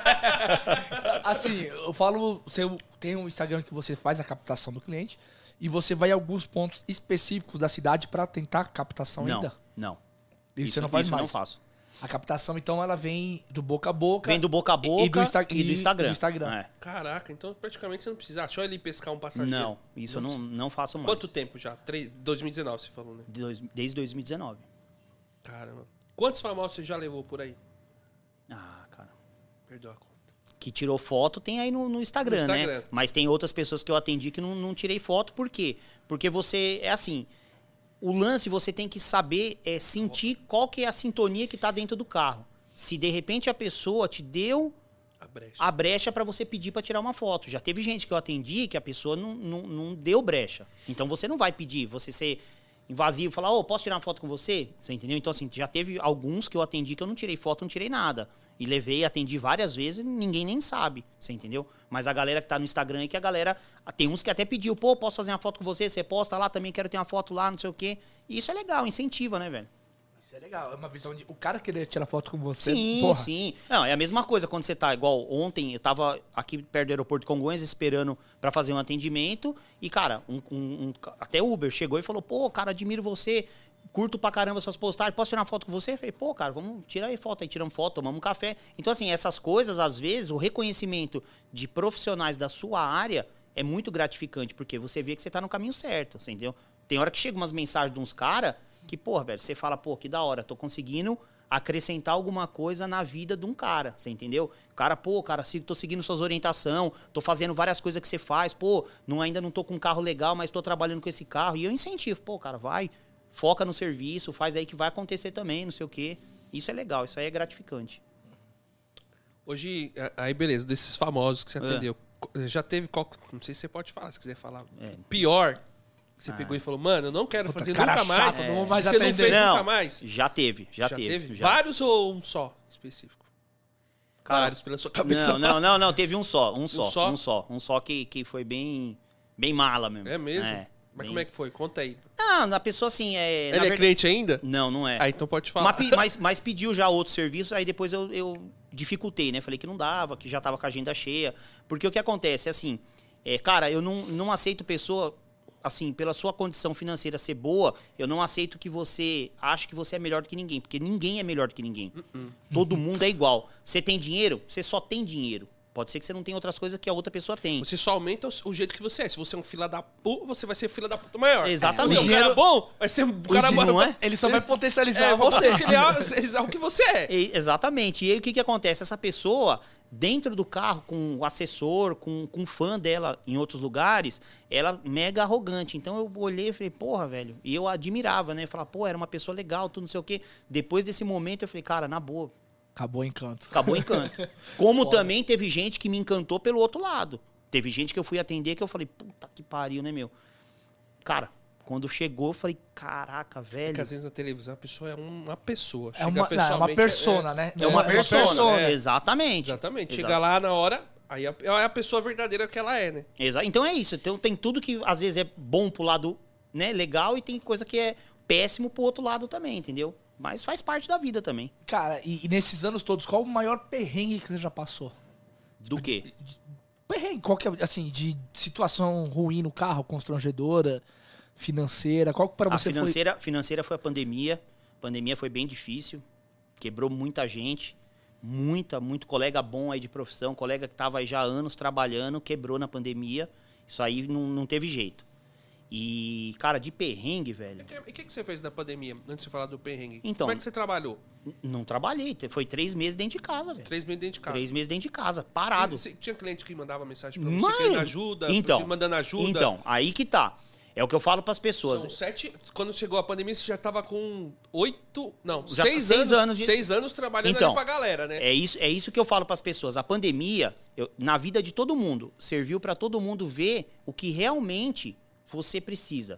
Assim, eu falo, você tem um Instagram que você faz a captação do cliente e você vai a alguns pontos específicos da cidade pra tentar a captação não, ainda. não. Isso, você não faz isso mais. eu não faço. A captação, então, ela vem do boca a boca. Vem do boca a boca e do, Insta- e do Instagram. do Instagram. É. Caraca, então praticamente você não precisa. Ah, deixa eu ali pescar um passageiro. Não, isso eu não, não faço mais. Quanto tempo já? Três- dois mil e dezenove, você falou, né? De dois- Desde dois mil e dezenove. Caramba. Quantos famosos você já levou por aí? Ah, cara. Perdeu a conta. Que tirou foto tem aí no, no Instagram, No Instagram. né? Mas tem outras pessoas que eu atendi que não, não tirei foto. Por quê? Porque você, é assim, o lance você tem que saber é, sentir qual que é a sintonia que tá dentro do carro. Se de repente a pessoa te deu A brecha. a brecha para você pedir para tirar uma foto. Já teve gente que eu atendi que a pessoa não, não, não deu brecha. Então você não vai pedir, você ser invasivo, falar, ô, posso tirar uma foto com você? Você entendeu? Então, assim, já teve alguns que eu atendi que eu não tirei foto, não tirei nada. E levei, atendi várias vezes, ninguém nem sabe, você entendeu? Mas a galera que tá no Instagram aí, que a galera... Tem uns que até pediu, pô, posso fazer uma foto com você? Você posta lá, também quero ter uma foto lá, não sei o quê. E isso é legal, incentiva, né, velho? Isso é legal. É uma visão de... O cara querer tirar foto com você, Sim, porra. sim. Não, é a mesma coisa quando você tá, igual ontem, eu tava aqui perto do aeroporto de Congonhas esperando pra fazer um atendimento e, cara, um, um, um- até o Uber chegou e falou, pô, cara, admiro você, curto pra caramba suas postagens, posso tirar uma foto com você? Eu falei, pô, cara, vamos tirar aí foto, aí tiramos foto, tomamos um café. Então, assim, essas coisas, às vezes, o reconhecimento de profissionais da sua área é muito gratificante, porque você vê que você tá no caminho certo, você entendeu? Tem hora que chega umas mensagens de uns caras que, porra, velho, você fala, pô, que da hora, tô conseguindo acrescentar alguma coisa na vida de um cara, você entendeu? O cara, pô, cara, sigo- tô seguindo suas orientações, tô fazendo várias coisas que você faz, pô, não, ainda não tô com um carro legal, mas tô trabalhando com esse carro. E eu incentivo, pô, cara, vai, foca no serviço, faz aí que vai acontecer também, não sei o quê. Isso é legal, isso aí é gratificante. Hoje, a- aí beleza, desses famosos que você É. atendeu, co- já teve qual... Não sei se você pode falar, se quiser falar. É. Pior, que você Ah. pegou e falou, mano, eu não quero Puta, fazer cara nunca mais. chato, não vou mais E você não atender. fez Não. nunca mais? Já teve, já, Já teve. teve? já. Vários ou um só específico? Cara, Vários pela sua cabeça. Não, não, não, não, teve um só, um só, só? um só, um só que, que foi bem, bem mala mesmo. É mesmo? É, Mas bem- como é que foi? Conta aí. Não, a pessoa assim, é... na Ele é verdade- cliente ainda? Não, não é. Ah, então pode falar. Mas, pe- mas, mas pediu já outro serviço, aí depois eu, eu dificultei, né? Falei que não dava, que já tava com a agenda cheia. Porque o que acontece, assim, é, cara, eu não, não aceito pessoa, assim, pela sua condição financeira ser boa, eu não aceito que você ache que você é melhor do que ninguém, porque ninguém é melhor do que ninguém. Todo mundo é igual. Você tem dinheiro, você só tem dinheiro. Pode ser que você não tenha outras coisas que a outra pessoa tem. Você só aumenta o, o jeito que você é. Se você é um fila da puta, você vai ser fila da puta maior. Exatamente. Se você é um cara bom, vai ser um cara dinheiro bom. não é? Ele só vai potencializar É, você. você é o que você é. E- exatamente. E aí o que, que acontece? Essa pessoa, dentro do carro, com o assessor, com, com um fã dela em outros lugares, ela mega arrogante. Então eu olhei e falei, porra, velho. E eu admirava, né? Falar, pô, era uma pessoa legal, tudo não sei o quê. Depois desse momento eu falei, cara, na boa, Acabou o encanto. acabou o encanto. Como Foda. também teve gente que me encantou pelo outro lado. Teve gente que eu fui atender que eu falei, puta que pariu, né, meu? Cara, Quando chegou, eu falei, caraca, velho. Porque às vezes na televisão a pessoa é uma pessoa. É uma, não, é uma persona, é, né? É uma, é persona. uma persona. É. Exatamente. Exatamente. Exato. Chega lá na hora, aí é a pessoa verdadeira que ela é, né? Exa então é isso. Então, tem tudo que às vezes é bom pro lado, né, legal, e tem coisa que é péssimo pro outro lado também, entendeu? Mas faz parte da vida também. Cara, e, e nesses anos todos, qual o maior perrengue que você já passou? Do quê? Perrengue, qual que é, assim, de situação ruim no carro, constrangedora, financeira, qual que pra A você financeira, financeira foi a pandemia. A pandemia foi bem difícil. Quebrou muita gente. Muita, muito colega bom aí de profissão, colega que tava aí já há anos trabalhando, quebrou na pandemia. Isso aí não, não teve jeito. E, cara, de perrengue, velho. E o que, que você fez na pandemia, antes de falar do perrengue? Então, Como é que você trabalhou? Não trabalhei. Foi três meses dentro de casa, velho. Três meses dentro de casa. Três meses dentro de casa, parado. Você tinha cliente que mandava mensagem pra você, Mano, querendo ajuda, então, mandando ajuda? Então, aí que tá. É o que eu falo pras pessoas. São sete... Quando chegou a pandemia, você já tava com oito... Não, Já seis, seis anos, anos de- Seis anos trabalhando Então, ali pra galera, né? É isso, é isso que eu falo pras pessoas. A pandemia, eu- na vida de todo mundo, serviu pra todo mundo ver o que realmente você precisa.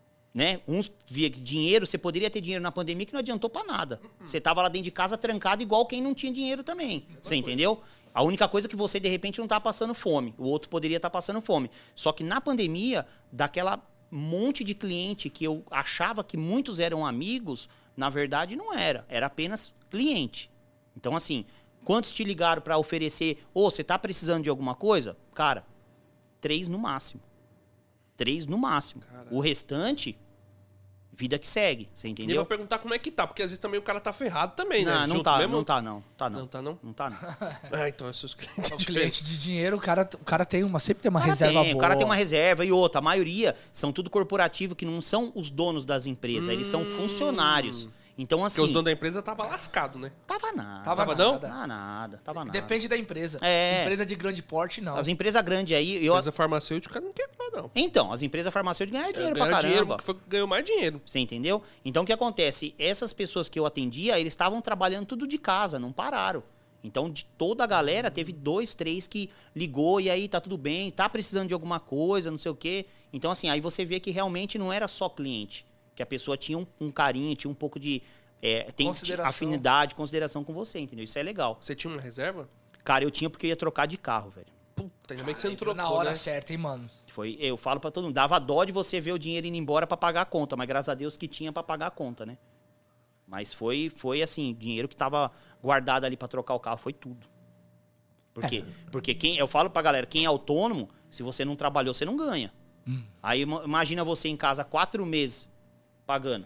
Né? Uns via que dinheiro, você poderia ter dinheiro na pandemia que não adiantou pra nada. Você tava lá dentro de casa trancado igual quem não tinha dinheiro também. Você entendeu? A única coisa é que você, de repente, não tá passando fome. O outro poderia estar passando fome. Só que na pandemia, daquela monte de cliente que eu achava que muitos eram amigos, na verdade não era. Era apenas cliente. Então, assim, quantos te ligaram pra oferecer, ô, você tá precisando de alguma coisa? Cara, três no máximo. Três no máximo. Caraca. O restante, vida que segue. Você E eu vou entendeu? perguntar como é que tá, porque às vezes também o cara tá ferrado também, né? Não, não Junto tá, mesmo? não tá, não. Tá, não. Não tá, não? Não tá, não. Ah, então é seus clientes. O cliente de dinheiro, o cara, o cara tem uma, sempre tem uma O cara reserva tem, boa. o cara tem uma reserva e outra. A maioria são tudo corporativo que não são os donos das empresas, eles são funcionários. Então, assim. Porque os donos da empresa tava lascado, né? Tava nada. Tava Tava não? nada. Tava nada, tava nada. Depende da empresa. É. Empresa de grande porte, não. As empresas grandes aí. A Eu... empresa farmacêutica não quebrou, não. Então, as empresas farmacêuticas ganharam dinheiro pra Ganhou caramba. dinheiro, foi, ganhou mais dinheiro. Você entendeu? Então, o que acontece? Essas pessoas que eu atendia, eles estavam trabalhando tudo de casa, não pararam. Então, de toda a galera, teve dois, três que ligou, e aí, tá tudo bem, tá precisando de alguma coisa, não sei o quê. Então, assim, aí você vê que realmente não era só cliente. Que a pessoa tinha um, um carinho, tinha um pouco de... É, tem Consideração. afinidade, consideração com você, entendeu? Isso é legal. Você tinha uma reserva? Cara, eu tinha porque eu ia trocar de carro, velho. Puta, ainda bem que você não Entrou trocou, na hora né? certa, hein, mano? Foi, eu falo pra todo mundo, dava dó de você ver o dinheiro indo embora pra pagar a conta, mas graças a Deus que tinha pra pagar a conta, né? Mas foi, foi assim, dinheiro que tava guardado ali pra trocar o carro, foi tudo. Por quê? Porque quem, eu falo pra galera, quem é autônomo, se você não trabalhou, você não ganha. Hum. Aí ima- imagina você em casa quatro meses pagando.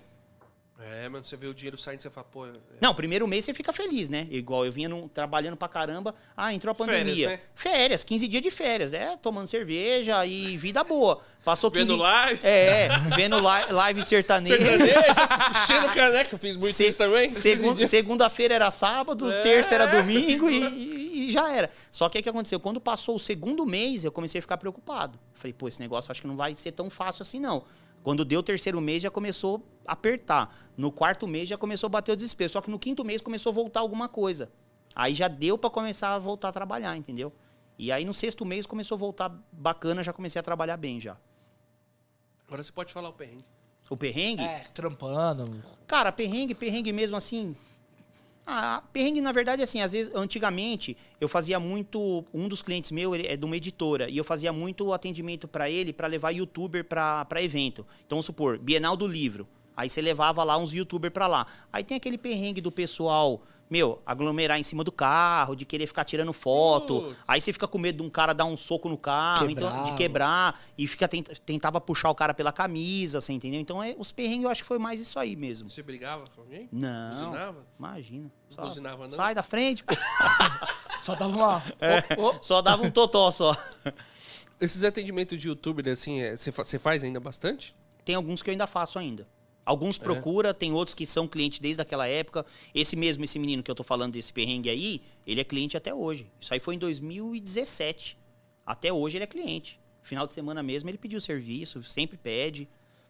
É, mano, você vê o dinheiro saindo e você fala, pô... é- Não, primeiro mês você fica feliz, né? Igual eu vinha num- trabalhando pra caramba. Ah, entrou a Férias, pandemia. né? Férias, quinze dias de férias. É, tomando cerveja e vida boa. Passou quinze... Vendo live. É, vendo li- live sertaneja. Sertaneja, enchendo caneca, eu fiz muito Se- isso também. segun- Segunda-feira era sábado, É. terça era domingo e, e- e já era. Só que o que aconteceu? Quando passou o segundo mês, eu comecei a ficar preocupado. Falei, pô, esse negócio acho que não vai ser tão fácil assim, não. Quando deu o terceiro mês, já começou a apertar. No quarto mês, já começou a bater o desespero. Só que no quinto mês, começou a voltar alguma coisa. Aí já deu pra começar a voltar a trabalhar, entendeu? E aí no sexto mês, começou a voltar bacana, já comecei a trabalhar bem já. Agora você pode falar o perrengue. O perrengue? É, trampando. Cara, perrengue, perrengue mesmo assim. Ah, perrengue, na verdade, assim, às vezes, antigamente, eu fazia muito. Um dos clientes meu ele é de uma editora, e eu fazia muito atendimento pra ele pra levar youtuber pra pra evento. Então, vamos supor, Bienal do Livro. Aí você levava lá uns youtubers pra lá. Aí tem aquele perrengue do pessoal, meu, aglomerar em cima do carro, de querer ficar tirando foto. Putz. Aí você fica com medo de um cara dar um soco no carro, então, de Quebrar. quebrar, e fica tent- tentava puxar o cara pela camisa, você entendeu? Então, é, os perrengues eu acho que foi mais isso aí mesmo. Você brigava com alguém? Não. Buzinava? Imagina. Só Buzinava, não? Sai da frente, pô. Só tava uma... É. Ô, ô. Só dava um totó só. Esses atendimentos de youtuber, assim, é, você fa- você faz ainda bastante? Tem alguns que eu ainda faço ainda. Alguns procura, tem outros que são clientes desde aquela época. Esse mesmo, esse menino que eu tô falando desse perrengue aí, ele é cliente até hoje. Isso aí foi em dois mil e dezessete. Até hoje ele é cliente. Final de semana mesmo ele pediu serviço, sempre pede.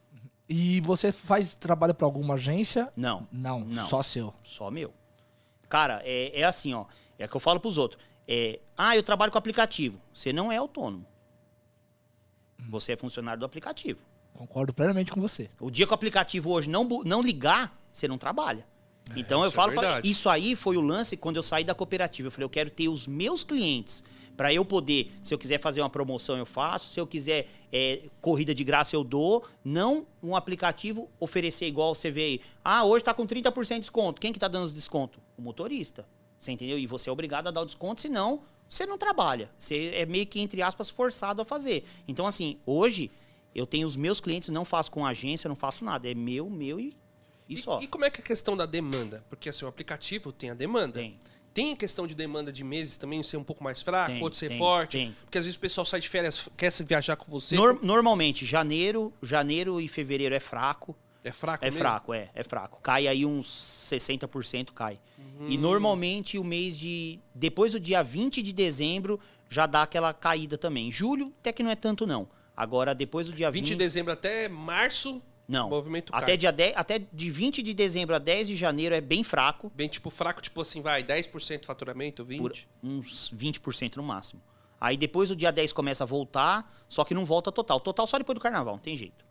E você faz trabalho pra alguma agência? Não, Não, Não. só seu. só meu. Cara, é, é assim, ó. É o que eu falo pros outros. É, ah, eu trabalho com aplicativo. Você não é autônomo. Você é funcionário do aplicativo. Concordo plenamente com você. O dia que o aplicativo hoje não, bu- não ligar, você não trabalha. Então eu isso é falo, pra, verdade. isso aí foi o lance quando eu saí da cooperativa. Eu falei, eu quero ter os meus clientes para eu poder, se eu quiser fazer uma promoção eu faço, se eu quiser é, corrida de graça eu dou, não um aplicativo oferecer igual você vê aí. Ah, hoje tá com trinta por cento de desconto. Quem que tá dando os desconto? O motorista. Você entendeu? E você é obrigado a dar o desconto, senão você não trabalha. Você é meio que, entre aspas, forçado a fazer. Então, assim, hoje eu tenho os meus clientes, não faço com agência, não faço nada. É meu, meu e, e só. E, e como é que é a questão da demanda? Porque assim, o aplicativo tem a demanda. Tem. Tem a questão de demanda de meses também, ser um pouco mais fraco, Tem, outro ser tem, forte. tem. Porque às vezes o pessoal sai de férias, quer se viajar com você. Nor- normalmente, janeiro, janeiro e fevereiro é fraco. É fraco É mesmo? fraco, é, é fraco. Cai aí uns sessenta por cento, cai. Uhum. E normalmente o mês de... Depois do dia vinte de dezembro, já dá aquela caída também. Julho, até que não é tanto não. Agora, depois do dia vinte... vinte de dezembro até março, Não. o movimento cai. Até, dia dez, até de vinte de dezembro a dez de janeiro é bem fraco. Bem tipo fraco, tipo assim, vai, dez por cento de faturamento, vinte por cento? Por uns vinte por cento no máximo. Aí depois o dia dez começa a voltar, só que não volta total. Total só depois do carnaval, não tem jeito.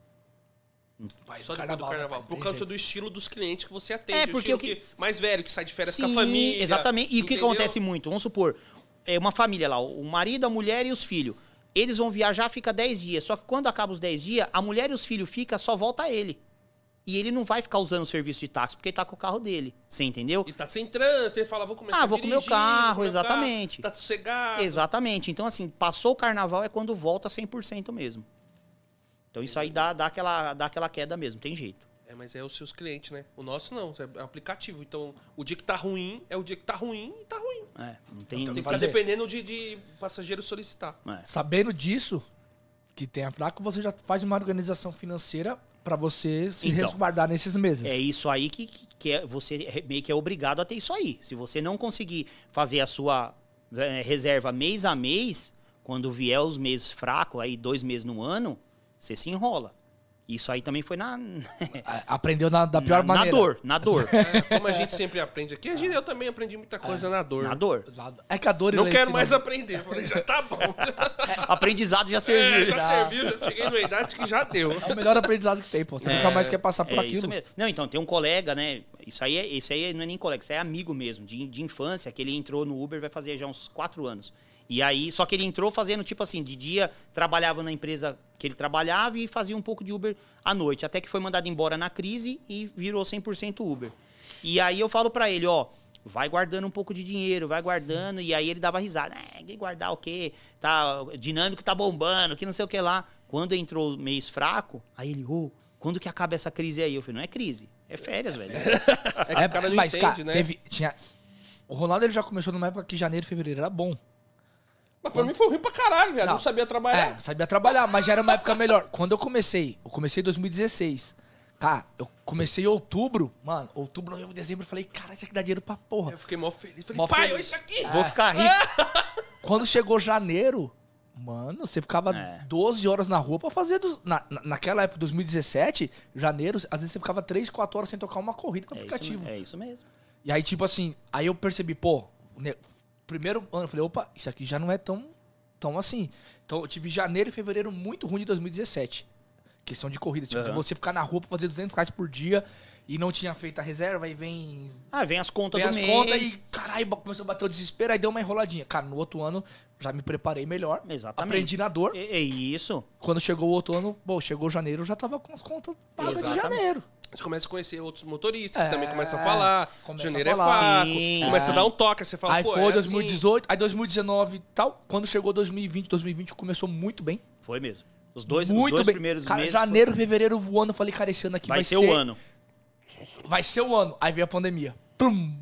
Vai, Só depois carnaval, do carnaval. né, Por tem conta jeito. do estilo dos clientes que você atende. É, o porque estilo o que- que... mais velho, que sai de férias com Sim, a família. exatamente. E o que entendeu? acontece muito? Vamos supor, é uma família lá, o marido, a mulher e os filhos. Eles vão viajar, fica dez dias. Só que quando acaba os dez dias, a mulher e os filhos ficam, só volta ele. E ele não vai ficar usando o serviço de táxi, porque ele tá com o carro dele. Você entendeu? E tá sem trânsito, ele fala, vou começar Ah, a vou com o meu dirigir, carro, vou com o meu exatamente. Carro, tá sossegado. Exatamente. Então, assim, passou o carnaval é quando volta cem por cento mesmo. Então isso aí dá, dá, aquela, dá aquela queda mesmo, tem jeito. É, mas é os seus clientes, né? O nosso não, é aplicativo. Então, o dia que tá ruim, é o dia que tá ruim e tá ruim. É, não tem... Tem que não ficar fazer. dependendo de, de passageiro solicitar. é. Sabendo disso, que tem a fraco, você já faz uma organização financeira pra você se Então, resguardar nesses meses. É isso aí que, que, que é, você meio que é obrigado a ter isso aí. Se você não conseguir fazer a sua é, reserva mês a mês, quando vier os meses fracos, aí dois meses no ano, você se enrola. Isso aí também foi na, A- Aprendeu na, da pior na, na maneira. dor, na dor. É, como a gente sempre aprende aqui, a gente, eu também aprendi muita coisa na dor. na dor. É que a dor Não ela quero ensina- mais aprender. Eu falei, já tá bom. Aprendizado já É, serviu. já serviu, já cheguei numa idade que já deu. É o melhor aprendizado que tem, pô. Você nunca mais quer passar por É aquilo. isso mesmo. Não, então, tem um colega, né? Isso aí, é, isso aí não é nem colega, isso aí é amigo mesmo, de, de infância, que ele entrou no Uber vai fazer já uns quatro anos. E aí, só que ele entrou fazendo, tipo assim, de dia trabalhava na empresa que ele trabalhava e fazia um pouco de Uber à noite. Até que foi mandado embora na crise e virou cem por cento Uber. E aí eu falo pra ele, ó, vai guardando um pouco de dinheiro, vai guardando. E aí ele dava risada. É, que guardar o quê? Tá, dinâmico tá bombando, que não sei o que lá. Quando entrou o mês fraco, aí ele, ô, quando que acaba essa crise aí? Eu falei, não é crise, é férias, velho. É que o cara não mas, entende, cara, né? teve, tinha... O Ronaldo ele já começou numa época que janeiro e fevereiro era bom. Mas pra mim foi ruim pra caralho, velho. Não, Não. sabia trabalhar. É, sabia trabalhar, mas já era uma época melhor. Quando eu comecei, eu comecei em dois mil e dezesseis. Cara, eu comecei em outubro, mano, outubro, novembro, dezembro, eu falei, cara, isso aqui dá dinheiro pra porra. Eu fiquei mó feliz. Falei, Mó pai, feliz. olha isso aqui. Vou ficar rico. Quando chegou janeiro, mano, você ficava É. doze horas na rua pra fazer... Dos, na, na- naquela época, dois mil e dezessete, janeiro, às vezes você ficava três, quatro horas sem tocar uma corrida com o É isso, aplicativo. é isso mesmo. E aí, tipo assim, aí eu percebi, pô, ne- primeiro ano, eu falei, opa, isso aqui já não é tão, tão assim. Então eu tive janeiro e fevereiro muito ruim de dois mil e dezessete. Questão de corrida, tipo, de Aham. você ficar na rua pra fazer duzentos reais por dia e não tinha feito a reserva, aí vem, Ah, vem as contas vem do as mês. contas e, caralho, começou a bater o desespero, aí deu uma enroladinha. Cara, no outro ano, já me preparei melhor, Exatamente. aprendi na dor. É, é isso. Quando chegou o outro ano, pô, chegou janeiro, eu já tava com as contas pagas de Exatamente. janeiro. Você começa a conhecer outros motoristas É, que também começam a falar. começa Janeiro a é falar. fraco. Sim, começa é. a dar um toque. Você fala, Aí pô, foi é dois mil e dezoito, assim. aí dois mil e dezenove e tal. Quando chegou dois mil e vinte, dois mil e vinte começou muito bem. Foi mesmo. Os dois, muito os dois bem. primeiros Cara, meses. janeiro, fevereiro voando, eu falei, cara, esse ano aqui vai, vai, ser o ano. Vai ser o ano. Aí veio a pandemia. Pum.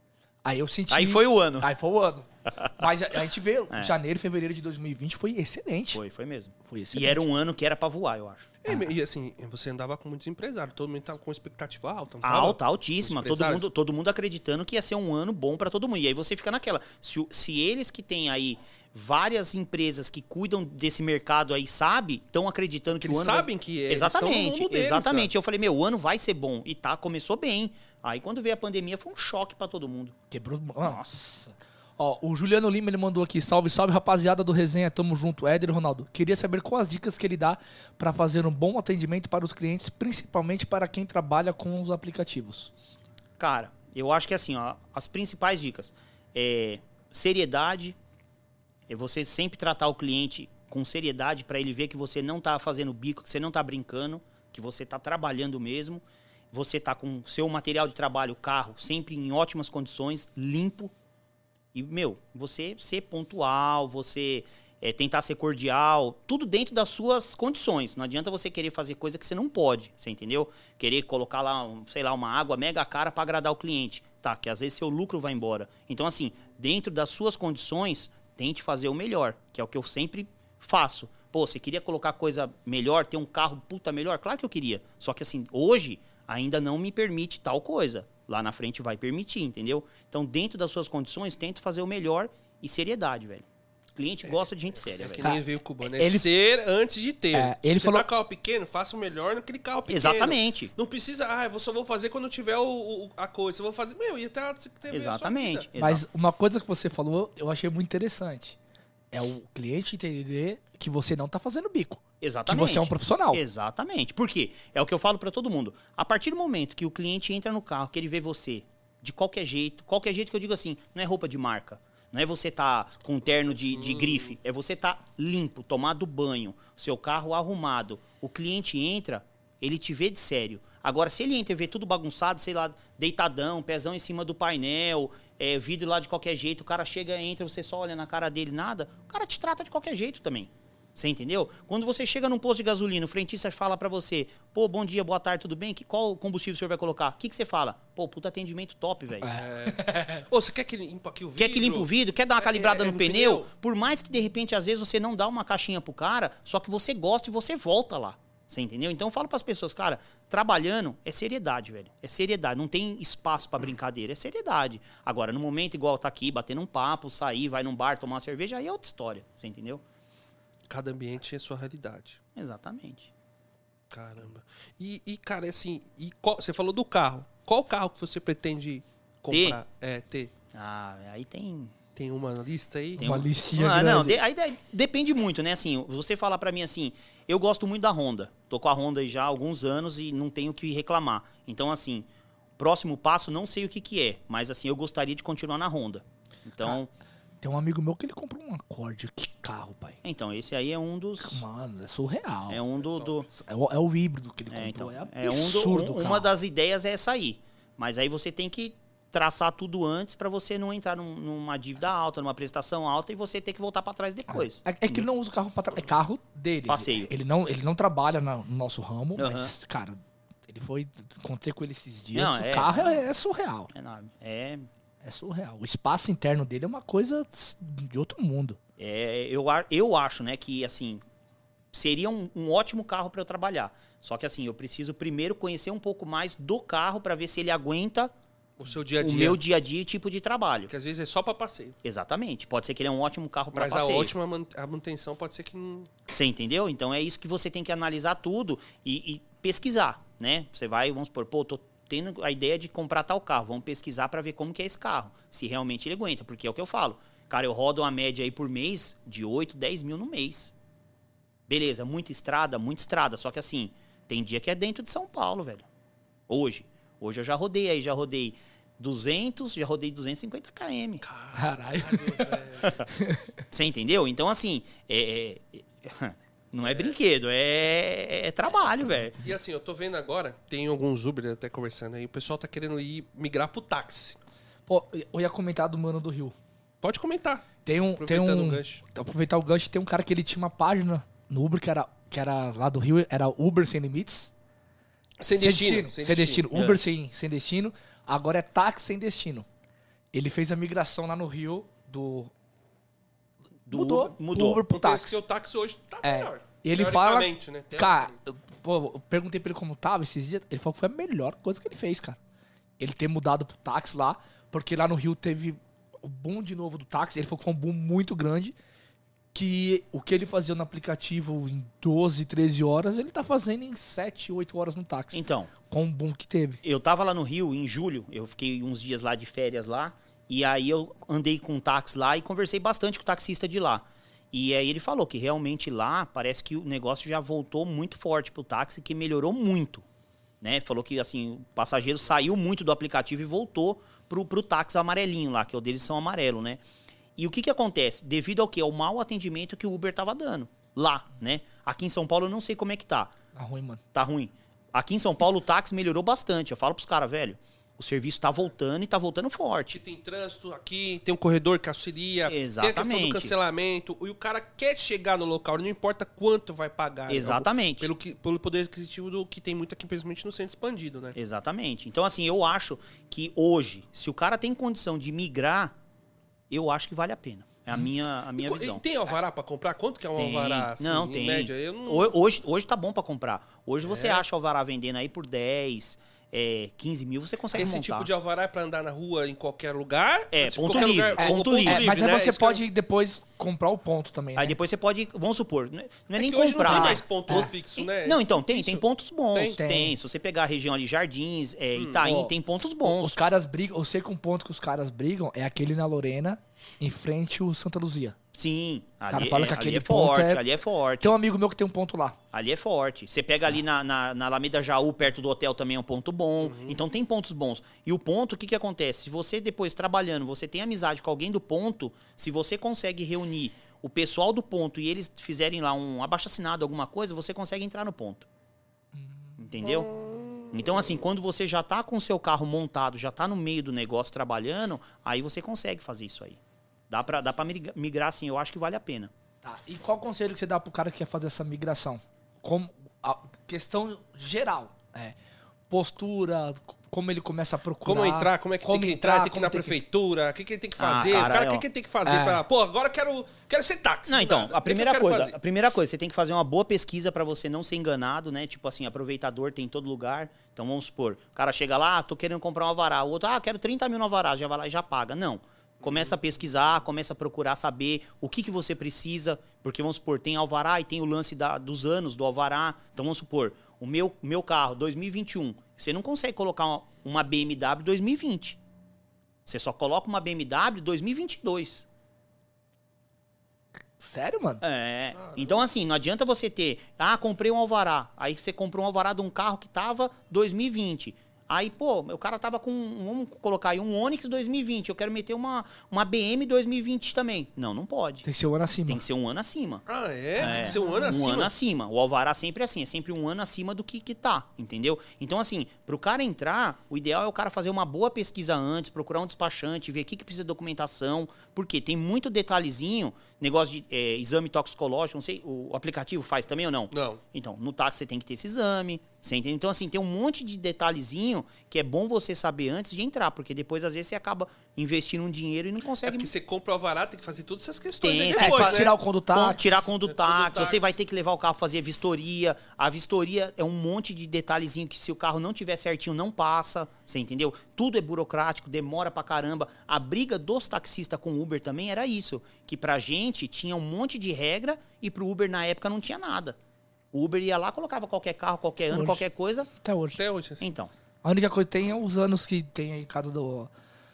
Aí eu senti... Aí foi o ano. Aí foi o ano. Mas a, a gente vê, É. janeiro e fevereiro de dois mil e vinte foi excelente. Foi, foi mesmo. Foi excelente. E era um ano que era pra voar, eu acho. E, e assim, você andava com muitos empresários. Todo mundo tava com expectativa alta. não tava? Alta, altíssima. Os Todo empresários? mundo, todo mundo acreditando que ia ser um ano bom pra todo mundo. E aí você fica naquela. Se, o- se eles que têm aí várias empresas que cuidam desse mercado aí, sabe, estão acreditando que Eles o ano. vai- sabem que é, eles estão no Exatamente, mundo deles, exatamente. Eu falei, meu, o ano vai ser bom. E tá, começou bem. Aí quando veio a pandemia foi um choque pra todo mundo. Quebrou... Nossa. Ó, o Juliano Lima, ele mandou aqui, salve, salve, rapaziada do Resenha, tamo junto, Éder e Ronaldo. Queria saber quais as dicas que ele dá pra fazer um bom atendimento para os clientes, principalmente para quem trabalha com os aplicativos. Cara, eu acho que assim, ó, as principais dicas é seriedade, é você sempre tratar o cliente com seriedade para ele ver que você não tá fazendo bico, que você não tá brincando, que você tá trabalhando mesmo. Você tá com seu material de trabalho, carro, sempre em ótimas condições, limpo. E, meu, você ser pontual, você é, tentar ser cordial, tudo dentro das suas condições. Não adianta você querer fazer coisa que você não pode, você entendeu? Querer colocar lá, um, sei lá, uma água mega cara para agradar o cliente. Tá, que às vezes seu lucro vai embora. Então, assim, dentro das suas condições, tente fazer o melhor, que é o que eu sempre faço. Pô, você queria colocar coisa melhor, ter um carro puta melhor? Claro que eu queria. Só que, assim, hoje ainda não me permite tal coisa. Lá na frente vai permitir, entendeu? Então, dentro das suas condições, tenta fazer o melhor e seriedade, velho. O cliente gosta de gente séria, É velho. que nem veio o cubano, é Ele- ser antes de ter. É, ele Se falou- você tá carro pequeno, faça o melhor naquele carro pequeno. Exatamente. Não precisa, ah, eu só vou fazer quando tiver o, o- a coisa. Eu vou fazer, meu, e até você ter Exatamente. Mas uma coisa que você falou, eu achei muito interessante. É o cliente entender que você não tá fazendo bico. Exatamente. Que você é um profissional. Exatamente. Por quê? É o que eu falo pra todo mundo. A partir do momento que o cliente entra no carro, que ele vê você de qualquer jeito, qualquer jeito que eu digo assim, não é roupa de marca, não é você tá com um terno de, de grife, é você tá limpo, tomado banho, seu carro arrumado. O cliente entra, ele te vê de sério. Agora, se ele entra e vê tudo bagunçado, sei lá, deitadão, pezão em cima do painel, é, vidro lá de qualquer jeito, o cara chega, entra, você só olha na cara dele, nada, o cara te trata de qualquer jeito também. Você entendeu? Quando você chega num posto de gasolina, o frentista fala pra você, pô, bom dia, boa tarde, tudo bem? Que, qual combustível o senhor vai colocar? O que, que você fala? Pô, puta atendimento top, velho. Ô, você quer que limpa aqui o vidro? Quer que limpa o vidro? Quer dar uma calibrada É, é, no, no pneu? pneu? Por mais que, de repente, às vezes você não dá uma caixinha pro cara, só que você gosta e você volta lá. Você entendeu? Então eu falo pras pessoas, cara, trabalhando é seriedade, velho. É seriedade. Não tem espaço pra brincadeira, é seriedade. Agora, no momento igual tá aqui, batendo um papo, sair, vai num bar, tomar uma cerveja, aí é outra história. Você entendeu? Cada ambiente é sua realidade. Exatamente. Caramba. E, e cara, assim, e qual- você falou do carro. Qual carro que você pretende comprar? É, ter. Ah, aí tem... Tem uma lista aí? Tem Uma um- listinha Ah, não, grande. de- aí de- depende muito, né? Assim, você falar pra mim assim, eu gosto muito da Honda. Tô com a Honda aí já há alguns anos e não tenho o que reclamar. Então, assim, próximo passo, não sei o que que é, mas assim, eu gostaria de continuar na Honda. Então, Tem um amigo meu que ele comprou um Accord. Que carro, pai. então esse aí é um dos... Mano, é surreal. É um do... do- É o, é o híbrido que ele é, comprou. então, É, é um do- absurdo, um- cara. uma das ideias é essa aí. Mas aí você tem que traçar tudo antes pra você não entrar num- numa dívida alta, numa prestação alta e você ter que voltar pra trás depois. É, é que ele não usa o carro pra trás. É carro dele. Passeio. Ele, ele não, ele não trabalha na- no nosso ramo, Aham. mas, cara, ele foi. Encontrei com ele esses dias. Não, o é- carro é, é surreal. É, nada. é É surreal. O espaço interno dele é uma coisa de outro mundo. É, eu, a- eu acho, né, que assim seria um, um ótimo carro para eu trabalhar. Só que assim, eu preciso primeiro conhecer um pouco mais do carro para ver se ele aguenta O seu dia a o dia. meu dia a dia e tipo de trabalho. Que às vezes é só pra passeio. Exatamente. Pode ser que ele é um ótimo carro para Mas a passeio. ótima man- a manutenção pode ser que não. Você entendeu? Então é isso que você tem que analisar tudo e, e pesquisar, né? Você vai, vamos supor, pô, tô tendo a ideia de comprar tal carro, vamos pesquisar para ver como que é esse carro, se realmente ele aguenta, porque é o que eu falo. Cara, eu rodo uma média aí por mês de oito, dez mil no mês. Beleza, muita estrada, muita estrada, só que assim, tem dia que é dentro de São Paulo, velho. Hoje. Hoje eu já rodei aí, já rodei duzentos, já rodei duzentos e cinquenta quilômetros. Caralho. Você entendeu? Então, assim, é, é- não é brinquedo, é, é trabalho, velho. E assim, eu tô vendo agora, tem alguns Uber até conversando aí, o pessoal tá querendo ir migrar pro táxi. Pô, eu ia comentar do Mano do Rio. Pode comentar. Tem um. Tem Aproveitando um o gancho. aproveitar o gancho, tem um cara que ele tinha uma página no Uber que era, que era lá do Rio, era Uber Sem Limites. Sem destino. Sem destino. É. Uber sem, sem destino. Agora é táxi sem destino. Ele fez a migração lá no Rio do. Do mudou. Uber- mudou. Do Uber pro Porque esse táxi. que o táxi hoje tá É. melhor. E ele fala. Teoricamente, né? Cara, Teoricamente. eu, pô, eu perguntei pra ele como tava esses dias. Ele falou que foi a melhor coisa que ele fez, cara. Ele ter mudado pro táxi lá, porque lá no Rio teve o boom de novo do táxi. Ele falou que foi um boom muito grande. Que o que ele fazia no aplicativo em doze, treze horas, ele tá fazendo em sete, oito horas no táxi. Então, Com o boom que teve. eu tava lá no Rio em julho, eu fiquei uns dias lá de férias lá, E aí eu andei com um táxi lá e conversei bastante com o taxista de lá. E aí ele falou que realmente lá parece que o negócio já voltou muito forte pro táxi, que melhorou muito. Né? Falou que assim, o passageiro saiu muito do aplicativo e voltou pro, pro táxi amarelinho lá, que é o deles são amarelo, né? E o que que acontece? Devido ao quê? Ao mau atendimento que o Uber tava dando lá, né? Aqui em São Paulo eu não sei como é que tá. Tá ruim, mano. Tá ruim. Aqui em São Paulo o táxi melhorou bastante. Eu falo pros caras, velho, o serviço tá voltando e tá voltando forte. Tem trânsito aqui, tem um corredor que auxilia, Exatamente. tem a questão do cancelamento, e o cara quer chegar no local, não importa quanto vai pagar. Exatamente. Pelo, que, pelo poder aquisitivo do que tem muito aqui, principalmente no centro expandido, né? Exatamente. Então, assim, eu acho que hoje, se o cara tem condição de migrar, eu acho que vale a pena. É a minha, a minha e, visão. E tem alvará pra comprar? Quanto que é um Tem. alvará, assim, não, em tem. média? Eu não... Hoje, hoje tá bom pra comprar. Hoje você É. acha alvará vendendo aí por dez, é, quinze mil, você consegue Esse montar. tipo de alvará é pra andar na rua em qualquer lugar? É, Tipo, ponto qualquer livre, lugar, é, ou ponto ponto livre. É, mas né? aí você Isso que pode depois comprar o ponto também, Aí né? depois você pode, vamos supor, não é, não é nem que hoje comprar. não tem mais ponto É. fixo, né? Não, então, É tem, difícil. tem pontos bons. Tem? Tem. Tem. Se você pegar a região ali, Jardins, é, Itaim, Ó, tem pontos Os bons. caras brigam, eu sei que um ponto que os caras brigam é aquele na Lorena, em frente ao Santa Luzia. Sim, cara ali, fala é, que ali aquele é ponto forte, é- ali é forte. Tem um amigo meu que tem um ponto lá. Ali é forte. Você pega ali na, na, na Alameda Jaú, perto do hotel, também é um ponto bom. Então tem pontos bons. E o ponto, o que, que acontece? Se você depois trabalhando, você tem amizade com alguém do ponto, se você consegue reunir o pessoal do ponto e eles fizerem lá um abaixo-assinado, alguma coisa, você consegue entrar no ponto. Entendeu? Então, assim, quando você já tá com o seu carro montado, já tá no meio do negócio trabalhando, aí você consegue fazer isso aí. Dá pra, dá pra migra- migrar, assim, eu acho que vale a pena. Tá. E qual conselho que você dá pro cara que quer fazer essa migração? Como, a questão geral. É, postura, como ele começa a procurar. Como entrar, como é que como tem que entrar, tem que ir como na tem prefeitura, o que, que ele tem que Ah, fazer? cara, o cara, o ó. que, que ele tem que fazer É. pra... Pô, agora eu quero, quero ser táxi. Não, do então, nada. a O que que eu primeira quero coisa, fazer? a primeira coisa, você tem que fazer uma boa pesquisa pra você não ser enganado, né? Tipo assim, aproveitador tem em todo lugar. Então vamos supor, o cara chega lá, ah, tô querendo comprar um alvará. O outro, ah, quero trinta mil no alvará, já vai lá e já paga. Não. Começa a pesquisar, começa a procurar saber o que, que você precisa, porque vamos supor, tem alvará e tem o lance da, dos anos do alvará. Então vamos supor, o meu, meu carro, dois mil e vinte e um, você não consegue colocar uma, uma B M W dois mil e vinte. Você só coloca uma B M W dois mil e vinte e dois. Sério, mano? É. Então, assim, não adianta você ter. Ah, comprei um alvará. Aí você comprou um alvará de um carro que tava dois mil e vinte. Aí, pô, o cara tava com. Vamos colocar aí um Onix dois mil e vinte. Eu quero meter uma, uma B M dois mil e vinte também. Não, não pode. Tem que ser o ano acima. Tem que ser um ano acima. Ah, é? Tem É, que ser um ano um acima? ano acima. O alvará sempre é assim, é sempre um ano acima do que, que tá, entendeu? Então, assim, pro cara entrar, o ideal é o cara fazer uma boa pesquisa antes, procurar um despachante, ver o que, que precisa de documentação, porque tem muito detalhezinho, negócio de é, exame toxicológico, não sei, o aplicativo faz também ou não? Não. Então, no táxi você tem que ter esse exame, você entende? Então, assim, tem um monte de detalhezinho que é bom você saber antes de entrar, porque depois, às vezes, você acaba investindo um dinheiro e não É consegue... porque você compra o alvará, tem que fazer todas essas questões. Tem, aí você É, depois, pra né? tirar o com do Bom, táxi. tirar com do É, com do táxi, táxi. você vai ter que levar o carro pra fazer a vistoria. A vistoria é um monte de detalhezinho que se o carro não tiver certinho, não passa, você entendeu? Tudo é burocrático, demora pra caramba. A briga dos taxistas com o Uber também era isso, que pra gente tinha um monte de regra e pro Uber na época não tinha nada. O Uber ia lá, colocava qualquer carro, qualquer ano, Hoje. qualquer coisa. Até hoje. Até hoje, assim. Então, A única coisa que tem é os anos que tem aí, caso do,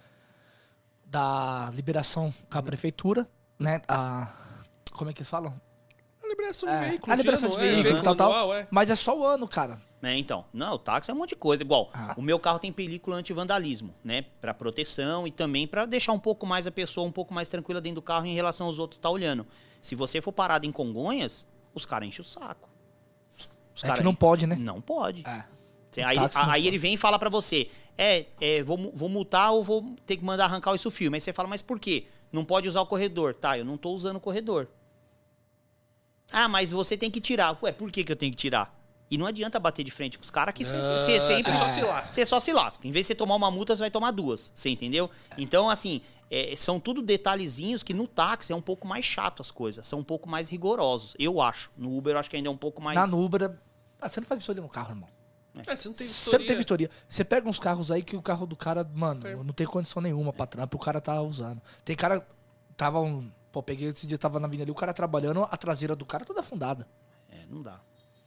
da liberação com a prefeitura, né? A, como é que falam? A liberação de É, veículo. a liberação de dia, não é? veículo, tal, tal. anual, é. Mas é só o ano, cara. né, então. Não, o táxi é um monte de coisa. Igual, Ah. o meu carro tem película anti-vandalismo, né? Pra proteção e também pra deixar um pouco mais a pessoa um pouco mais tranquila dentro do carro em relação aos outros que tá olhando. Se você for parado em Congonhas, os caras enchem o saco. Os É cara que não en- pode, né? Não pode. É. Cê- O Aí, táxi não aí pode. ele vem e fala pra você, é, é vou, mu- vou multar ou vou ter que mandar arrancar isso filme. Aí você fala, mas por quê? Não pode usar o corredor. Tá, eu não tô usando o corredor. Ah, mas você tem que tirar. Ué, por que, que eu tenho que tirar? E não adianta bater de frente com os caras que você Ah, sempre... você só se lasca. Você só se lasca. Em vez de você tomar uma multa, você vai tomar duas. Você entendeu? Então, assim, é, são tudo detalhezinhos que no táxi é um pouco mais chato as coisas. São um pouco mais rigorosos, eu acho. No Uber eu acho que ainda é um pouco mais... Na Nubra. Ah, você não faz vistoria no carro, irmão. É, você não tem Você não tem vistoria. vistoria. Você pega uns carros aí que o carro do cara, mano, Tem. não tem condição nenhuma pra trampo, o cara tá usando. Tem cara. Tava um. Pô, peguei esse dia, tava na vinda ali, o cara trabalhando, a traseira do cara toda afundada. É, não dá.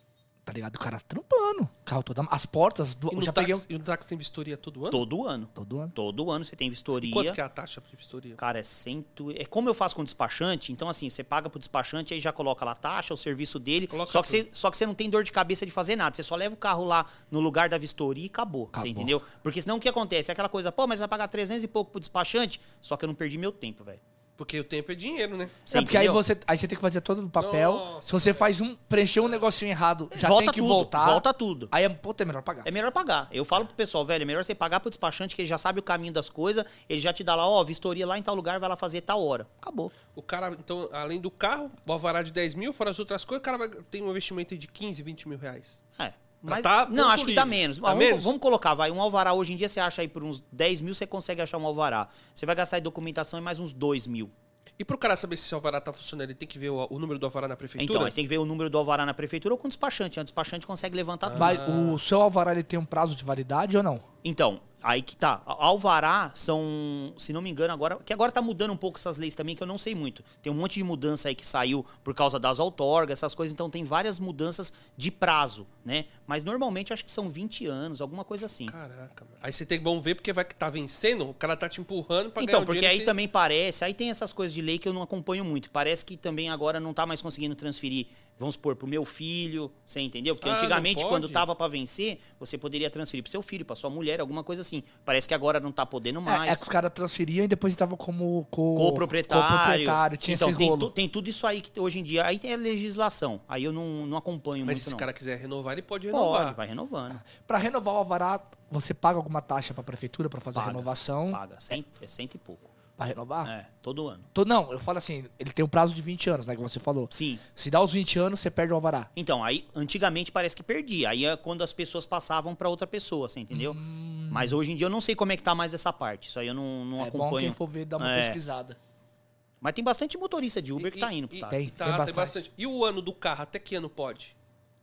tá ligado? O cara trampando. Carro todo. As portas. Do, E no, já táxi, peguei. e no táxi tem vistoria todo ano? Todo ano. Todo ano. Todo ano você tem vistoria. Quanto que é a taxa de vistoria? Cara, é cento... É como eu faço com despachante, então assim, você paga pro despachante, aí já coloca lá a taxa, o serviço dele. Coloca Só que, você, tudo. só que você não tem dor de cabeça de fazer nada. Você só leva o carro lá no lugar da vistoria e acabou. Acabou. Você entendeu? Porque senão o que acontece? É aquela coisa, pô, mas vai pagar trezentos e pouco pro despachante, só que eu não perdi meu tempo, velho. Porque o tempo é dinheiro, né? Você É porque aí entendeu? você, aí você tem que fazer todo o papel. Nossa, Se você faz um, preencher um negocinho errado, já volta tem que tudo, voltar. Volta tudo. Aí é, puta, é melhor pagar. É melhor pagar. Eu falo pro pessoal, velho, é melhor você pagar pro despachante, que ele já sabe o caminho das coisas, ele já te dá lá, ó, vistoria lá em tal lugar, vai lá fazer tal hora. Acabou. O cara, então, além do carro, o alvará de dez mil, fora as outras coisas, o cara vai, tem um investimento de quinze, vinte mil reais. É. Mas, tá não, ponto acho que tá livre. menos. Tá vamos, menos? vamos colocar, vai, um alvará hoje em dia você acha aí por uns dez mil, você consegue achar um alvará. Você vai gastar em documentação em mais uns dois mil. E pro cara saber se esse alvará tá funcionando, ele tem que ver o, o número do alvará na prefeitura? Então, você tem que ver o número do alvará na prefeitura ou com o despachante. O despachante consegue levantar tudo. Mas o seu alvará ele tem um prazo de validade ou não? Então, aí que tá. A- Alvará são, se não me engano agora, que agora tá mudando um pouco essas leis também, que eu não sei muito. Tem um monte de mudança aí que saiu por causa das outorgas, essas coisas, então tem várias mudanças de prazo, né? Mas normalmente acho que são vinte anos, alguma coisa assim. Caraca, mano. Aí você tem que bom ver porque vai que tá vencendo, o cara tá te empurrando pra ganhar Então, um porque dinheiro. aí você- também parece, aí tem essas coisas de lei que eu não acompanho muito. Parece que também agora não tá mais conseguindo transferir, vamos supor, pro meu filho, você entendeu? Porque Ah, antigamente, não quando pode? tava pra vencer, você poderia transferir pro seu filho, pra sua mulher, alguma coisa assim. Parece que agora não tá podendo mais. É, é que os caras transferiam e depois estavam como co, Co-proprietário. co-proprietário. Tinha Então, esse tem, rolo. tu- tem tudo isso aí que hoje em dia. Aí tem a legislação. Aí eu não, não acompanho Mas muito, se esse não. cara quiser renovar, ele pode renovar. Pode, vai renovando. Pra renovar o alvará, você paga alguma taxa pra prefeitura pra fazer a Paga, renovação? Paga. Cem, é cento e pouco. Pra renovar? É, todo ano. Tô- não, eu falo assim, ele tem um prazo de vinte anos, né, que você falou. Sim. Se dá os vinte anos, você perde o alvará. Então, aí, antigamente parece que perdia. Aí é quando as pessoas passavam pra outra pessoa, você entendeu? Mas hoje em dia eu não sei como é que tá mais essa parte. Isso aí eu não, não é bom acompanho. quem for ver, dar uma É. pesquisada. Mas tem bastante motorista de Uber E- que tá e- indo pro e- táxi. Tem, tá, tem tem bastante. bastante. E o ano do carro, até que ano pode?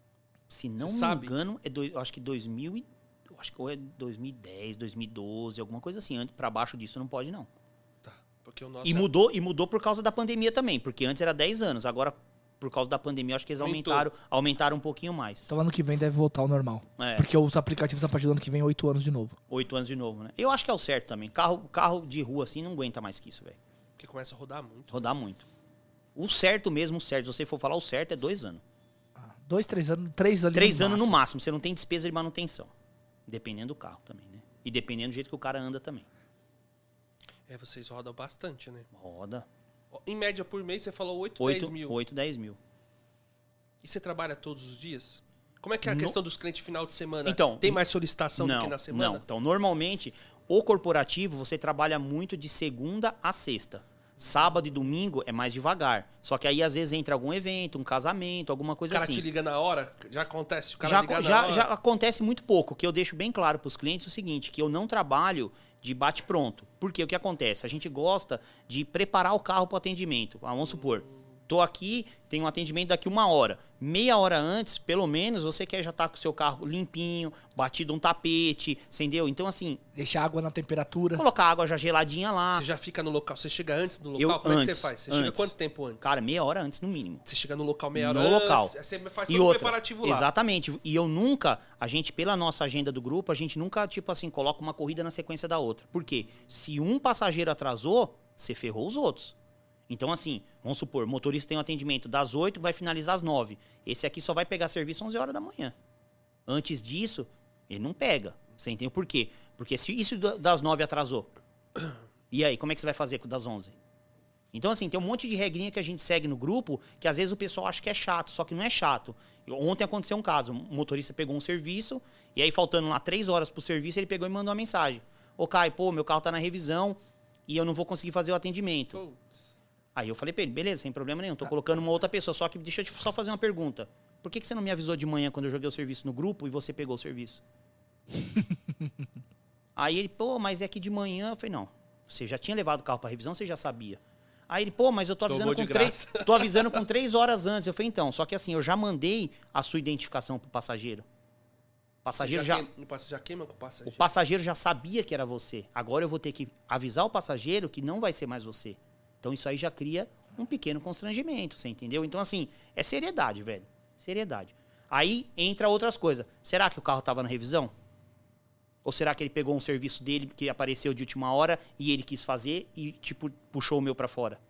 Se não Você me sabe? engano, é dois, eu acho que dois mil e, eu acho que ou é dois mil e dez, dois mil e doze, alguma coisa assim. Antes- Pra baixo disso não pode, não. Tá. Porque o nosso E é- mudou, e mudou por causa da pandemia também, porque antes era dez anos, agora por causa da pandemia eu acho que eles Aumentou. aumentaram, aumentaram um pouquinho mais. Então ano que vem deve voltar ao normal. É. Porque os aplicativos a partir do ano que vem, oito anos de novo. Oito anos de novo, né? Eu acho que é o certo também. Carro, carro de rua assim não aguenta mais que isso, velho. Porque começa a rodar muito. Rodar muito. O certo mesmo, o certo, se você for falar o certo, é dois anos. Ah, dois, três anos, três anos Três anos no máximo, você não tem despesa de manutenção. Dependendo do carro também, né? E dependendo do jeito que o cara anda também. É, vocês rodam bastante, né? Roda. Em média, por mês, você falou oito, oito, dez mil. oito, dez mil. E você trabalha todos os dias? Como é que é a No- questão dos clientes final de semana? Então, Tem mais solicitação não, do que na semana? Não, então normalmente o corporativo você trabalha muito de segunda a sexta. Sábado e domingo é mais devagar. Só que aí às vezes entra algum evento, um casamento, alguma O coisa cara assim. te liga na hora? Já acontece? O cara Já, liga na já, hora? já acontece muito pouco, que eu deixo bem claro para os clientes o seguinte, que eu não trabalho de bate-pronto. Porque o que acontece? A gente gosta de preparar o carro para o atendimento. Ah, vamos supor, tô aqui, tem um atendimento daqui uma hora. Meia hora antes, pelo menos, você quer já estar com o seu carro limpinho, batido um tapete, entendeu? Então, assim, Deixar água na temperatura. colocar água já geladinha lá. Você já fica no local, você chega antes do local? Eu- Como é que antes, você faz? Você chega antes. quanto tempo antes? Cara, meia hora antes, no mínimo. Você chega no local meia hora No antes, local. aí você faz E todo o outra, preparativo lá. exatamente. E eu nunca, a gente, pela nossa agenda do grupo, a gente nunca, tipo assim, coloca uma corrida na sequência da outra. Por quê? Se um passageiro atrasou, você ferrou os outros. Então, assim, vamos supor, o motorista tem um atendimento das oito, vai finalizar às nove. Esse aqui só vai pegar serviço às onze horas da manhã. Antes disso, ele não pega. Você entende por quê? Porque se isso da- das nove atrasou, e aí, como é que você vai fazer com o das onze? Então, assim, tem um monte de regrinha que a gente segue no grupo que às vezes o pessoal acha que é chato, só que não é chato. Ontem aconteceu um caso, um motorista pegou um serviço e aí faltando lá três horas pro serviço, ele pegou e mandou uma mensagem. Ô, Caio, pô, meu carro tá na revisão e eu não vou conseguir fazer o atendimento. Putz. Aí eu falei pra ele, beleza, sem problema nenhum, tô colocando uma outra pessoa, só que deixa eu te só fazer uma pergunta. Por que, que você não me avisou de manhã quando eu joguei o serviço no grupo e você pegou o serviço? Aí ele, pô, mas é que de manhã, eu falei, não, você já tinha levado o carro pra revisão, você já sabia. Aí ele, pô, mas eu tô avisando Tomou com de três, graça. tô avisando com três horas antes. Eu falei, então, só que assim, eu já mandei a sua identificação pro passageiro. O passageiro Você já, queima, você já queima com o o passageiro. passageiro já sabia que era você. Agora eu vou ter que avisar o passageiro que não vai ser mais você. Então isso aí já cria um pequeno constrangimento, você entendeu? Então assim, é seriedade, velho. Seriedade. Aí entra outras coisas. Será que o carro estava na revisão? Ou será que ele pegou um serviço dele que apareceu de última hora e ele quis fazer e, tipo, puxou o meu pra fora?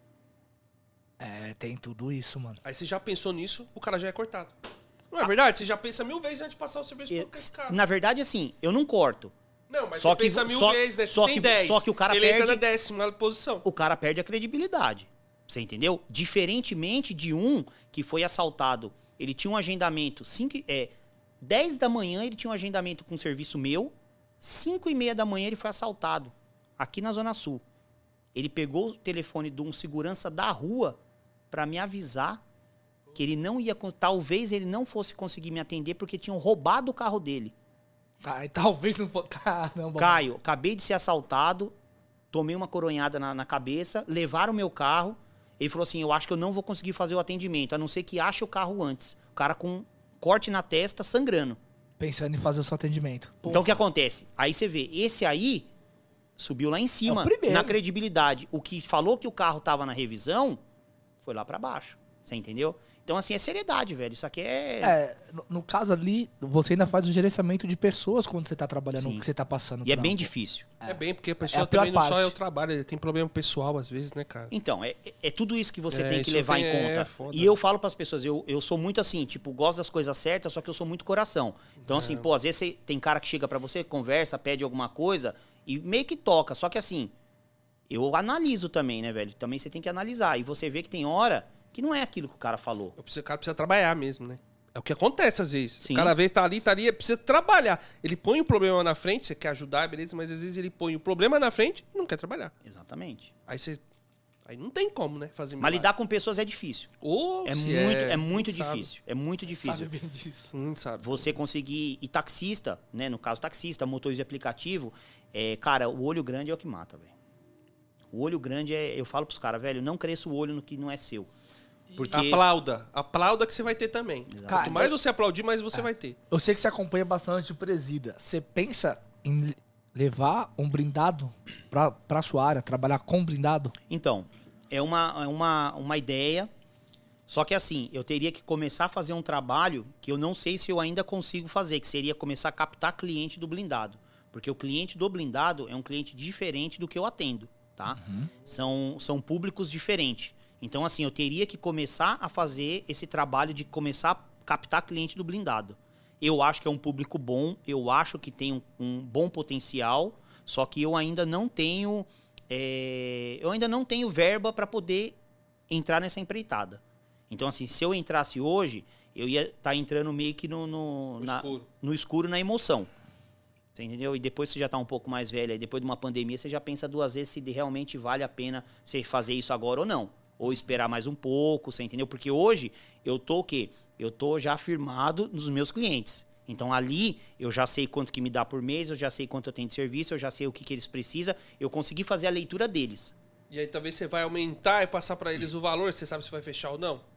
É, tem tudo isso, mano. Aí você já pensou nisso, o cara já é cortado. Não é verdade? Você já pensa mil vezes antes de passar o serviço Eu- pro cara. Na verdade, assim, eu não corto. Não, mas Só você que- pensa mil só- vezes, né? Você só tem que- dez. só que o cara Ele entra perde- na décima posição. O cara perde a credibilidade. Você entendeu? Diferentemente de um que foi assaltado. Ele tinha um agendamento, cinco, é, dez da manhã ele tinha um agendamento com um serviço meu, cinco e meia da manhã ele foi assaltado, aqui na Zona Sul. Ele pegou o telefone de um segurança da rua para me avisar que ele não ia, con- talvez ele não fosse conseguir me atender porque tinham roubado o carro dele. Ai, talvez não for. Caramba. Caio, acabei de ser assaltado, tomei uma coronhada na, na cabeça, levaram o meu carro. Ele falou assim, eu acho que eu não vou conseguir fazer o atendimento, a não ser que ache o carro antes. O cara com corte na testa, sangrando. Pensando em fazer o seu atendimento. Pô, Então o que acontece? Aí você vê, esse aí subiu lá em cima, É o primeiro. na credibilidade. O que falou que o carro tava na revisão, foi lá pra baixo. Você entendeu? Então, assim, é seriedade, velho. Isso aqui é... É, no, no caso ali, você ainda faz o gerenciamento de pessoas quando você tá trabalhando, Sim. o que você tá passando. E é trampo. bem difícil. É bem, porque a pessoa É a pior também não só parte. é o trabalho, ele tem problema pessoal às vezes, né, cara? Então, é, é- é tudo isso que você É, tem que isso levar tem- em é conta. foda. E eu falo pras pessoas, eu, eu sou muito assim, tipo, gosto das coisas certas, só que eu sou muito coração. Então, assim, pô, às vezes você, tem cara que chega pra você, conversa, pede alguma coisa e meio que toca. Só que assim, eu analiso também, né, velho? Também você tem que analisar. E você vê que tem hora que não é aquilo que o cara falou. Eu preciso- O cara precisa trabalhar mesmo, né? É o que acontece às vezes. Sim. O cara às vezes tá ali, tá ali, precisa trabalhar. Ele põe o problema na frente, você quer ajudar, beleza, mas às vezes ele põe o problema na frente e não quer trabalhar. Exatamente. Aí você. Aí não tem como, né? Fazer Mas milagre. lidar com pessoas é difícil. Ou É se muito, é, muito a gente sabe. difícil. É muito Sabe difícil. bem disso. A gente sabe. Você conseguir. E taxista, né? No caso, taxista, motorista de aplicativo, é, cara, o olho grande é o que mata, velho. O olho grande é. Eu falo pros caras, velho, não cresça o olho no que não é seu. Porque. Aplauda. Aplauda que você vai ter também. Cara, Quanto mais você aplaudir, mais você vai ter. Eu sei que você acompanha bastante o Presida. Você pensa em levar um blindado pra, pra sua área, trabalhar com blindado? Então, é uma, é uma, uma ideia. Só que assim, eu teria que começar a fazer um trabalho que eu não sei se eu ainda consigo fazer, que seria começar a captar cliente do blindado. Porque o cliente do blindado é um cliente diferente do que eu atendo, tá? São, são públicos diferentes. Então, assim, eu teria que começar a fazer esse trabalho de começar a captar cliente do blindado. Eu acho que é um público bom, eu acho que tem um, um bom potencial, só que eu ainda não tenho... é, eu ainda não tenho verba para poder entrar nessa empreitada. Então, assim, se eu entrasse hoje, eu ia estar entrando meio que no, no, No na- escuro. no escuro, na emoção. Você entendeu? E depois você já tá um pouco mais velho, aí depois de uma pandemia, você já pensa duas vezes se de- realmente vale a pena você fazer isso agora ou não. Ou esperar mais um pouco, você entendeu? Porque hoje eu tô o quê? Eu tô já firmado nos meus clientes. Então ali eu já sei quanto que me dá por mês, eu já sei quanto eu tenho de serviço, eu já sei o que, que eles precisam, eu consegui fazer a leitura deles. E aí talvez você vai aumentar e passar pra eles o valor, você sabe se vai fechar ou não.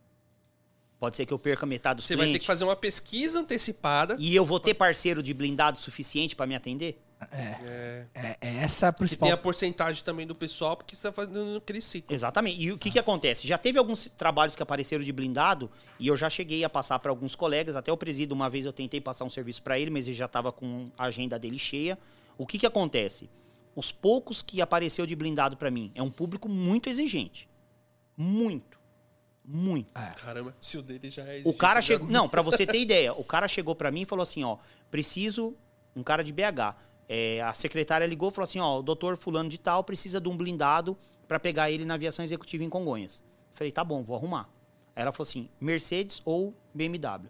Pode ser que eu perca metade dos Você vai ter clientes. que fazer uma pesquisa antecipada. E eu vou ter parceiro de blindado suficiente para me atender? É, é, é essa a Que principal. tem a porcentagem também do pessoal, porque você tá fazendo aquele ciclo. Exatamente. E o que, que acontece? Já teve alguns trabalhos que apareceram de blindado e eu já cheguei a passar para alguns colegas, até o presídio, uma vez eu tentei passar um serviço para ele, mas ele já estava com a agenda dele cheia. O que, que acontece? Os poucos que apareceu de blindado para mim, é um público muito exigente. Muito. Muito. Caramba, se o dele já é O cara exigente, chegou. já- Não, pra você ter ideia, o cara chegou pra mim e falou assim: ó, preciso. Um cara de B H. É, a secretária ligou e falou assim: ó, o doutor Fulano de Tal precisa de um blindado pra pegar ele na aviação executiva em Congonhas. Falei: tá bom, vou arrumar. Aí ela falou assim: Mercedes ou B M W?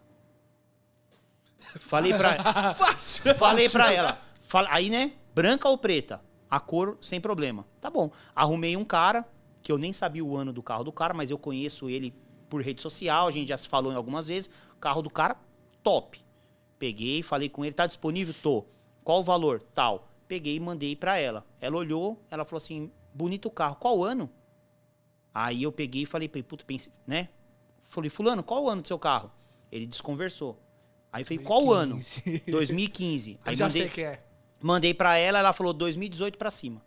Falei pra, Fácil. falei pra ela. Fala- Aí, né? Branca ou preta? A cor, sem problema. Tá bom. Arrumei um cara, que eu nem sabia o ano do carro do cara, mas eu conheço ele por rede social, a gente já se falou em algumas vezes. O carro do cara, top. Peguei, falei com ele, tá disponível? Tô. Qual o valor? Tal. Peguei e mandei pra ela. Ela olhou, ela falou assim, bonito o carro, qual ano? Aí eu peguei e falei pra ele, puta, pensei, né? Falei, fulano, qual o ano do seu carro? Ele desconversou. Aí eu falei, qual o ano? dois mil e quinze. Aí Eu já mandei, sei que é. mandei pra ela, ela falou dois mil e dezoito pra cima.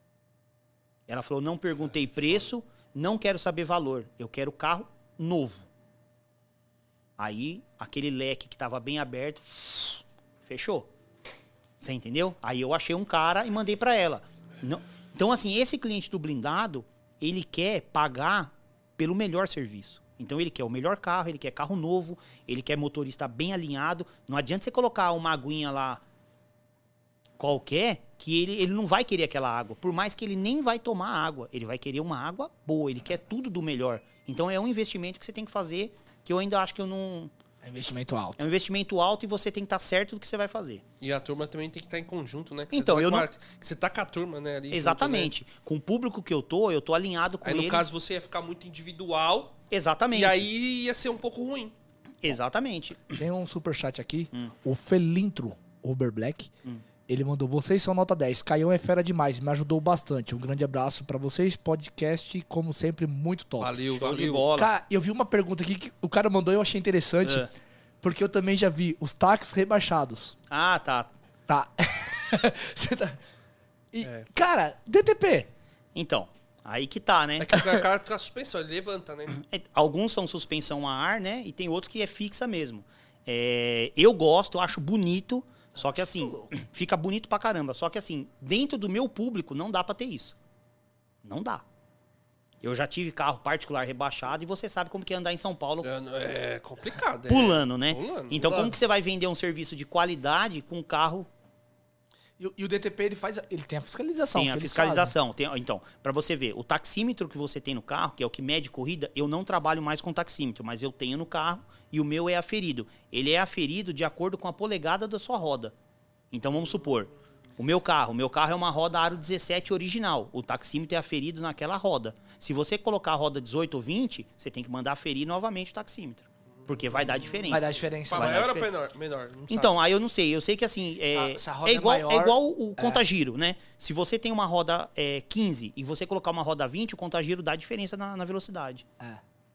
Ela falou, não perguntei preço, não quero saber valor. Eu quero carro novo. Aí, aquele leque que tava bem aberto, fechou. Você entendeu? Aí eu achei um cara e mandei pra ela. Não, então, assim, esse cliente do blindado, ele quer pagar pelo melhor serviço. Então, ele quer o melhor carro, ele quer carro novo, ele quer motorista bem alinhado. Não adianta você colocar uma aguinha lá qualquer, que ele, ele não vai querer aquela água. Por mais que ele nem vai tomar água, ele vai querer uma água boa, ele quer tudo do melhor. Então, é um investimento que você tem que fazer, que eu ainda acho que eu não... É investimento alto. É um investimento alto e você tem que estar certo do que você vai fazer. E a turma também tem que estar em conjunto, né? Que Então, você tá eu com não... a- que você tá com a turma, né? Ali Exatamente. junto, né? Com o público que eu tô, eu tô alinhado com Aí, no eles. caso, você ia ficar muito individual. Exatamente. E aí ia ser um pouco ruim. Exatamente. Tem um superchat aqui. Hum. O Felintro Uber Black. Ele mandou, vocês são nota dez. Caião é fera demais, me ajudou bastante. Um grande abraço pra vocês. Podcast, como sempre, muito top. Valeu, Show de valeu. bola. Cara, eu vi uma pergunta aqui que o cara mandou e eu achei interessante. É. Porque eu também já vi os táxis rebaixados. Ah, tá. Tá. Você tá... E, É. cara, D T P. Então, aí que tá, né? É que o cara tá suspensão, ele levanta, né? É, Alguns são suspensão a ar, né? E tem outros que é fixa mesmo. É, eu gosto, eu acho bonito, só que assim, fica bonito pra caramba. Só que assim, dentro do meu público não dá pra ter isso. Não dá. Eu já tive carro particular rebaixado e você sabe como que é andar em São Paulo É, é complicado. é. pulando, né? Pulando. Então, Pulando. como que você vai vender um serviço de qualidade com um carro? E, o- e o D T P, ele faz... Ele tem a fiscalização. Tem que a eles fiscalização. Tem- então, para você ver, o taxímetro que você tem no carro, que é o que mede corrida, eu não trabalho mais com taxímetro, mas eu tenho no carro e o meu é aferido. Ele é aferido de acordo com a polegada da sua roda. Então, vamos supor, o meu carro, o meu carro é uma roda aro dezessete original. O taxímetro é aferido naquela roda. Se você colocar a roda dezoito ou vinte, você tem que mandar aferir novamente o taxímetro. Porque vai dar diferença. Vai dar diferença. Pra Vai maior dar ou diferença. menor? menor? Não Então, aí eu não sei. Eu sei que assim, é, Se a- se a roda é, igual, é maior, é igual o contagiro, né? Se você tem uma roda é, quinze e você colocar uma roda vinte, o contagiro dá diferença na, na velocidade. É.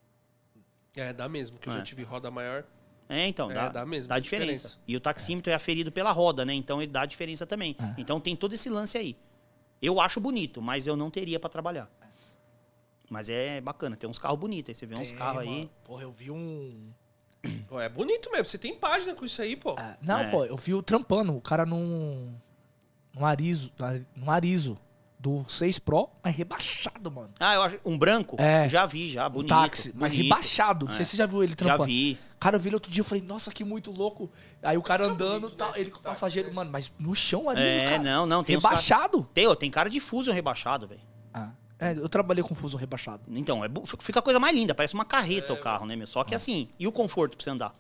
É, dá mesmo, que eu É. já tive roda maior. É, então, É, dá, dá mesmo, dá dá diferença. diferença. E o taxímetro é aferido pela roda, né? Então ele dá diferença também. Então tem todo esse lance aí. Eu acho bonito, mas eu não teria pra trabalhar. Mas é bacana, tem uns carros bonitos. Aí você vê uns Tem, carros aí. mano. Porra, eu vi um... Pô, é bonito mesmo, você tem página com isso aí, pô. É, não, É. pô, eu vi o trampando, o cara num. num Arizo. Num Arizo do seis Pro, mas rebaixado, mano. Ah, eu acho. Um branco? É. Já vi, já. Um Bonito. táxi, mas bonito. rebaixado. Não sei É. se você já viu ele Já trampando. vi. Cara, eu vi ele outro dia, eu falei, nossa, que muito louco. Aí o cara andando, tal, ele com o passageiro, mano, mas no chão Arizo, É, cara. não, não. Tem uns caras- Rebaixado. Tem, ó, tem cara de Fusion rebaixado, velho. Ah, é, eu trabalhei com Fuso rebaixado. Então, é, bu- fica a coisa mais linda, parece uma carreta o carro, né, meu? Só que assim, e o conforto pra você andar?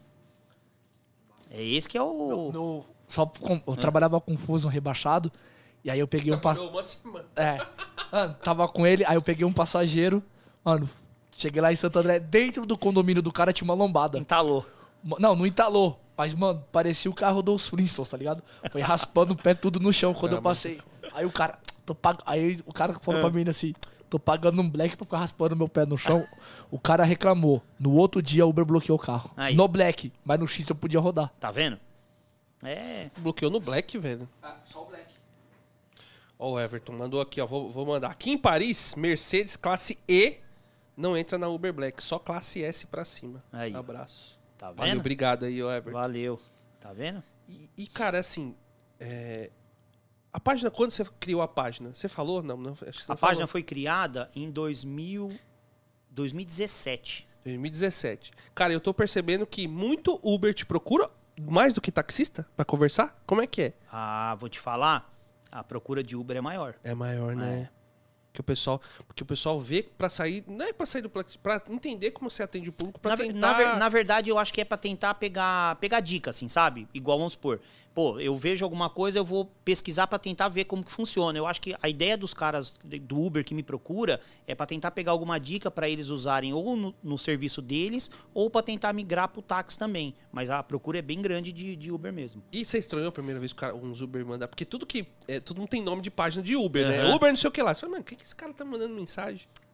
É esse que é o. No, só com- eu trabalhava com Fuso rebaixado, e aí eu peguei um passageiro. Trabalhou uma semana. É. Mano, tava com ele, aí eu peguei um passageiro. Mano, cheguei lá em Santo André, dentro do condomínio do cara tinha uma lombada. Entalou. Ma- Não, não entalou. Mas, mano, parecia o carro dos Flintstones, tá ligado? Foi raspando o pé tudo no chão quando eu passei. Aí o cara, tô pag... Aí o cara falou pra mim assim, tô pagando um black pra ficar raspando meu pé no chão. O cara reclamou. No outro dia, a Uber bloqueou o carro. Aí. No black, mas no X eu podia rodar. Tá vendo? É. Bloqueou no Black, velho. Ah, só o black. Ó, o Everton mandou aqui, ó. Vou, vou mandar. Aqui em Paris, Mercedes classe E não entra na Uber Black, só classe S pra cima. Aí. Abraço. Tá vendo? Valeu, obrigado aí, ó, Everton. Valeu. Tá vendo? E, e, cara, assim, é, a página, quando você criou a página, você falou? Não, não. Acho que você A falou. página foi criada em dois mil, dois mil e dezessete. dois mil e dezessete. Cara, eu tô percebendo que muito Uber te procura mais do que taxista pra conversar? Como é que é? Ah, vou te falar, a procura de Uber é maior. É maior, né? Que o pessoal, porque o pessoal vê pra sair, não é pra sair do pla- pra entender como você atende o público, pra Na, ver- tentar... na ver- na verdade, eu acho que é pra tentar pegar, pegar dica, assim, sabe? Igual, vamos supor, pô, eu vejo alguma coisa, eu vou pesquisar pra tentar ver como que funciona. Eu acho que a ideia dos caras de- do Uber que me procura é pra tentar pegar alguma dica pra eles usarem ou no, no serviço deles ou pra tentar migrar pro táxi também. Mas a procura é bem grande de, de Uber mesmo. E você estranhou a primeira vez que o cara, uns Uber mandar? Porque tudo que. É, todo mundo tem nome de página de Uber, né? Aham. Uber não sei o que lá. Você fala, mano, o que, que esse cara tá mandando mensagem?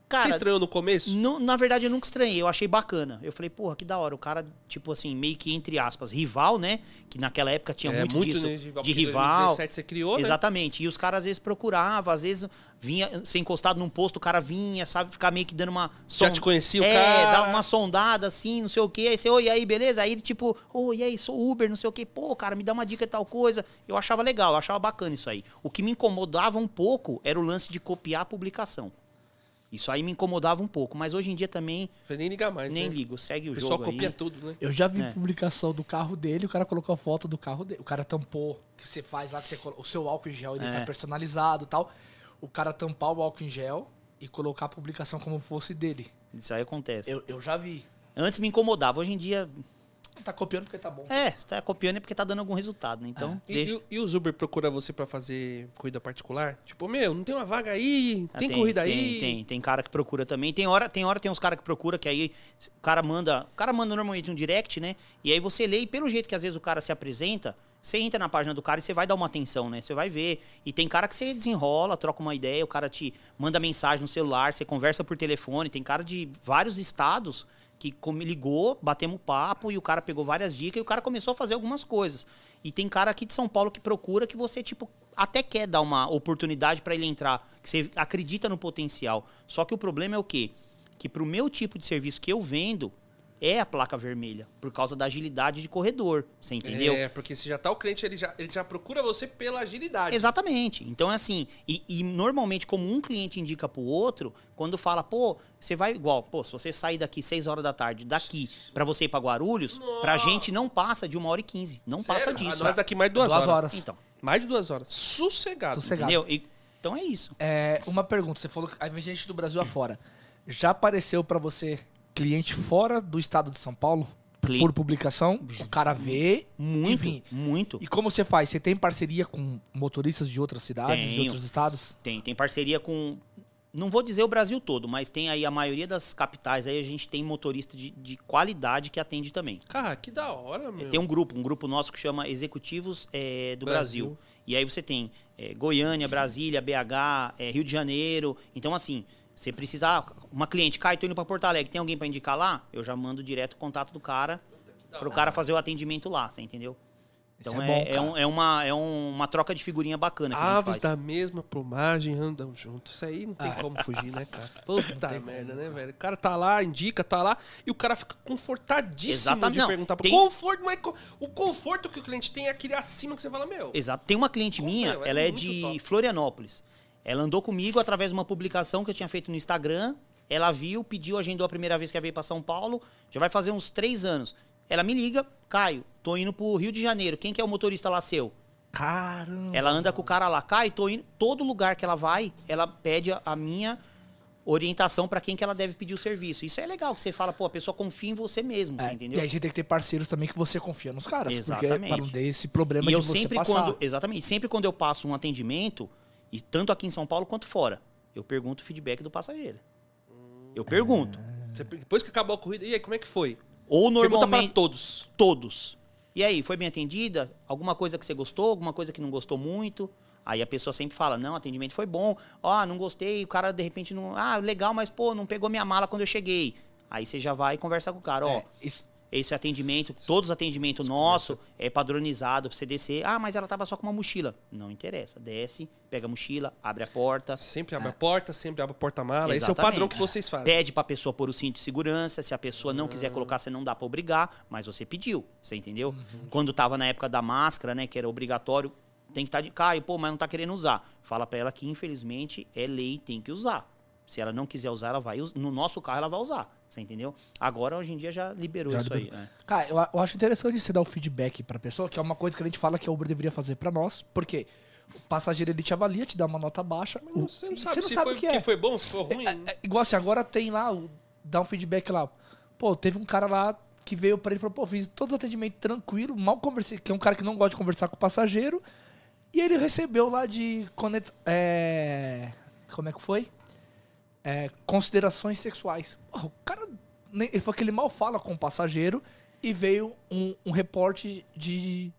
Cara, você estranhou no começo? No, na verdade, eu nunca estranhei. Eu achei bacana. Eu falei, porra, que da hora. O cara, tipo assim, meio que, entre aspas, rival, né? Que naquela época tinha É, muito, muito, disso. né, de rival, de porque em rival. dois mil e dezessete você criou, né? Exatamente. E os caras, às vezes, procuravam. Às vezes, vinha ser encostado num posto, o cara vinha, sabe? Ficar meio que dando uma... Já te conhecia o é, cara? dar uma sondada, assim, não sei o quê. Aí você, oi, e aí, beleza? Aí, tipo, oi, e aí, sou Uber, não sei o quê. Pô, cara, me dá uma dica de tal coisa. Eu achava legal, eu achava bacana isso aí. O que me incomodava um pouco era o lance de copiar a publicação. Isso aí me incomodava um pouco, mas hoje em dia também Você nem liga mais, nem né? ligo, segue o, O jogo pessoal copia aí. tudo, né? Eu já vi É. publicação do carro dele, o cara colocou a foto do carro dele. O cara tampou, que você faz lá, que você colo- o seu álcool em gel, ele É. tá personalizado e tal. O cara tampar o álcool em gel e colocar a publicação como fosse dele. Isso aí acontece. Eu, eu já vi. Antes me incomodava, hoje em dia, Tá copiando porque tá bom. é, você tá copiando é porque tá dando algum resultado, né? Então, E, deixa. e, e os Uber procura você pra fazer corrida particular? Tipo, meu, não tem uma vaga aí? Ah, Tem, corrida tem, aí? Tem, tem cara que procura também. Tem hora, tem hora tem uns caras que procura que aí o cara manda, o cara manda normalmente um direct, né? E aí você lê e pelo jeito que às vezes o cara se apresenta, você entra na página do cara e você vai dar uma atenção, né? Você vai ver. E tem cara que você desenrola, troca uma ideia, o cara te manda mensagem no celular, você conversa por telefone. Tem cara de vários estados que me ligou, batemos papo e o cara pegou várias dicas e o cara começou a fazer algumas coisas. E tem cara aqui de São Paulo que procura que você, tipo, até quer dar uma oportunidade para ele entrar, que você acredita no potencial. Só que o problema é o quê? Que pro meu tipo de serviço que eu vendo, é a placa vermelha, por causa da agilidade de corredor, você entendeu? É, porque se já tá o cliente, ele já, ele já procura você pela agilidade. Exatamente. Então é assim, e, e normalmente como um cliente indica pro outro, quando fala, pô, você vai igual, pô, se você sair daqui seis horas da tarde, daqui, pra você ir pra Guarulhos, Nossa. pra gente não passa de uma hora e quinze. Não Sério? passa Ah, disso. nós daqui mais de duas, Duas horas. horas. Então, Mais de duas horas. Sossegado. Sossegado. entendeu? E- então é isso. É, uma pergunta, você falou que a gente do Brasil afora. Já apareceu pra você cliente fora do estado de São Paulo? Cli- Por publicação? O cara vê e Muito, vem. muito. E como você faz? Você tem parceria com motoristas de outras cidades, de Tenho. outros estados? Tem, tem parceria com. Não vou dizer o Brasil todo, mas tem aí a maioria das capitais aí a gente tem motorista de, de qualidade que atende também. Cara, que da hora, meu. Tem um grupo, um grupo nosso que chama Executivos eh, do Brasil. Brasil. E aí você tem eh, Goiânia, Brasília, B H, eh, Rio de Janeiro. Então, assim, você precisa. ah, Uma cliente, Caio, tô indo pra Porto Alegre, tem alguém pra indicar lá? Eu já mando direto o contato do cara pro cara fazer o atendimento lá, você entendeu? Então Isso é é, bom, é, cara. um- é uma, é um- uma troca de figurinha bacana que a gente Aves faz. da mesma plumagem andam juntos. Isso aí não tem Ah. como fugir, né, cara? Puta tem merda, como, né, velho? O cara tá lá, indica, tá lá, e o cara fica confortadíssimo Exatamente. de Não, perguntar. Pra... tem- Conforto, mas co- o conforto que o cliente tem é aquele acima que você fala, meu. Exato. Tem uma cliente Como, minha, meu? É ela é muito de top. Florianópolis. Ela andou comigo através de uma publicação que eu tinha feito no Instagram. Ela viu, pediu, agendou a primeira vez que ela veio pra São Paulo. Já vai fazer uns três anos. Ela me liga, Caio, tô indo pro Rio de Janeiro. Quem que é o motorista lá seu? Caramba. Ela anda com o cara lá. Caio, tô indo. Todo lugar que ela vai, ela pede a- a minha orientação pra quem que ela deve pedir o serviço. Isso é legal, que você fala, pô, a pessoa confia em você mesmo, É, você entendeu? E aí você tem que ter parceiros também que você confia nos caras. Exatamente. Porque para não ter esse problema E de eu você sempre passar. quando, exatamente, sempre quando eu passo um atendimento, e tanto aqui em São Paulo quanto fora, eu pergunto o feedback do passageiro. Eu pergunto. Você- depois que acabou a corrida, e aí, como é que foi? Ou Pergunta pra normalmente todos. todos. E aí, foi bem atendida? Alguma coisa que você gostou? Alguma coisa que não gostou muito? Aí a pessoa sempre fala, não, o atendimento foi bom. Ó, não gostei, o cara de repente não... Ah, legal, mas pô, não pegou minha mala quando eu cheguei. Aí você já vai conversar com o cara, ó. É, isso- Esse atendimento, todos os atendimentos nossos é padronizado pra você descer. Ah, mas ela tava só com uma mochila. Não interessa. Desce, pega a mochila, abre a porta, Sempre abre a porta, sempre abre a porta-mala. Esse é o Exatamente. padrão que vocês fazem. pede pra pessoa pôr o cinto de segurança. Se a pessoa não quiser colocar, você não dá pra obrigar, mas você pediu. Você entendeu? Quando tava na época da máscara, né, que era obrigatório, tem que estar de Caio, pô, mas não tá querendo usar. Fala pra ela que, infelizmente, é lei, tem que usar. Se ela não quiser usar, ela vai us- no nosso carro ela vai usar. Você entendeu? Agora, hoje em dia, já liberou Já isso liberou. aí. né? Cara, eu, a- eu acho interessante você dar o feedback pra pessoa, que é uma coisa que a gente fala que a Uber deveria fazer pra nós, porque o passageiro ele te avalia, te dá uma nota baixa. o- Você não e sabe, você se sabe foi, o que é. que foi bom, se foi ruim. É, é, igual assim, agora tem lá, o- dá um feedback lá. Pô, teve um cara lá que veio pra ele e falou, pô, fiz todos os atendimentos tranquilo, mal conversei, que é um cara que não gosta de conversar com o passageiro, e ele recebeu lá de conet- é, como é que foi? É, considerações sexuais. Pô, o cara, nem- ele falou que ele mal fala com o passageiro e veio um, um reporte de,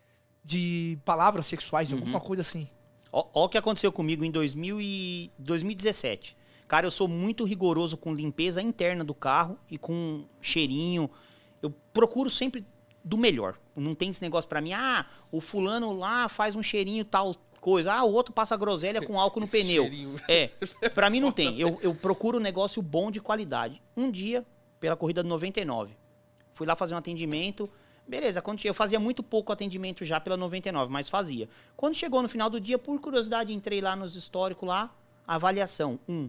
de palavras sexuais, alguma coisa assim. Ó, ó o que aconteceu comigo em dois mil e dois mil e dezessete. Cara, eu sou muito rigoroso com limpeza interna do carro e com cheirinho. Eu procuro sempre do melhor. Não tem esse negócio pra mim, ah, o fulano lá faz um cheirinho tal coisa. Ah, o outro passa groselha com álcool no Esse pneu. cheirinho. É, pra mim não tem. Eu, eu procuro um negócio bom de qualidade. Um dia, pela corrida do noventa e nove, fui lá fazer um atendimento. Beleza, quando eu fazia muito pouco atendimento já pela noventa e nove, mas fazia. Quando chegou no final do dia, por curiosidade, entrei lá nos históricos lá, avaliação, um.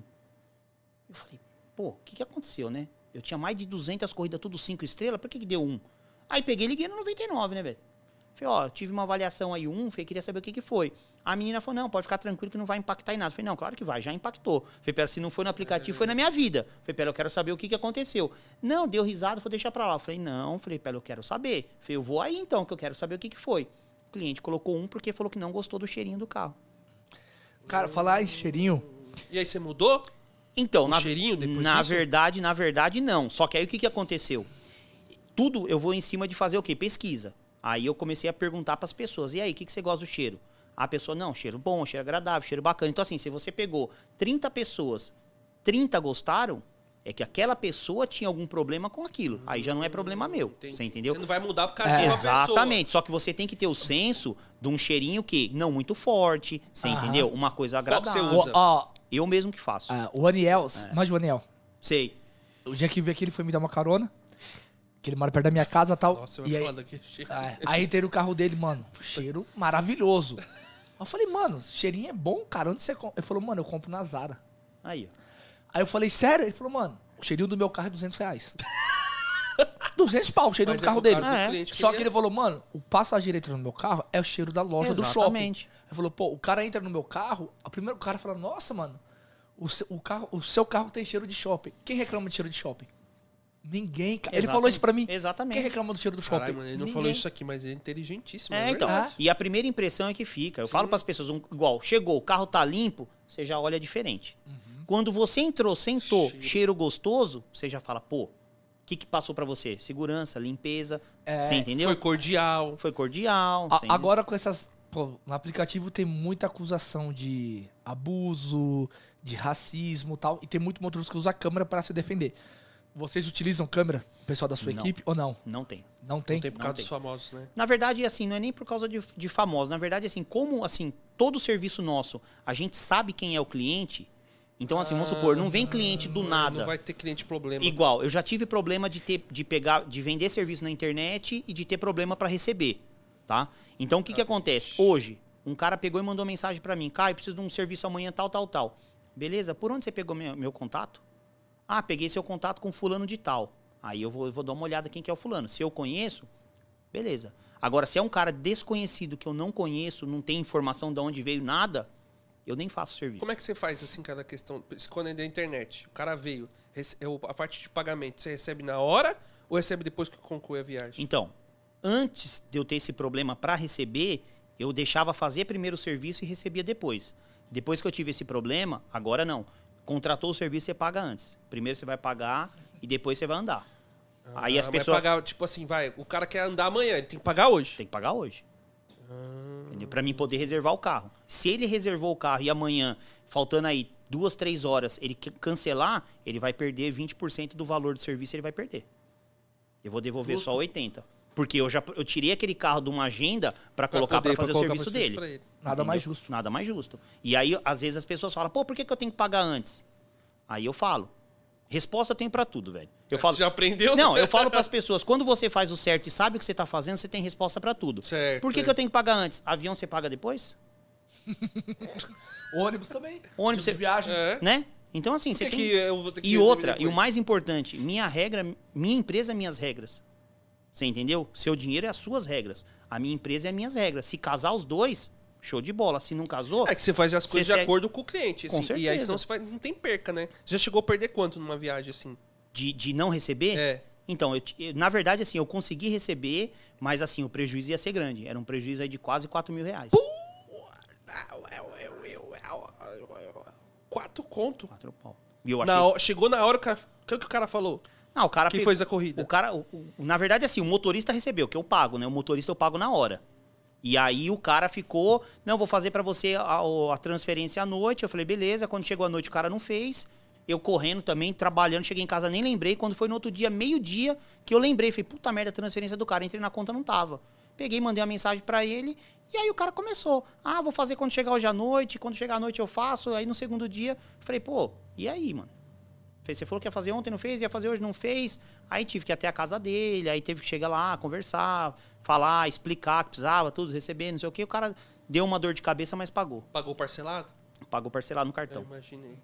Eu falei, pô, o que, que aconteceu, né? Eu tinha mais de duzentas corridas, tudo cinco estrelas, por que, que deu um? Aí peguei e liguei no noventa e nove, né, velho? Falei, ó, tive uma avaliação aí, um, falei, queria saber o que, que foi. A menina falou, não, pode ficar tranquilo que não vai impactar em nada. Falei, não, claro que vai, já impactou. Falei, pera, se não foi no aplicativo, foi na minha vida. Falei, pera, eu quero saber o que, que aconteceu. Não, deu risada, vou deixar pra lá. Falei, não, falei, pera, eu quero saber. Falei, eu vou aí então, que eu quero saber o que, que foi. O cliente colocou um porque falou que não gostou do cheirinho do carro. Cara, falar em cheirinho... E aí você mudou? Então, O na, cheirinho depois na disso? verdade, na verdade, não. Só que aí o que, que aconteceu? Tudo eu vou em cima de fazer o quê? Pesquisa. Aí eu comecei a perguntar para as pessoas, e aí, o que, que você gosta do cheiro? A pessoa, não, cheiro bom, cheiro agradável, cheiro bacana. Então, assim, se você pegou trinta pessoas, trinta gostaram, é que aquela pessoa tinha algum problema com aquilo. Aí já não é problema meu, Entendi. você entendeu? Você não vai mudar por causa É. de uma pessoa. Exatamente, só que você tem que ter o senso de um cheirinho que não muito forte, você Aham. entendeu? Uma coisa Qual que você agradável. usa? O, ó, Eu mesmo que faço. ah, o Aniel, manja o Aniel. Sei. O dia que veio aqui, ele foi me dar uma carona. Que ele mora perto da minha casa e tal. Nossa, você vai e aí, falar daqui. é, aí entrei no carro dele, mano. Cheiro maravilhoso. Aí eu falei, mano, cheirinho é bom, cara. Onde você compra? Ele falou, mano, eu compro na Zara. Aí, ó. Aí eu falei, sério? Ele falou, mano, o cheirinho do meu carro é duzentos reais. duzentos pau o cheirinho Mas do é carro por dele. causa do Ah, é? cliente Só que queria. ele falou, mano, o passageiro entra no meu carro é o cheiro da loja do shopping. Exatamente. Ele falou, pô, o cara entra no meu carro, a primeiro o cara fala, nossa, mano, o seu, o carro, o seu carro tem cheiro de shopping. Quem reclama de cheiro de shopping? Ninguém, cara. Ele Exatamente. falou isso pra mim. Exatamente. Quem reclama do cheiro do shopping? Caralho, mano, ele não Ninguém. falou isso aqui, mas ele é inteligentíssimo. É, É, então. verdade. E a primeira impressão é que fica. Eu falo para as pessoas, um, igual, chegou, o carro tá limpo, você já olha diferente. Uhum. Quando você entrou, sentou, Cheiro. cheiro, gostoso, você já fala, pô, o que que passou para você? Segurança, limpeza, você entendeu? Foi cordial. Foi cordial. A- você entendeu? agora com essas. Pô, no aplicativo tem muita acusação de abuso, de racismo e tal. E tem muito motorista que usa a câmera para se defender. Vocês utilizam câmera, o pessoal da sua Não. equipe, ou não? Não tem. Não tem? Não tem por Não causa tem. dos famosos, né? Na verdade, assim, não é nem por causa de, de famosos. Na verdade, assim, como assim, todo serviço nosso, a gente sabe quem é o cliente. Então, assim, vamos supor, não vem cliente do nada. Não vai ter cliente problema. Igual, eu já tive problema de ter, de pegar, de vender serviço na internet e de ter problema para receber, tá? Então o que que acontece? Hoje, um cara pegou e mandou mensagem para mim, Caio, preciso de um serviço amanhã tal, tal, tal. Beleza? Por onde você pegou meu, meu contato? Ah, peguei seu contato com fulano de tal. Aí eu vou, eu vou dar uma olhada quem que é o fulano. Se eu conheço, beleza. Agora, se é um cara desconhecido que eu não conheço, não tem informação de onde veio nada, eu nem faço serviço. Como é que você faz, assim, cada questão? Quando é da internet, o cara veio, rece- é o- a parte de pagamento, você recebe na hora ou recebe depois que conclui a viagem? Então, antes de eu ter esse problema para receber, eu deixava fazer primeiro o serviço e recebia depois. Depois que eu tive esse problema, agora não. Contratou o serviço, você paga antes. Primeiro você vai pagar e depois você vai andar. Aí as Ah, pessoas... Vai pagar, tipo assim, vai, o cara quer andar amanhã, ele tem que pagar hoje. Tem que pagar hoje. Entendeu? Pra mim poder reservar o carro. Se ele reservou o carro e amanhã, faltando aí duas, três horas, ele que- cancelar, ele vai perder vinte por cento do valor do serviço, ele vai perder. Eu vou devolver só oitenta por cento. Porque eu já eu tirei aquele carro de uma agenda para colocar para poder- fazer pra o colocar serviço pra dele. pra ele. Nada Entendeu? mais justo. Nada mais justo. E aí, às vezes, as pessoas falam, pô, por que, que eu tenho que pagar antes? Aí eu falo. Resposta eu tenho pra tudo, velho. Eu falo. Você já aprendeu? Não, eu falo pras pessoas, quando você faz o certo e sabe o que você tá fazendo, você tem resposta pra tudo. Certo, Por que, é. que eu tenho que pagar antes? Avião você paga depois? Ônibus também. Ônibus Tipo de você- viagem. É. Né? Então, assim, você Por que tem... que eu vou ter que E receber outra, e o depois? mais importante, minha regra, minha empresa é minhas regras. Você entendeu? Seu dinheiro é as suas regras. A minha empresa é as minhas regras. Se casar os dois, show de bola. Se não casou, É que você faz as coisas Você de segue- acordo com o cliente. Com Assim, e aí certeza. senão você faz- não tem perca, né? Você já chegou a perder quanto numa viagem assim? de, de não receber... É. Então, eu ti- eu- na verdade, assim, eu consegui receber, mas assim, o prejuízo ia ser grande. Era um prejuízo aí de quase quatro mil reais. Quatro conto. Quatro pau. E eu achei... Na hora- chegou na hora, o cara, o que, que o cara falou? Não, o cara... Quem pe- fez a corrida? O cara... o- o- na verdade, assim, o motorista recebeu, que eu pago, né? O motorista eu pago na hora. E aí o cara ficou... Não, vou fazer pra você a, o- a transferência à noite. Eu falei, beleza. Quando chegou a noite, o cara não fez. Eu correndo também, trabalhando, cheguei em casa, nem lembrei. Quando foi no outro dia, meio-dia, que eu lembrei. Falei, puta merda, a transferência do cara. Entrei na conta, não tava. Peguei, mandei uma mensagem pra ele. E aí o cara começou. Ah, vou fazer quando chegar hoje à noite. Quando chegar à noite eu faço. Aí no segundo dia, falei, pô, e aí, mano? Falei, você falou que ia fazer ontem, não fez? Ia fazer hoje, não fez? Aí tive que ir até a casa dele. Aí teve que chegar lá, conversar, falar, explicar que precisava, tudo, receber, não sei o quê. O cara deu uma dor de cabeça, mas pagou. Pagou parcelado? Pagou parcelado no cartão. Eu imaginei.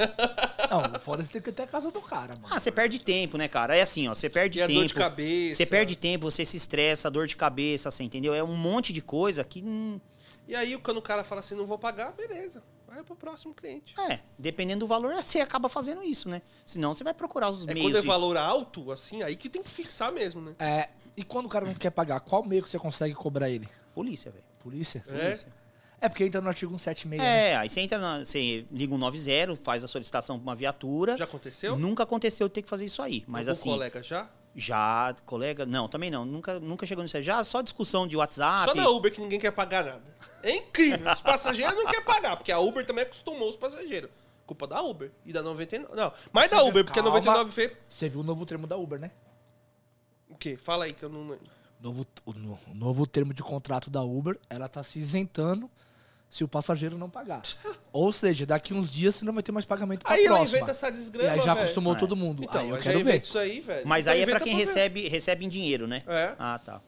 Não, foda se tem que ter a casa do cara, mano. Ah, você perde tempo, né, cara? É assim, ó, você perde E a tempo. dor de cabeça. Você perde tempo, você se estressa, dor de cabeça, você entendeu? É um monte de coisa que. Hum, E aí, quando o cara fala assim, não vou pagar, beleza. Vai pro próximo cliente. é, dependendo do valor, você acaba fazendo isso, né? Senão você vai procurar os É meios. quando é de- valor alto, assim, aí que tem que fixar mesmo, né? É, e quando o cara não quer pagar, qual meio que você consegue cobrar ele? Polícia, velho. Polícia? É? Polícia. É porque entra no artigo cento e setenta e seis, né? É, aí você entra, na, você liga um noventa, faz a solicitação pra uma viatura. Já aconteceu? Nunca aconteceu ter que fazer isso aí. Mas Algum assim, colega já? já, colega, não, também não. Nunca, nunca chegou nisso aí. Já só discussão de WhatsApp. Só na Uber que ninguém quer pagar nada. É incrível. Os passageiros não querem pagar, porque a Uber também acostumou os passageiros. Culpa da Uber e da noventa e nove. Não, mais da Você Uber, viu? porque a Calma. noventa e nove fez... Você viu o novo termo da Uber, né? O quê? Fala aí que eu não... Novo, o, no- o novo termo de contrato da Uber, ela tá se isentando se o passageiro não pagar. Ou seja, daqui uns dias você não vai ter mais pagamento pra Aí ela próxima. inventa essa E desgrama, aí já velho. acostumou É. todo mundo. Então, aí eu já quero inventa ver. isso aí, velho. Mas Então aí é pra inventa quem ver. recebe, recebe em dinheiro, né? É. Ah, tá.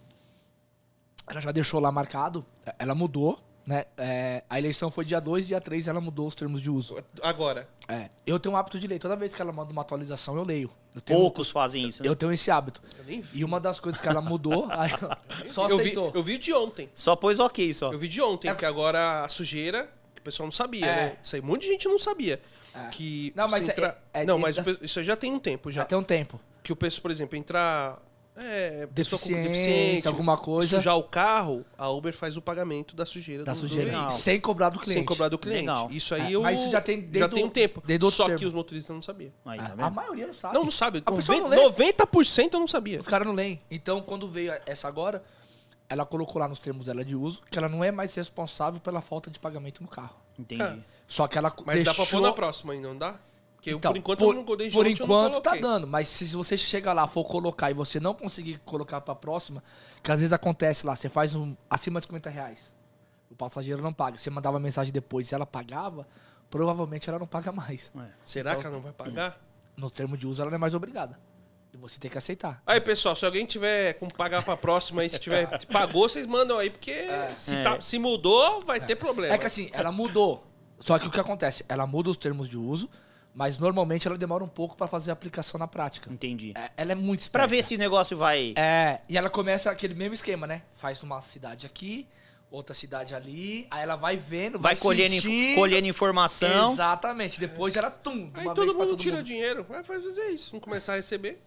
Ela já deixou lá marcado, ela mudou, né? É, a eleição foi dia dois, dia três ela mudou os termos de uso. Agora. É, eu tenho um hábito de ler. Toda vez que ela manda uma atualização, eu leio. Eu tenho, Poucos fazem isso, né? eu tenho esse hábito. Eu nem vi. E uma das coisas que ela mudou, aí, só Eu vi, aceitou. eu vi de ontem. Só pôs ok, só. Eu vi de ontem, É- que agora a sujeira, que o pessoal não sabia, É. né? Isso aí, um monte de gente não sabia. É. Que Não, mas se é- entra- é- é não, isso mas da- o pe- isso aí já tem um tempo já. Já tem um tempo. Que o pessoal, por exemplo, entrar... É, pessoa com Deficiência, deficiente, alguma coisa. sujar o carro, a Uber faz o pagamento da sujeira Da do, do sujeira. veículo. Sem cobrar do cliente. Sem cobrar do cliente. Legal. Isso aí É, eu, mas isso já tem desde já o- tem um tempo. desde outro Só termo. que os motoristas não sabiam. Aí, É, tá a vendo? maioria não sabe. Não, não sabe. A pessoa não lê. noventa por cento eu não sabia. Os caras não leem. Então, quando veio essa agora, ela colocou lá nos termos dela de uso que ela não é mais responsável pela falta de pagamento no carro. Entendi. Ah. Só que ela Mas deixou... dá pra pôr na próxima ainda, não dá? Porque eu, Então, por enquanto por, eu não desde por ontem eu não enquanto tá coloquei. dando, mas se você chegar lá, for colocar e você não conseguir colocar pra próxima, que às vezes acontece lá, você faz um acima de cinquenta reais, o passageiro não paga. Você mandava mensagem depois, se ela pagava, provavelmente ela não paga mais. É. Será Então- que ela não vai pagar? No termo de uso, ela não é mais obrigada. E você tem que aceitar. Aí, pessoal, se alguém tiver como pagar pra próxima aí, se tiver se pagou, vocês mandam aí, porque se, É. tá- se mudou, vai ter problema. É que assim, ela mudou. Só que o que acontece? Ela muda os termos de uso, mas normalmente ela demora um pouco pra fazer a aplicação na prática. Entendi. É, ela é muito Pra esperta. ver se o negócio vai... É, e ela começa aquele mesmo esquema, né? Faz numa cidade aqui, outra cidade ali, aí ela vai vendo, vai, Vai colhendo, inf- sentindo. colhendo informação. Exatamente. Depois ela, tum, de Aí uma todo vez pra mundo todo tira mundo. dinheiro. Vai fazer isso, não começar a receber.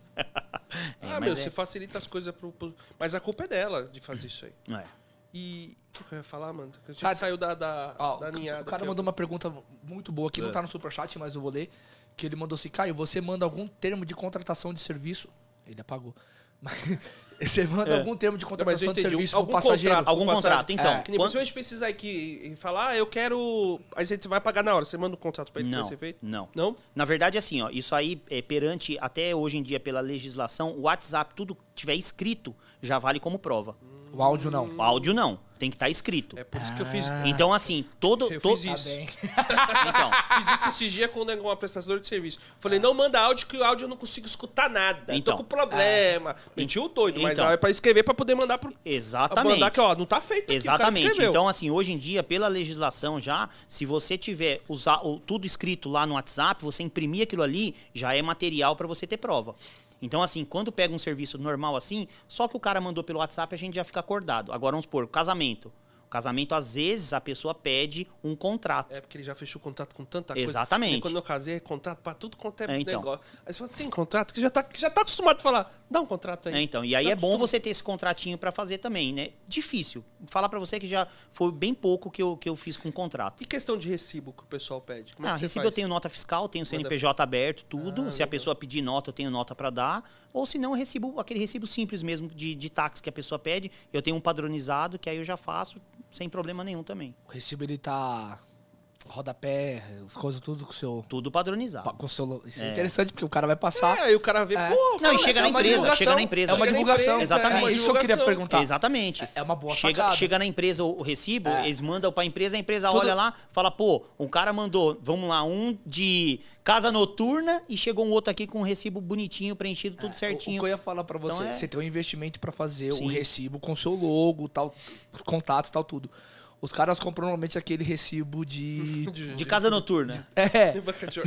ah, mas meu, é- você facilita as coisas pro, pro- Mas a culpa é dela de fazer isso aí. É. E. O que que eu ia falar, mano? A gente Cara, saiu da, da, Ó, da ninhada. o cara aqui, ó. mandou uma pergunta muito boa aqui, não É. tá no superchat, mas eu vou ler. Que ele mandou assim, Caio, você manda algum termo de contratação de serviço? Ele apagou. Mas você manda É. algum termo de Não, mas contratação eu de entendi. serviço Algum pro passageiro? contrato, Algum com passagem. contrato, então. É. Que nem Quando- principalmente precisar aqui e falar, ah, eu quero. Aí você vai pagar na hora, você manda um contrato pra ele que Não, vai ser feito? não. Não? Na verdade, assim, ó, isso aí, é, perante, até hoje em dia, pela legislação, o WhatsApp, tudo que tiver escrito, já vale como prova. O áudio não. O áudio não, tem que estar escrito. É por isso que eu fiz. Então, assim, todo... Eu to- fiz Tá isso. bem. Então, Fiz isso esses dias com uma prestadora de serviço. Falei, não manda áudio, que o áudio eu não consigo escutar nada. Então. Tô com problema. Menti o doido, mas Então. é pra escrever pra poder mandar pro. Pra exatamente. mandar que, ó, não tá feito aqui, o cara Exatamente. escreveu. Então, assim, hoje em dia, pela legislação já, se você tiver usar, o- tudo escrito lá no WhatsApp, você imprimir aquilo ali, já é material para você ter prova. Então, assim, quando pega um serviço normal assim, só que o cara mandou pelo WhatsApp, a gente já fica acordado. Agora, vamos supor, casamento. Casamento, às vezes, a pessoa pede um contrato. É porque ele já fechou contrato com tanta coisa. Exatamente. E quando eu casei, é contrato pra tudo quanto é, É, então. negócio. Aí você fala, tem contrato? Que já tá, que já tá acostumado a falar, dá um contrato aí. É, então, e aí Já é bom acostuma. você ter esse contratinho para fazer também, né? Difícil. Falar para você que já foi bem pouco que eu, que eu fiz com contrato. E questão de recibo que o pessoal pede? Como é Ah, que você recibo faz? eu tenho nota fiscal, tenho C N Manda- P J aberto, tudo. Ah, Se a legal. pessoa pedir nota, eu tenho nota para dar. Ou se não, eu recebo aquele recibo simples mesmo de, de táxi que a pessoa pede. Eu tenho um padronizado que aí eu já faço sem problema nenhum também. O recibo, ele tá Rodapé, as coisas tudo com o seu... Tudo padronizado. Com o seu isso é, É. interessante, porque o cara vai passar... É, aí o cara vê, É. pô, Não, cara, e chega é na uma empresa, divulgação, chega na empresa. É uma Chega na divulgação. empresa, exatamente. É isso que eu queria divulgação. perguntar. Exatamente. É uma boa chega, sacada. chega na empresa o, o recibo, É. eles mandam pra empresa, a empresa Tudo- olha lá, fala, pô, um cara mandou, vamos lá, um de casa noturna e chegou um outro aqui com um recibo bonitinho, preenchido, tudo O certinho. que eu ia falar pra você, Então é- você tem um investimento pra fazer Sim. o recibo com seu logo, tal, contatos, tal, tudo. Os caras compram normalmente aquele recibo de... De casa noturna. É, Bacana.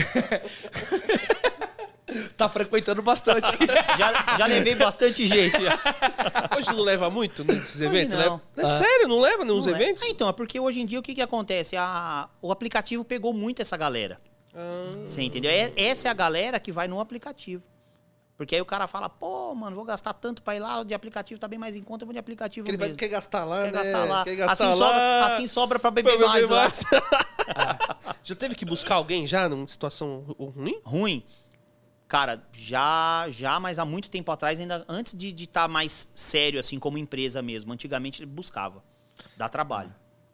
tá frequentando bastante. já, já levei bastante gente. já. Hoje não leva muito nesses Hoje eventos, não. né? É sério, não leva nos Não é? eventos? Ah, então, é porque hoje em dia o que, que acontece? A, o aplicativo pegou muito essa galera. Ah, Você entendeu? É- essa é a galera que vai no aplicativo. Porque aí o cara fala, pô, mano, vou gastar tanto pra ir lá, o de aplicativo tá bem mais em conta, eu vou de aplicativo que ele vai, mesmo. quer gastar lá, Quer né? gastar lá. Quer gastar assim, lá. Sobra, assim sobra pra beber pra beber mais lá. mais. Já teve que buscar alguém já numa situação ru- ruim? Ruim? Cara, já, já, mas há muito tempo atrás, ainda antes de estar mais sério, assim, como empresa mesmo. Antigamente ele buscava. Dá trabalho.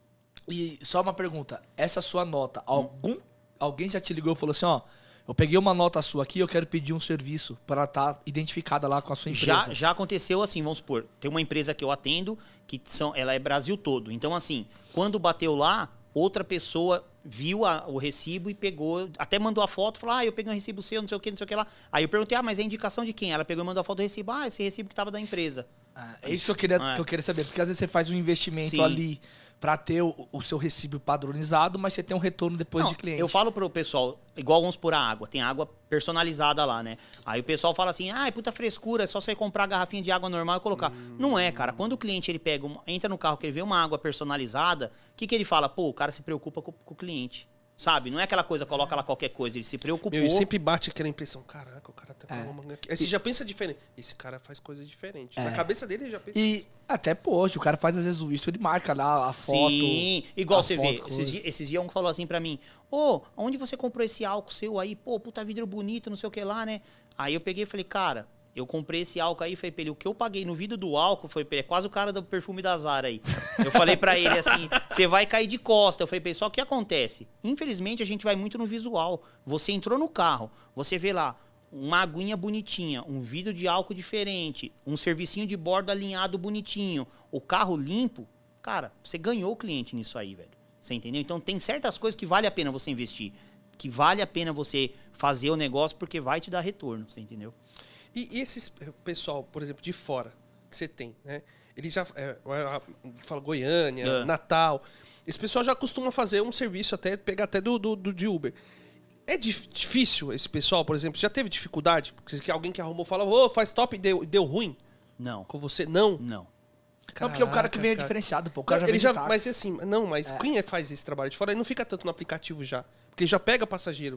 E só uma pergunta, essa sua nota, algum, alguém já te ligou e falou assim, ó, eu peguei uma nota sua aqui, eu quero pedir um serviço para estar identificada lá com a sua empresa. Já, já aconteceu assim, vamos supor, tem uma empresa que eu atendo, que são, ela é Brasil todo. Então, assim, quando bateu lá, outra pessoa viu a- o recibo e pegou, até mandou a foto, falou, ah, eu peguei um recibo seu, não sei o que, não sei o que lá. Aí eu perguntei, ah, mas é indicação de quem? Ela pegou e mandou a foto do recibo, ah, esse recibo que tava da empresa. Ah, é isso que eu, queria, É. que eu queria saber, porque às vezes você faz um investimento Sim. ali para ter o, o seu recibo padronizado, mas você tem um retorno depois Não, de cliente. eu falo pro pessoal, igual vamos por a água, tem água personalizada lá, né? Aí o pessoal fala assim, ah, é puta frescura, é só você comprar a garrafinha de água normal e colocar. Hum. Não é, cara. Quando o cliente ele pega, uma- entra no carro que ele vê uma água personalizada, o que, que ele fala? Pô, o cara se preocupa com, com o cliente. Sabe? Não é aquela coisa, coloca lá qualquer coisa, ele se preocupou. Meu, e sempre bate aquela impressão, caraca, o cara tá com É. uma manga aqui. Aí você já pensa diferente. Esse cara faz coisa diferente. É. Na cabeça dele ele já pensa. E até, poxa, o cara faz às vezes o visto, ele marca lá a foto. Sim, igual a você foto, vê. coisa. Esses, di- esses dias um falou assim pra mim: Ô, onde você comprou esse álcool seu aí? Pô, puta vidro bonito, não sei o que lá, né? Aí eu peguei e falei, cara, eu comprei esse álcool aí, falei pra ele, o que eu paguei no vidro do álcool foi pra ele, é quase o cara do perfume da Zara aí. Eu falei pra ele assim, você vai cair de costa. Eu falei pra ele, só que o que acontece? Infelizmente a gente vai muito no visual. Você entrou no carro, você vê lá uma aguinha bonitinha, um vidro de álcool diferente, um servicinho de bordo alinhado bonitinho, o carro limpo, cara, você ganhou o cliente nisso aí, velho. Você entendeu? Então tem certas coisas que vale a pena você investir, que vale a pena você fazer o negócio porque vai te dar retorno, você entendeu? E, e esses pessoal, por exemplo, de fora, que você tem, né? Ele já. É, fala Goiânia, É. Natal. Esse pessoal já costuma fazer um serviço, até pegar até do, do, do de Uber. É dif- difícil esse pessoal, por exemplo, já teve dificuldade? Porque que alguém que arrumou fala, ô, faz top e deu, deu ruim Não, com você? Não. não. Não, porque o cara que vem é Caraca, diferenciado, pô. O cara já ele vem de já, táxi. mas assim, não, mas quem é- faz esse trabalho de fora, ele não fica tanto no aplicativo já. Porque já pega passageiro.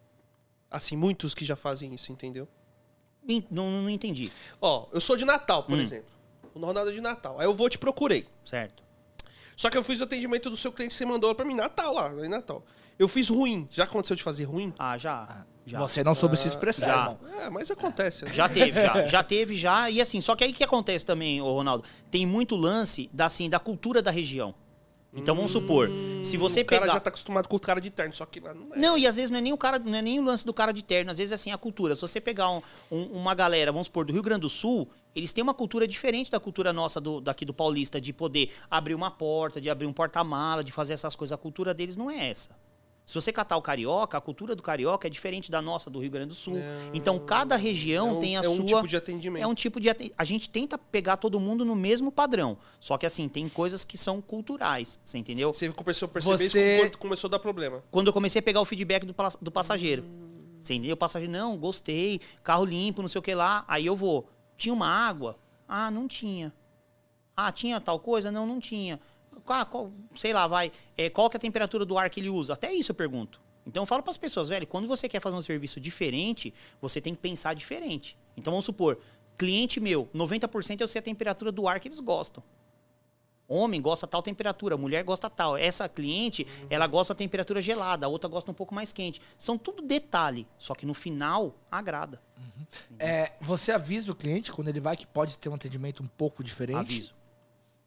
Assim, muitos que já fazem isso, entendeu? En- Não, não entendi, Ó, eu sou de Natal, por Hum. exemplo. O Ronaldo é de Natal. Aí eu vou te procurei. certo? Só que eu fiz o atendimento do seu cliente que você mandou pra mim, Natal lá, em Natal. Eu fiz ruim. Já aconteceu de fazer ruim? Ah, já. já. Você não soube se expressar, já. irmão. É, mas acontece. né? Já teve, já. Já teve, já. E assim, só que aí o que acontece também, ô Ronaldo? Tem muito lance da, assim, da cultura da região. Então vamos supor, se você o cara pegar. já tá acostumado com o cara de terno, só que lá não é. Não, e às vezes não é nem o cara, não é nem o lance do cara de terno, às vezes assim a cultura. Se você pegar um- um- uma galera, vamos supor, do Rio Grande do Sul, eles têm uma cultura diferente da cultura nossa do, daqui do Paulista, de poder abrir uma porta, de abrir um porta-mala, de fazer essas coisas. A cultura deles não é essa. Se você catar o carioca, a cultura do carioca é diferente da nossa do Rio Grande do Sul. Então cada região É um- tem a é sua um tipo de atendimento. É um tipo de aten- a gente tenta pegar todo mundo no mesmo padrão. Só que assim, tem coisas que são culturais, você entendeu? Você começou a perceber Você- isso quando começou a dar problema. Quando eu comecei a pegar o feedback do, pa- do passageiro. Você entendeu? O passageiro, não, gostei, carro limpo, não sei o que lá. Aí eu vou, tinha uma água? Ah, não tinha. Ah, tinha tal coisa? Não, não tinha. Qual, qual- sei lá, vai. É, qual que é a temperatura do ar que ele usa? Até isso eu pergunto. Então eu falo para as pessoas, velho, quando você quer fazer um serviço diferente, você tem que pensar diferente. Então vamos supor, cliente meu, noventa por cento eu sei a temperatura do ar que eles gostam. Homem gosta tal temperatura, mulher gosta tal. Essa cliente, ela gosta da temperatura gelada, a outra gosta um pouco mais quente. São tudo detalhe, só que no final agrada. É, você avisa o cliente quando ele vai que pode ter um atendimento um pouco diferente? Aviso.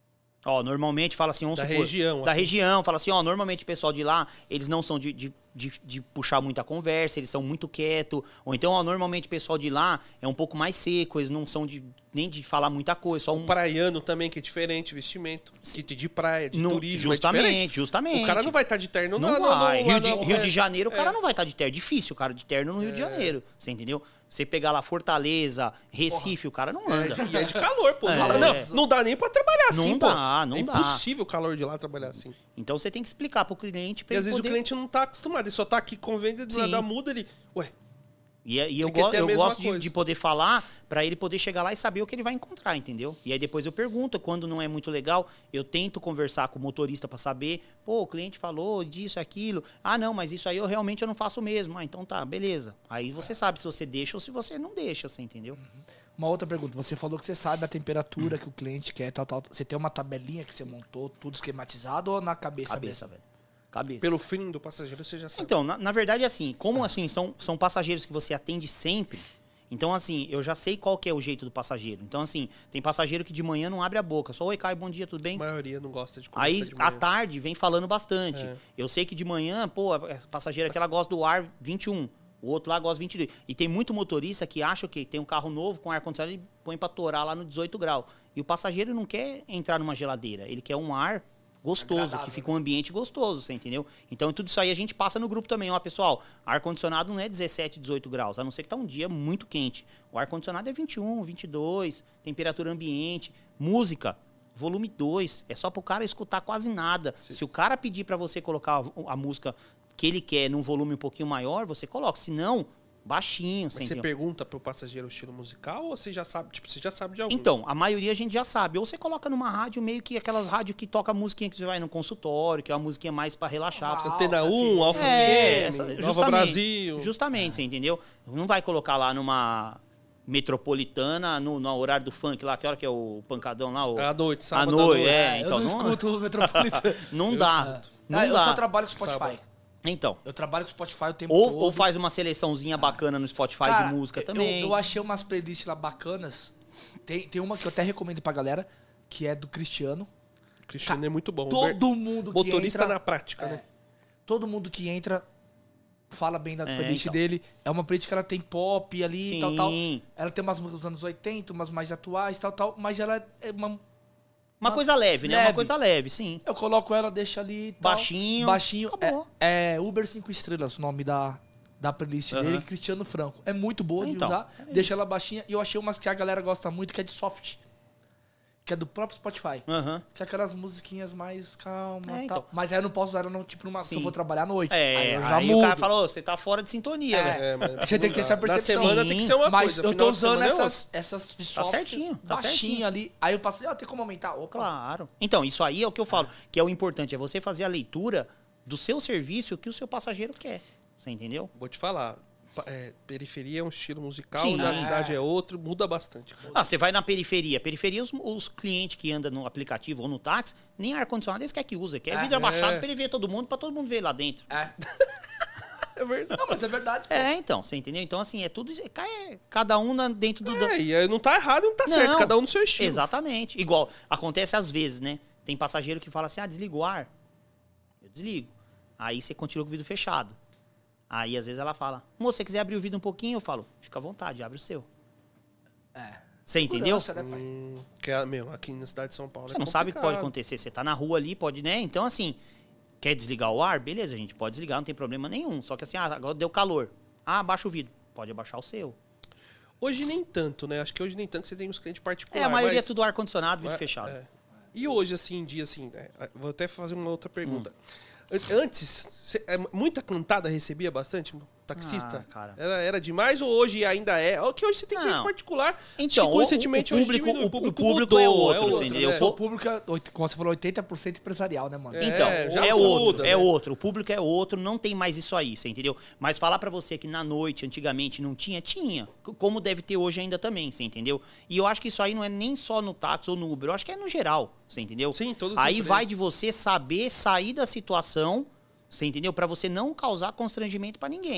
Ó, normalmente fala assim, vamos Da supor, região, Da assim. região, fala assim, ó, normalmente o pessoal de lá, eles não são de, de, de, de puxar muita conversa, eles são muito quietos. Ou então, ó, normalmente o pessoal de lá é um pouco mais seco, eles não são de, nem de falar muita coisa, só um... Praiano também, que é diferente, vestimento. Kit de praia, de No- turismo, é justamente, diferente. justamente. O cara não vai estar de terno. Não lá no- vai. no- Rio, lá de, no- Rio é. de Janeiro, o cara É. não vai estar de terno. Difícil o cara de terno no Rio de Janeiro. Você entendeu? Você pegar lá Fortaleza, Recife, o cara não anda. É, e é de calor, pô. É. Não, não, não dá nem pra trabalhar Não assim, dá, pô. não é dá. impossível o calor de lá trabalhar assim. Então você tem que explicar pro cliente pra E ele às vezes poder... o cliente não tá acostumado. Ele só tá aqui com venda, do Sim. nada muda, ele... Ué, E, e eu, Tem que go- ter a eu mesma gosto de, coisa. de poder falar pra ele poder chegar lá e saber o que ele vai encontrar, entendeu? E aí depois eu pergunto, quando não é muito legal, eu tento conversar com o motorista pra saber, pô, o cliente falou disso, aquilo. Ah, não, mas isso aí eu realmente eu não faço mesmo. Ah, então tá, beleza. Aí você sabe se você deixa ou se você não deixa, você entendeu? Uma outra pergunta. Você falou que você sabe a temperatura que o cliente quer, tal, tal. Você tem uma tabelinha que você montou, tudo esquematizado ou na cabeça, Cabeça, mesmo? velho. Cabeça. pelo fim do passageiro, você já sabe. Então, na, na verdade, assim, como assim, são, são passageiros que você atende sempre, então, assim, eu já sei qual que é o jeito do passageiro. Então, assim, tem passageiro que de manhã não abre a boca, só, oi, Caio, bom dia, tudo bem? A maioria não gosta de conversar Aí, de à manhã. tarde, vem falando bastante. É. Eu sei que de manhã, pô, a passageira que ela gosta do ar vinte e um, o outro lá gosta vinte e dois. E tem muito motorista que acha que tem um carro novo com ar-condicionado e põe pra torar lá no dezoito graus. E o passageiro não quer entrar numa geladeira, ele quer um ar gostoso, Agradável, que fica um ambiente gostoso, você entendeu? Então, tudo isso aí a gente passa no grupo também. Ó, pessoal, ar-condicionado não é dezessete, dezoito graus, a não ser que tá um dia muito quente. O ar-condicionado é vinte e um, vinte e dois, temperatura ambiente, música, volume dois, é só pro cara escutar quase nada. Se o cara pedir pra você colocar a, a música que ele quer num volume um pouquinho maior, você coloca, se não, baixinho, você Mas você entendeu? pergunta pro passageiro o estilo musical ou você já sabe? Tipo, você já sabe de algum? Então, a maioria a gente já sabe. Ou você coloca numa rádio meio que aquelas rádios que toca musiquinha que você vai no consultório, que é uma musiquinha mais pra relaxar. pra você- Antena Alfa, um, Alfa É, F M, essa- Nova justamente, Brasil. Justamente, você entendeu? Não vai colocar lá numa metropolitana, no, no horário do funk lá, que hora que é o pancadão lá? O... À noite, sábado à à noite, noite. é. É, então, eu não, não, escuto o Metropolitano. não Eu dá. Não Ah, eu dá. só trabalho com Spotify. Sábado. Então. Eu trabalho com Spotify o tempo Ou, todo. ou faz uma seleçãozinha bacana no Spotify Cara, de música eu- também. Eu, achei umas playlists lá bacanas. Tem, tem uma que eu até recomendo pra galera, que é do Cristiano. Cristiano é muito bom. Todo mundo que Motorista entra... na prática, é, né? todo mundo que entra fala bem da É, playlist então. dele. É uma playlist que ela tem pop ali, Sim. tal, tal. Ela tem umas músicas dos anos oitenta, umas mais atuais, tal, tal. Mas ela é uma... Uma coisa leve, né? Uma Leve. coisa leve, sim. Eu coloco ela, deixo ali... Tal, Baixinho, Baixinho. acabou. É, é Uber cinco estrelas o nome da, da playlist Aham. dele, Cristiano Franco. É muito boa de Então, usar. é Deixa ela baixinha. E eu achei umas que a galera gosta muito, que é de soft. Que é do próprio Spotify. Aham. Que é aquelas musiquinhas mais calma É, e então. tal. Mas aí eu não posso usar ela no, tipo, numa, se eu Sim. for trabalhar à noite. É, aí aí, eu já o mudo. cara falou, você tá fora de sintonia, É. velho. É, mas Você tem que ter essa na percepção. semana tem que ser uma Mas coisa. eu final tô de usando semana é outra. essas, essas de soft, certinho, tá baixinha certinho. ali. Aí eu passo, ah, tem como aumentar? Opa. Claro. Então, isso aí é o que eu falo, que é o importante, é você fazer a leitura do seu serviço que o seu passageiro quer. Você entendeu? Vou te falar. pa- é, periferia é um estilo musical, Sim. na É. cidade é outro, muda bastante. Ah, você vai na periferia. Periferia, os, os clientes que andam no aplicativo ou no táxi, nem ar-condicionado eles querem que usa. Quer É. vidro abaixado É. pra ele ver todo mundo, pra todo mundo ver lá dentro. É. É verdade. Não, mas é verdade. pô. É, então, você entendeu? Então, assim, é tudo... É, cada um na- dentro do... do- É, e aí não tá errado, não tá certo. Não. Cada um no seu estilo. Exatamente. Igual, acontece às vezes, né? Tem passageiro que fala assim, ah, desliga o ar. Eu desligo. Aí você continua com o vidro fechado. Aí, às vezes, ela fala, moço, se você quiser abrir o vidro um pouquinho, eu falo, fica à vontade, abre o seu. É. Você entendeu? Segurança, né, pai? Hum, que é, meu, aqui na cidade de São Paulo Você é não sabe o que pode complicado. acontecer. Você tá na rua ali, pode, né? Então, assim, quer desligar o ar? Beleza, a gente pode desligar, não tem problema nenhum. Só que assim, ah, agora deu calor. Ah, abaixa o vidro. Pode abaixar o seu. Hoje nem tanto, né? Acho que hoje nem tanto, você tem os clientes particulares. É, a maioria mas- é tudo ar-condicionado, vidro É, fechado. é. E hoje, assim, em dia, assim, é, vou até fazer uma outra pergunta. Hum. An- Antes, cê- é, muita cantada recebia bastante? Taxista? Ah, cara. Era, era demais ou hoje ainda é? Ó, que hoje você tem cliente Não. particular. Então, que o, recentemente o hoje público, diminuiu, o, o público mudou, é outro, é você entendeu? né? For- O público, é, oit- como você falou, oitenta por cento empresarial, né, mano? É, Então, já é muda, outro, né? é outro. O público é outro, não tem mais isso aí, você entendeu? Mas falar pra você que na noite, antigamente, não tinha, tinha. C- Como deve ter hoje ainda também, você entendeu? E eu acho que isso aí não é nem só no táxi ou no Uber, eu acho que é no geral, você entendeu? Sim, todas as Aí empresas. vai de você saber sair da situação, você entendeu? Pra você não causar constrangimento pra ninguém.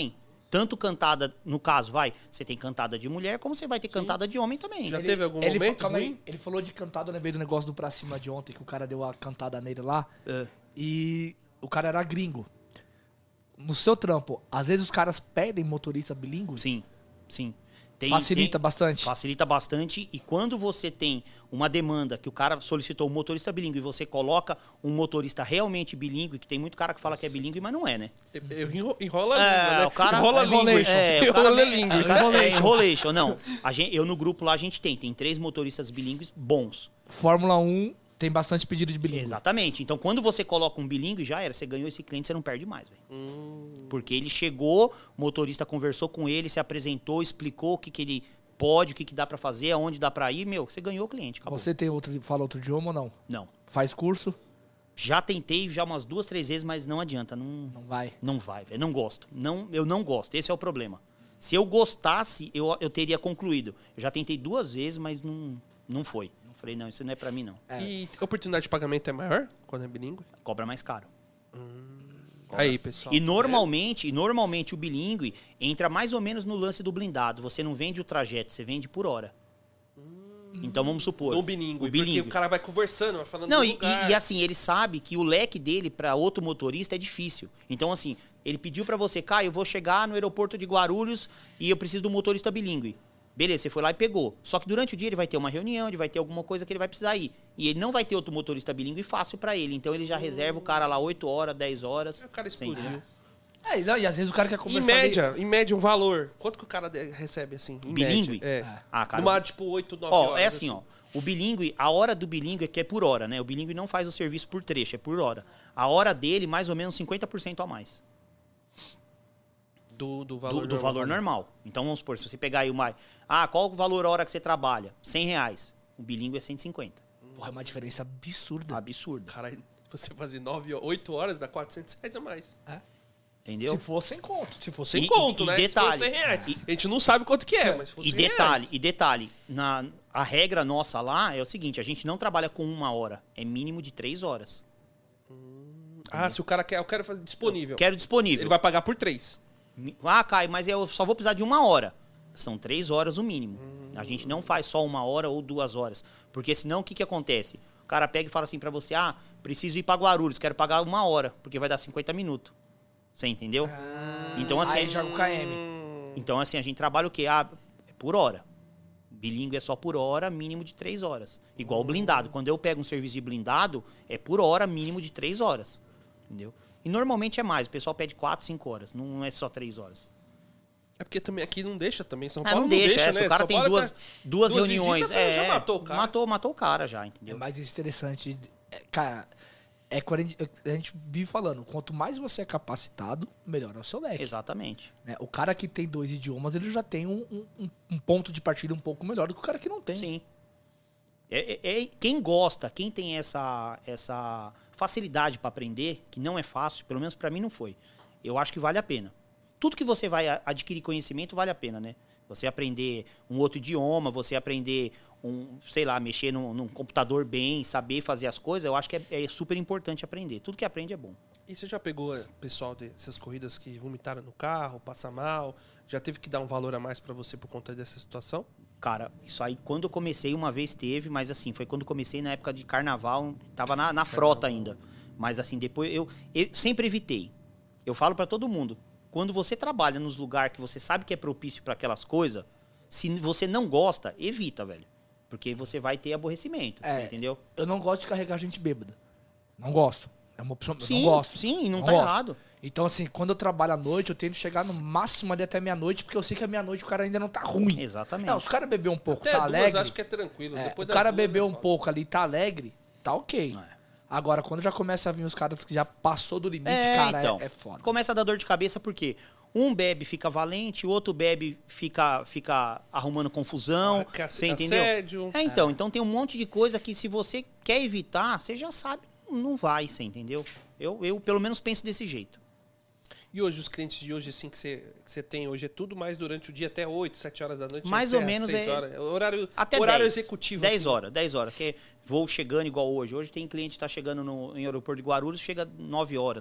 tanto cantada, no caso, vai, você tem cantada de mulher, como você vai ter Sim. cantada de homem também. Já ele, teve algum ele momento falou, ruim? Ele falou de cantada, eu lembrei do negócio do Pra Cima de ontem, que o cara deu a cantada nele lá. É. E o cara era gringo. No seu trampo, às vezes os caras pedem motorista bilíngue? Sim, sim. Tem, Facilita tem, bastante? Facilita bastante. E quando você tem uma demanda que o cara solicitou um motorista bilíngue e você coloca um motorista realmente bilíngue, que tem muito cara que fala Nossa. que é bilíngue, mas não é, né? Enrola a é, língua, né? O cara, enrola a língua. É, o cara, enrola a é, língua. É, cara, é enrolation. Não, a gente, eu no grupo lá a gente tem. Tem três motoristas bilíngues bons. Fórmula um tem bastante pedido de bilíngue. Exatamente. Então, quando você coloca um bilíngue, já era. Você ganhou esse cliente, você não perde mais, velho. Hum. Porque ele chegou, o motorista conversou com ele, se apresentou, explicou o que, que ele pode, o que, que dá pra fazer, aonde dá pra ir. Meu, você ganhou o cliente, acabou. Você tem outro, fala outro idioma ou não? Não. Faz curso? Já tentei já umas duas, três vezes, mas não adianta. Não, não vai. Não vai, velho. Não gosto. Não, eu não gosto. Esse é o problema. Se eu gostasse, eu, eu teria concluído. Eu já tentei duas vezes, mas não, não foi. Falei, não, isso não é pra mim, não. É. E a oportunidade de pagamento é maior quando é bilíngue? Cobra mais caro. Hum. Aí, pessoal. E normalmente, e normalmente o bilíngue entra mais ou menos no lance do blindado. Você não vende o trajeto, você vende por hora. Hum. Então vamos supor. O bilíngue, o bilíngue. Porque o cara vai conversando, vai falando Não, do e, lugar. e, e assim, ele sabe que o leque dele para outro motorista é difícil. Então assim, ele pediu para você, Caio, eu vou chegar no aeroporto de Guarulhos e eu preciso de um motorista bilíngue. Beleza, você foi lá e pegou. Só que durante o dia ele vai ter uma reunião, ele vai ter alguma coisa que ele vai precisar ir. E ele não vai ter outro motorista bilíngue fácil para ele. Então ele já reserva o cara lá oito horas, dez horas. O cara explodiu. É, não, e às vezes o cara quer conversar... Em média, ali... em média um valor. Quanto que o cara recebe assim? Em bilíngue? Média? É. é. Ah, cara. Numa, tipo, oito, nove ó, horas. É assim, assim, ó. O bilíngue, a hora do bilíngue é que é por hora, né? O bilíngue não faz o serviço por trecho, é por hora. A hora dele, mais ou menos cinquenta por cento a mais. Do, do valor do, do normal. valor normal. Então, vamos supor, se você pegar aí uma... Ah, qual o valor a hora que você trabalha? cem reais. O bilíngue é cento e cinquenta. Porra, é uma diferença absurda. Absurda. Caralho, você fazer nove, oito horas dá quatrocentos reais a mais. É. Entendeu? Se for sem conto. Se for sem e, conto, e, né? E detalhe. Se for cem reais. E, a gente não sabe quanto que é, mas se for E cem detalhe, reais. e detalhe. Na, a regra nossa lá é o seguinte, a gente não trabalha com uma hora. É mínimo de três horas. Hum, ah, se o cara quer, eu quero fazer disponível. Eu quero disponível. Ele vai pagar por três. Ah, Caio, mas eu só vou precisar de uma hora. São três horas o mínimo. Hum. A gente não faz só uma hora ou duas horas. Porque senão o que, que acontece? O cara pega e fala assim pra você, ah, preciso ir pra Guarulhos, quero pagar uma hora, porque vai dar cinquenta minutos. Você entendeu? Ah, então assim, aí joga o K M. Então assim, a gente trabalha o quê? Ah, é por hora. Bilíngue é só por hora, mínimo de três horas. Igual o blindado. Quando eu pego um serviço de blindado, é por hora, mínimo de três horas. Entendeu? E normalmente é mais. O pessoal pede quatro, cinco horas. Não é só três horas. É porque também aqui não deixa também. São Ah, Paulo não, não deixa, deixa, é, né? Se o cara São tem Paulo duas, tá... duas, duas reuniões. visitas, É, já matou o cara. Matou, matou o cara já, entendeu? É mais interessante. É, cara, é quando a gente, a gente vive falando, quanto mais você é capacitado, melhor é o seu leque. Exatamente. Né? O cara que tem dois idiomas, ele já tem um, um, um ponto de partida um pouco melhor do que o cara que não tem. Sim. É, é, é, quem gosta, quem tem essa, essa facilidade para aprender, que não é fácil, pelo menos para mim não foi, eu acho que vale a pena. Tudo que você vai adquirir conhecimento vale a pena, né? Você aprender um outro idioma, você aprender, um, sei lá, mexer num, num computador bem, saber fazer as coisas, eu acho que é, é super importante aprender. Tudo que aprende é bom. E você já pegou pessoal dessas corridas que vomitaram no carro, passa mal? Já teve que dar um valor a mais para você por conta dessa situação? Cara, isso aí quando eu comecei uma vez teve, mas assim, foi quando eu comecei na época de carnaval, tava na, na frota ainda. Mas assim, depois eu, eu sempre evitei. Eu falo para todo mundo, quando você trabalha nos lugares que você sabe que é propício para aquelas coisas, se você não gosta, evita, velho. Porque você vai ter aborrecimento, É, você entendeu? Eu não gosto de carregar gente bêbada. Não gosto. É uma opção. Eu Sim, não gosto. sim, não, Não tá gosto. errado. Então, assim, quando eu trabalho à noite, eu tento chegar no máximo ali até meia-noite, porque eu sei que a meia-noite o cara ainda não tá ruim. Exatamente. Não, se o cara beber um pouco, Até tá duas, alegre. acho que é tranquilo. É, Depois o das cara duas, bebeu é um foda. pouco ali, tá alegre, tá ok. É. Agora, quando já começa a vir os caras que já passou do limite, É, cara, então, é, é foda. Começa a dar dor de cabeça porque um bebe fica valente, o outro bebe fica, fica arrumando confusão, Ah, que ass- você entendeu? assédio. É, então, então tem um monte de coisa que se você quer evitar, você já sabe, não vai, você entendeu? Eu, eu pelo menos penso desse jeito. E hoje, os clientes de hoje, assim, que você, que você tem hoje, é tudo mais durante o dia, até oito, sete horas da noite? Mais até ou menos seis é- horas. Horário, Até horário dez, executivo. dez assim. horas, dez horas. Que voo chegando igual hoje. Hoje tem cliente que tá chegando no, em aeroporto de Guarulhos, chega nove horas.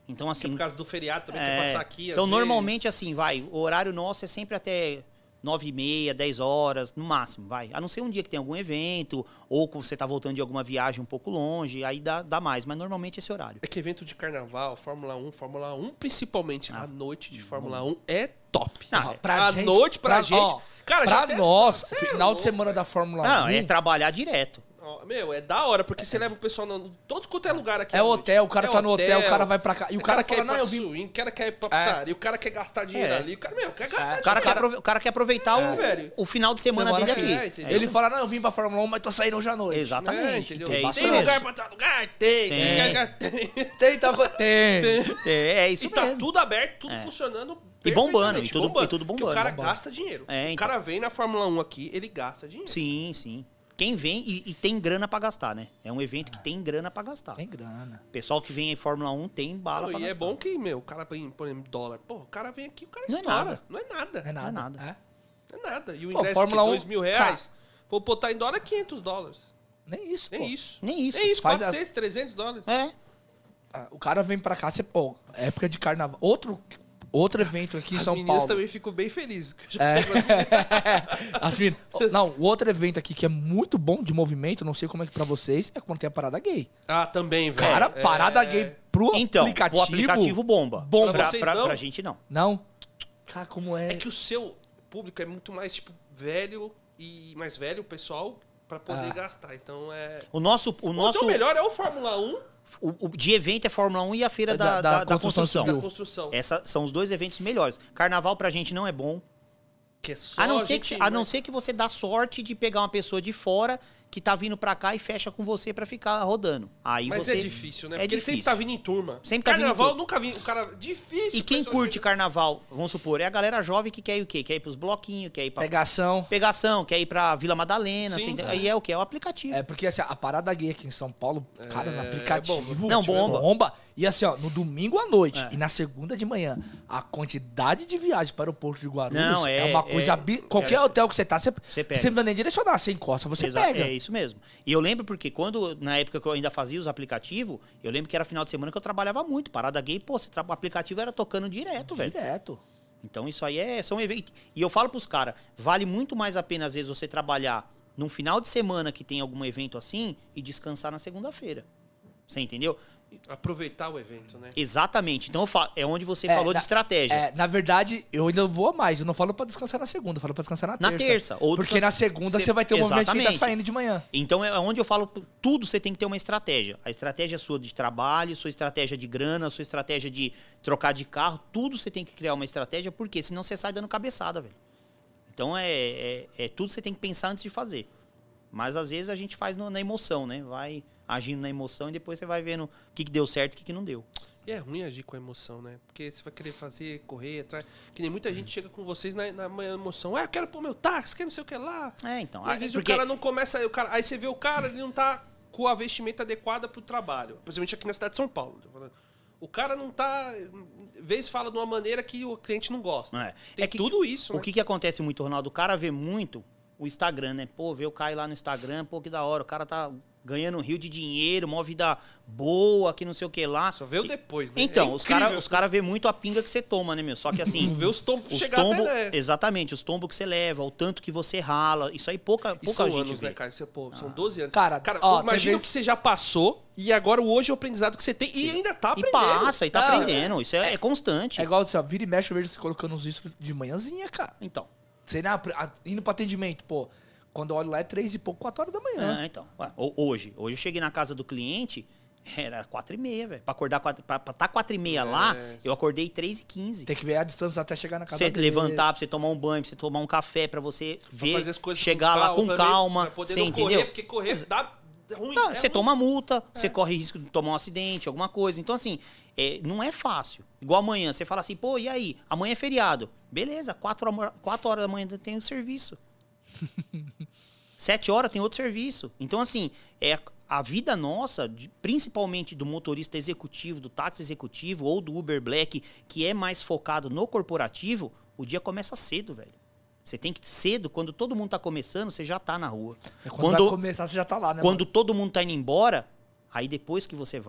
Então, assim... Por causa do feriado também, é, tem que passar aqui, Então, às normalmente, vezes. assim, vai, o horário nosso é sempre até nove e meia, dez horas, no máximo, vai. A não ser um dia que tem algum evento, ou que você tá voltando de alguma viagem um pouco longe, aí dá, dá mais, mas normalmente esse horário. É que evento de carnaval, Fórmula um, Fórmula um, principalmente Ah, a noite de Fórmula um é top. Não, Ó, pra a gente- noite pra, pra- gente... ó, cara, Pra já até- nós, Cê é final louco, de semana velho. da Fórmula Não, um é trabalhar direto. Ó, Meu, é da hora, porque você leva o pessoal... No, todo quanto é lugar aqui. é à noite. hotel, o cara É tá no hotel, o cara vai pra cá. E o cara, quer fala, ir não, pra eu vim... swing, o cara quer ir pra É. putaria, o cara quer gastar dinheiro É. ali. O cara, meu, quer gastar O dinheiro. cara, quer, aprove- o cara quer aproveitar É, o, velho. o final de semana, Semana dele aqui. aqui. É, entendeu? Ele fala, não, eu vim pra Fórmula um, mas tô saindo hoje à noite. Exatamente. É, entendeu? É isso Tem mesmo. lugar pra tal lugar? Tem. Tem. Tem. lugar- tem. Tem, tá... Tem. É, é isso E tá mesmo. tudo aberto, tudo É. funcionando E bombando, perfeitamente, e tudo- e tudo Porque bombando. o cara Bombando. gasta dinheiro. É, o então. cara vem na Fórmula um aqui, ele gasta dinheiro. Sim, sim. Quem vem e, e tem grana pra gastar, né? É um evento que tem grana pra gastar. Tem grana. Pessoal que vem em Fórmula um tem bala Pô, pra e é gastar. bom que, meu, o cara vem, por exemplo, dólar. Pô, o cara vem aqui, o cara Não é estoura. nada. Não é nada. É nada. nada. É. Não é nada. E o Pô, ingresso Fórmula aqui, um, dois mil reais. Vou botar em dólar, é quinhentos dólares. Nem isso, Nem pô. isso. Nem isso. Nem isso, Faz a- quatrocentos, trezentos dólares. É. Ah, O cara vem pra cá, você, pô, época de carnaval. Outro, outro evento aqui em As São meninas Paulo. também ficam bem felizes. que eu já É. pego as- As meninas- Não, o outro evento aqui que é muito bom de movimento, não sei como é que pra vocês, é quando tem a parada gay. Ah, também, velho. Cara, É. parada gay pro Então, aplicativo. o aplicativo bomba. Bomba. Pra, Vocês pra, não? pra gente não. Não? Cara, como é? É que o seu público é muito mais, tipo, velho e mais velho, o pessoal, pra poder Ah. gastar. Então é. O nosso, o O nosso nosso melhor é o Fórmula um o, o de evento é Fórmula um e a feira É da, da- da, da da construção construção. da civil. construção. Essa, são os dois eventos melhores. Carnaval pra gente não é bom. Que é só A não, a ser que, gente- a não ser que você dá sorte de pegar uma pessoa de fora que tá vindo pra cá e fecha com você pra ficar rodando. Aí Mas você... é difícil, né? É Porque ele difícil. sempre tá vindo em turma. Sempre tá vindo em Carnaval, turma. eu nunca vi. O cara. Difícil. E quem pessoa curte chega- carnaval, vamos supor, é a galera jovem que quer ir o quê? Quer ir pros bloquinhos, quer ir pra Pegação. pegação, quer ir pra Vila Madalena. Sim, assim, sim. Aí é o quê? É o aplicativo. É porque assim, a parada gay aqui em São Paulo, cara, no É, aplicativo. bomba. Não, bomba. bomba. E assim, ó, no domingo à noite É. e na segunda de manhã, a quantidade de viagens para o Porto de Guarulhos Não, é, é- uma coisa. é- abi- Qualquer é- hotel que você tá, você, Você pega. você não precisa nem direcionar, você encosta, você Exa- pega. É isso mesmo. E eu lembro porque quando, na época que eu ainda fazia os aplicativos, eu lembro que era final de semana que eu trabalhava muito. Parada gay, pô, você tra- o aplicativo era tocando direto, velho. Direto. Então isso aí é, são eventos. E eu falo pros caras, vale muito mais a pena, às vezes, você trabalhar num final de semana que tem algum evento assim e descansar na segunda-feira. Você entendeu? Aproveitar o evento, né? Exatamente. Então eu falo, é onde você É, falou na- de estratégia. É, na verdade, eu ainda vou a mais. Eu não falo pra descansar na segunda, eu falo pra descansar na terça. Na terça, ou Porque descansa- na segunda Cê- você vai ter um movimento que tá Exatamente. saindo de manhã. Então é onde eu falo, tudo você tem que ter uma estratégia. A estratégia sua de trabalho, sua estratégia de grana, sua estratégia de trocar de carro, tudo você tem que criar uma estratégia, porque senão você sai dando cabeçada, velho. Então é, é, é tudo você tem que pensar antes de fazer. Mas às vezes a gente faz no- na emoção, né? Vai agindo na emoção e depois você vai vendo o que, que deu certo e o que, que não deu. E é ruim agir com a emoção, né? Porque você vai querer fazer, correr atrás. Que nem muita gente chega com vocês na, na emoção. Ah, eu quero pôr meu táxi, quero não sei o que lá. É, então. E às ah, vezes porque- o cara não começa. O cara, aí você vê o cara, ele não tá com a vestimenta adequada pro trabalho. Principalmente aqui na cidade de São Paulo. Tô falando. O cara não tá. Vez fala de uma maneira que o cliente não gosta. É. Tem É que- tudo isso, O né? que, que acontece muito, Ronaldo? O cara vê muito o Instagram, né? Pô, vê o Caio lá no Instagram, pô, que da hora. O cara tá ganhando um rio de dinheiro, uma vida boa, que não sei o que lá. Só vê o depois, né? Então, É os incrível. caras os cara vê muito a pinga que você toma, né, meu? Só que assim. Não vê os tombos os chegar tombos, até, né? exatamente, os tombos que você leva, o tanto que você rala. Isso aí pouca, E pouca são gente anos, vê. né, cara? Você, pô, são doze anos. Cara, cara ó, imagina tem o que você já passou e agora o hoje é o aprendizado que você tem e ainda tá E aprendendo. passa, e tá Não, aprendendo. Isso é, é constante. É igual assim, ó, vira e mexe, eu vejo você colocando os isso de manhãzinha, cara. Então. Você né, a- indo pro atendimento, pô. Quando eu olho lá é três e pouco, quatro horas da manhã. Ah, então. Ué, ho- hoje, hoje eu cheguei na casa do cliente, era quatro e meia, velho. Pra acordar, quatro, pra estar quatro e meia lá, É. eu acordei três e quinze. Tem que ver a distância até chegar na casa Você dele. levantar, pra você tomar um banho, pra você tomar um café, pra você Pra ver, fazer as coisas chegar lá com também, calma, pra poder você não entendeu? correr, porque correr dá ruim. Não, é você ruim. toma multa, você corre risco de tomar um acidente, alguma coisa. Então, assim, é, não é fácil. Igual amanhã, você fala assim, pô, e aí? Amanhã é feriado. Beleza, quatro horas, quatro horas da manhã tem o serviço. Sete horas tem outro serviço. Então, assim, é a vida nossa, de- principalmente do motorista executivo, do táxi executivo ou do Uber Black, que é mais focado no corporativo, o dia começa cedo, velho. Você tem que cedo, quando todo mundo tá começando, você já tá na rua. É quando, vai começar, você já tá lá, né? Quando todo mundo tá indo embora, aí depois que você vai.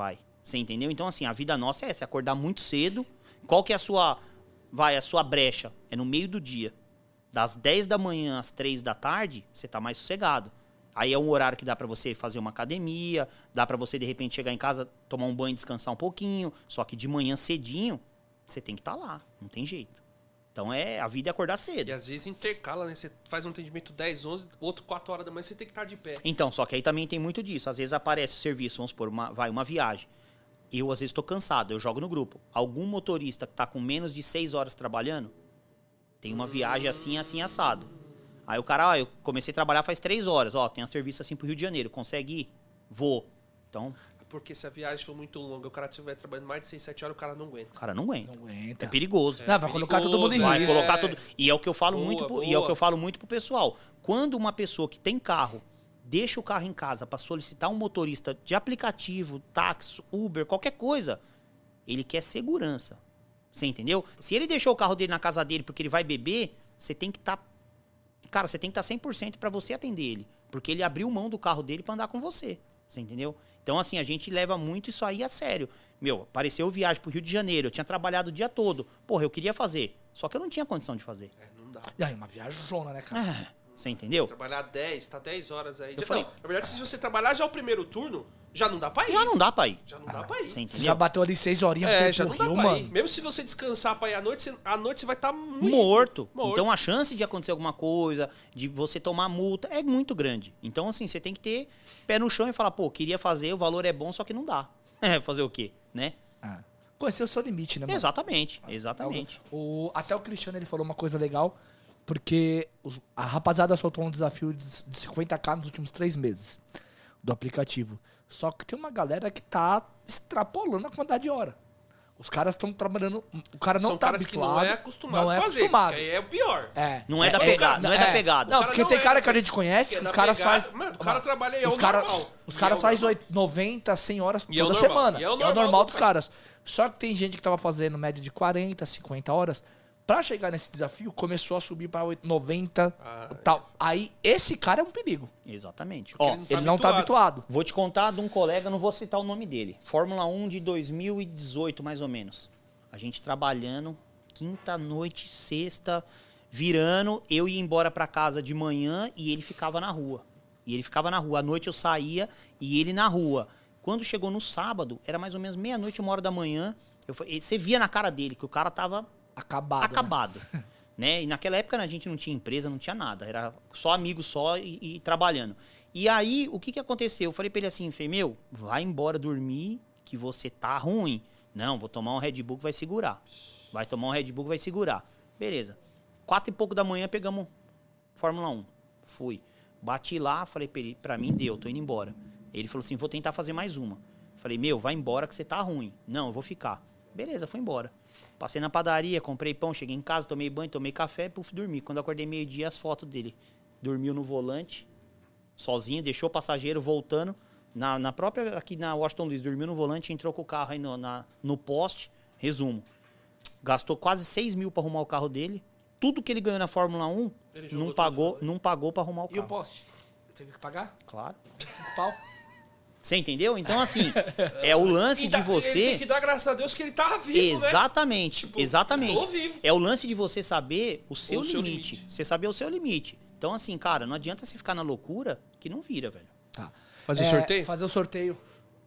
Você entendeu? Então, assim, a vida nossa é essa, é acordar muito cedo. Qual que é a sua, vai, a sua brecha? É no meio do dia. Das dez da manhã às três da tarde, você tá mais sossegado. Aí é um horário que dá pra você fazer uma academia, dá pra você, de repente, chegar em casa, tomar um banho, descansar um pouquinho. Só que de manhã cedinho, você tem que estar lá, não tem jeito. Então, é, a vida é acordar cedo. E às vezes intercala, né? Você faz um atendimento dez, onze, outro quatro horas da manhã, você tem que estar de pé. Então, só que aí também tem muito disso. Às vezes aparece o serviço, vamos supor, uma, vai, uma viagem. Eu, às vezes, estou cansado, eu jogo no grupo. Algum motorista que está com menos de seis horas trabalhando, tem uma viagem assim, assim, assado. Aí o cara, ó, eu comecei a trabalhar faz três horas, ó, tem um serviço assim pro Rio de Janeiro, consegue ir? Vou. Então... Porque se a viagem for muito longa, o cara estiver trabalhando mais de seis, sete horas, o cara não aguenta. O cara não aguenta. Não aguenta. É perigoso. Não, vai colocar todo mundo em Vai risco. colocar É. tudo. E é o que eu falo Boa, muito pro, boa. e é o que eu falo muito pro pessoal. Quando uma pessoa que tem carro deixa o carro em casa para solicitar um motorista de aplicativo, táxi, Uber, qualquer coisa, ele quer segurança. Você entendeu? Se ele deixou o carro dele na casa dele porque ele vai beber, você tem que estar... Tá, cara, você tem que estar tá cem por cento para você atender ele. Porque ele abriu mão do carro dele para andar com você. Você entendeu? Então, assim, a gente leva muito isso aí a sério. Meu, apareceu viagem pro Rio de Janeiro, eu tinha trabalhado o dia todo. Porra, eu queria fazer. Só que eu não tinha condição de fazer. É, não dá. E aí, uma viajona, né, cara? Ah, você entendeu? Trabalhar dez, tá dez horas aí. Eu Já, falei- não, na verdade, se você trabalhar já o primeiro turno, já não dá pra ir. Já não dá pra ir. Já não dá pra ir. Você Você entendeu? já bateu ali seis horinhas pra É, você já ir não pro dá Rio, pra mano. ir. Mesmo se você descansar pra ir à noite, você, à noite você vai estar muito... Morto. Morto. Então a chance de acontecer alguma coisa, de você tomar multa, é muito grande. Então, assim, você tem que ter pé no chão e falar, pô, queria fazer, o valor é bom, só que não dá. É, fazer o quê? Né? Ah. Conhecer o seu limite, né, mano? Exatamente, exatamente. O, até o Cristiano ele falou uma coisa legal, porque os- a rapaziada soltou um desafio de, de cinquenta k nos últimos três meses do aplicativo. Só que tem uma galera que tá extrapolando a quantidade de hora. Os caras estão trabalhando. O cara não São tá caras habituado. que não é acostumado não é a fazer. acostumado. Que aí é o pior. É. Não é da pegada, não é da pegada. Não, O cara porque não tem é cara da que a gente conhece que é que da os caras pegada. fazem. Mano, o cara trabalha aí, é os o cara, normal. Os E caras é o fazem normal. noventa, cem horas E é o toda normal. semana. E É é o o normal, normal do dos caras. Só que tem gente que tava fazendo média de quarenta, cinquenta horas. Pra chegar nesse desafio, começou a subir pra noventa Ah, tal. Aí, esse cara é um perigo. Exatamente. Porque Ó, ele Ele não tá habituado. vou te contar de um colega, não vou citar o nome dele. Fórmula um de dois mil e dezoito, mais ou menos. A gente trabalhando, quinta noite, sexta, virando. Eu ia embora pra casa de manhã e ele ficava na rua. E ele ficava na rua. À noite eu saía e ele na rua. Quando chegou no sábado, era mais ou menos meia-noite, uma hora da manhã. Eu, fa- você via na cara dele que o cara tava Acabado. né? acabado. Né? E naquela época a gente não tinha empresa, não tinha nada. Era só amigo só e, e trabalhando. E aí, o que, que aconteceu? Eu falei pra ele assim, falei, meu, vai embora dormir que você tá ruim. Não, vou tomar um Red Bull que vai segurar. Vai tomar um Red Bull que vai segurar. Beleza. Quatro e pouco da manhã pegamos Fórmula um. Fui. Bati lá, falei pra ele, pra mim deu, tô indo embora. Ele falou assim, vou tentar fazer mais uma. Falei, meu, vai embora que você tá ruim. Não, eu vou ficar. Beleza, fui embora. Passei na padaria, comprei pão, cheguei em casa, tomei banho, tomei café, puf, dormi. Quando eu acordei meio-dia, as fotos dele. Dormiu no volante, sozinho, deixou o passageiro voltando. Na, na própria, aqui na Washington Luiz, dormiu no volante, entrou com o carro aí no, na, no poste. Resumo. Gastou quase seis mil pra arrumar o carro dele. Tudo que ele ganhou na Fórmula um, Ele jogou não tudo pagou, fora. não pagou pra arrumar o E o carro. poste? Teve que pagar? Claro. Cinco pau? Você entendeu? Então, assim, é o lance E de dá- Ele você... tem que dar graças a Deus que ele tá vivo, né? Exatamente, Tipo, exatamente. tô vivo. É o lance de você saber o seu, O seu limite. limite. Você saber o seu limite. Então, assim, cara, não adianta você ficar na loucura que não vira, velho. Tá. Fazer o É, sorteio? Fazer o sorteio.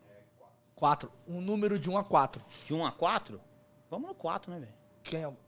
Quatro. Um número de um a quatro. De um a quatro, vamos no quatro, né, velho? Quem é o...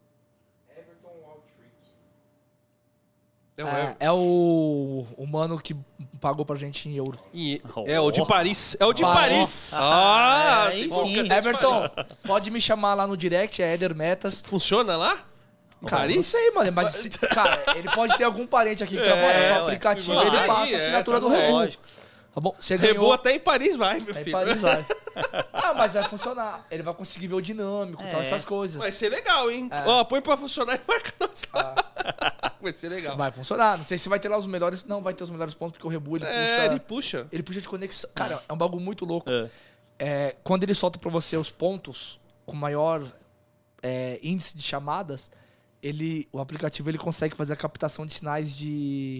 É, o É, Everton. é o... o mano que pagou pra gente em euro. E- Oh. é o de Paris. É o de Nossa. Paris. Ah, Aí tem sim. boca até de Everton, Paris. pode me chamar lá no direct, é Eder Metas. Funciona lá? Cara, Paris? não sei, mano, mas, se- cara, ele pode ter algum parente aqui que trabalha ué, no aplicativo, vai, ele passa a é, assinatura tá do Rebu. lógico. Tá bom? Você Rebu ganhou, até em Paris vai, meu aí filho. Paris vai. Ah, mas vai funcionar. Ele vai conseguir ver o dinâmico e tal, É. essas coisas. Vai ser legal, hein? É. Ó, põe pra funcionar e marca nós lá. Vai ser legal. Vai funcionar. Não sei se vai ter lá os melhores... Não, vai ter os melhores pontos, porque o Rebu, ele É, puxa... ele puxa. Ele puxa de conexão. Cara, é um bagulho muito louco. É. É, quando ele solta pra você os pontos com maior é, índice de chamadas, ele, o aplicativo ele consegue fazer a captação de sinais de,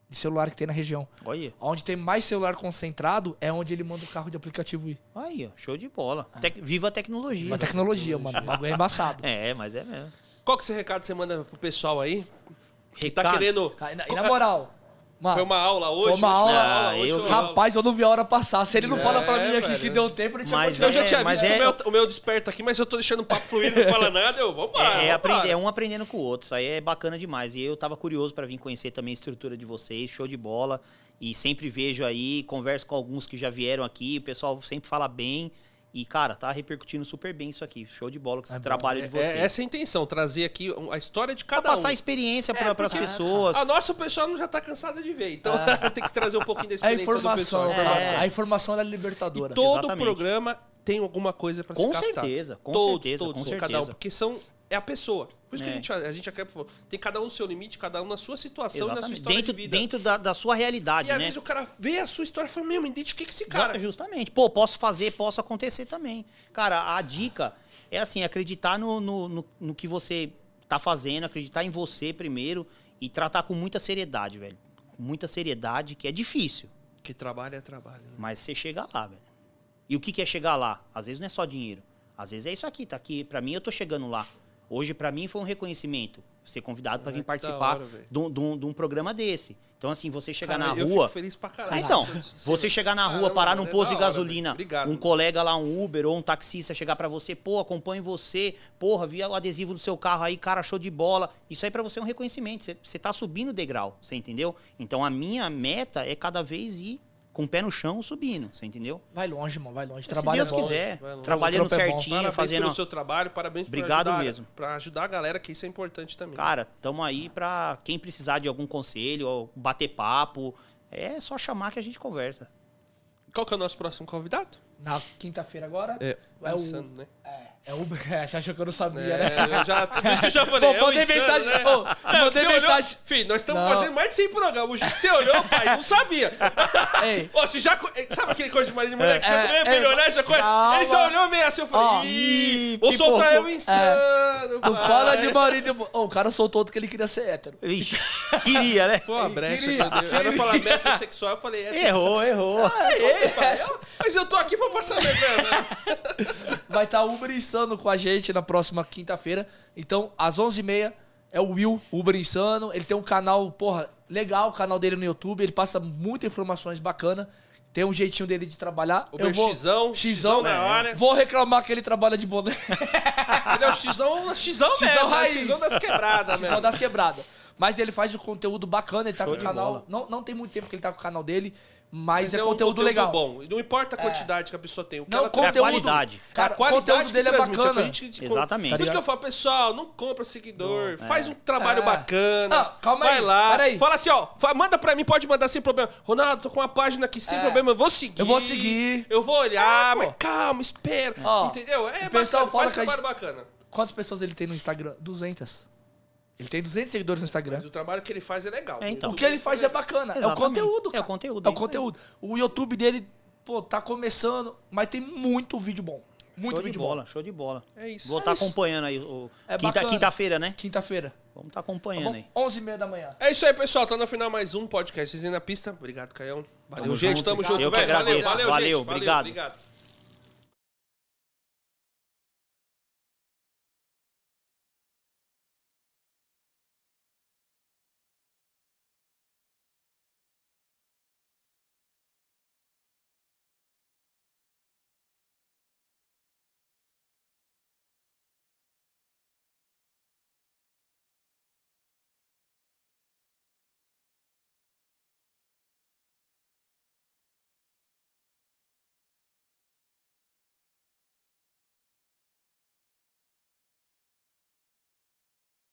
de celular que tem na região. Olha. Onde tem mais celular concentrado é onde ele manda o carro de aplicativo ir. Aí, ó, show de bola. Tec- Viva a tecnologia. Uma tecnologia, mano. O bagulho é embaçado. É, mas é mesmo. Qual que é esse recado que você manda pro pessoal aí? Que tá Recado? querendo... Ah, E na, e na moral, mano, Foi uma aula hoje? Foi uma hoje aula. uma Ah, hoje eu- foi uma aula. rapaz, eu não vi a hora passar. Se ele não É, fala pra mim aqui velho. que deu tempo, ele tinha Mas Eu já É, tinha mas visto é- que o meu, o meu desperta aqui, mas eu tô deixando o papo fluir, não fala nada, eu vamos lá. É, é, aprender, é um aprendendo com o outro. Isso aí é bacana demais. E eu tava curioso pra vir conhecer também a estrutura de vocês. Show de bola. E sempre vejo aí, converso com alguns que já vieram aqui. O pessoal sempre fala bem. E, cara, tá repercutindo super bem isso aqui. Show de bola com esse É bom. trabalho de É, vocês. é essa a intenção, trazer aqui a história de Pra cada um. passar experiência pra, pras porque pessoas. A nossa, o pessoal não já tá cansado de ver, então tem que trazer um pouquinho da A experiência informação, do pessoal. cara. É. A informação ela é libertadora. Todo Exatamente. programa tem alguma coisa pra Com ser captado. certeza, com todos, certeza, todos, com cada um, certeza. porque são é a pessoa. Por isso que É. a gente a gente acaba falando, tem cada um no seu limite, cada um na sua situação, na sua Exatamente. história Dentro, de vida. dentro da, da sua realidade, e às né? vezes o cara vê a sua história e fala, meu, me identifiquei com esse Cara, cara. justamente. Pô, posso fazer, posso acontecer também. Cara, a dica é assim, acreditar no, no, no, no que você tá fazendo, acreditar em você primeiro e tratar com muita seriedade, velho. Com muita seriedade, que é difícil, Que trabalho é trabalho. Né? mas você chega lá, velho. E o que que é chegar lá? Às vezes não é só dinheiro. Às vezes é isso aqui, tá aqui. Pra mim, eu tô chegando lá. Hoje, pra mim, foi um reconhecimento. Ser convidado pra Ah, vir que participar da hora, velho. de um- de um de um programa desse. Então, assim, você chegar Cara, na eu rua... fico feliz pra Ah, caralho. então, Você- você chegar na rua, Caramba, parar num é posto da de hora, gasolina, velho. Obrigado. um colega lá, um Uber ou um taxista chegar pra você, pô, acompanho você, porra, vi o adesivo do seu carro aí, cara, show de bola. Isso aí pra você é um reconhecimento, você, você tá subindo o degrau, você entendeu? Então a minha meta é cada vez ir com o pé no chão subindo, você entendeu? Vai longe, mano, vai longe. Se Trabalha Deus bom. quiser, vai longe. trabalhando O trampo é bom. certinho, Parabéns fazendo... pelo seu trabalho, parabéns por Obrigado ajudar, mesmo. pra ajudar a galera, que isso é importante também. Cara, tamo aí pra quem precisar de algum conselho, ou bater papo, é só chamar que a gente conversa. Qual que é o nosso próximo convidado? Na quinta-feira agora. É, É o- Insano, né? É, é o. É, você achou que eu não sabia, né? É, eu já, por isso que eu já falei. Pô, é o mandei Insano, mensagem- Né? ô, É, mandei você mensagem- Olhou, filho, nós estamos Não. fazendo mais de cem programas. O jeito que você olhou, pai, não sabia. Ei. Ô, você já. co- Sabe aquele coisa de marido e mulher que É, já comeu é, bilionário? Já conhece? calma. Ele já olhou meio assim, eu falei, Ó, ih, ih, vou soltar pipocou. eu insano. Não pai. fala de marido. Ô, o cara soltou outro que ele queria ser hétero. Ixi, queria, né? Foi uma brecha que Queria, eu dei. Era falar metrosexual, eu falei, é, Errou, errou. Ei, pai, eu- mas eu tô aqui pra passar vergonha, né? Vai estar o Uber Insano com a gente na próxima quinta-feira. Então, às onze e meia, é o Will, Uber Insano. Ele tem um canal, porra, legal, o canal dele no YouTube. Ele passa muitas informações bacanas. Tem um jeitinho dele de trabalhar. Uber Eu vou, Xizão, Xizão, Xizão na hora. Vou reclamar que ele trabalha de boné. Ele é o Xizão, Xizão, Xizão mesmo, né? raiz. Xizão das quebradas, Xizão mesmo. das quebradas. Mas ele faz o conteúdo bacana, ele tá Show com o de canal. bola. Não, não tem muito tempo que ele tá com o canal dele, mas, é, um conteúdo, legal. bom. Não importa a quantidade que a pessoa tem. O que Não, ela conteúdo. É a qualidade. Cara, a qualidade o conteúdo dele que é transmite, bacana. a gente- Exatamente. Por isso que eu falo, pessoal, não compra seguidor. Não, faz é. um trabalho É. bacana. Ah, calma vai aí, lá. peraí. Fala assim, ó. fa- Manda pra mim, pode mandar sem problema. Ronaldo, tô com uma página aqui sem É. problema. Eu vou seguir. Eu vou seguir. Eu vou olhar, É, pô. mas calma, espera. Ó, Entendeu? É o pessoal bacana, fala faz que a um trabalho bacana. Quantas pessoas ele tem no Instagram? duzentas. Ele tem duzentos seguidores no Instagram. Mas o trabalho que ele faz é legal. É, então. O que ele faz é bacana. É o Exatamente. conteúdo, É cara. o conteúdo, É o é isso aí. conteúdo. O YouTube dele, pô, tá começando, mas tem muito vídeo bom. Muito Show de vídeo bola, bom. show de bola. É isso. Vou É estar isso. acompanhando aí. O... É Quinta, bacana. quinta-feira, né? Quinta-feira. Vamos estar Tá acompanhando bom? aí. onze e meia da manhã. É isso aí, pessoal. Tá no final mais um podcast Resenha na Pista. Obrigado, Caião. Valeu, Tamo gente. junto. Tamo junto, Eu que velho. Valeu, agradeço. valeu, Valeu, gente. obrigado. Obrigado.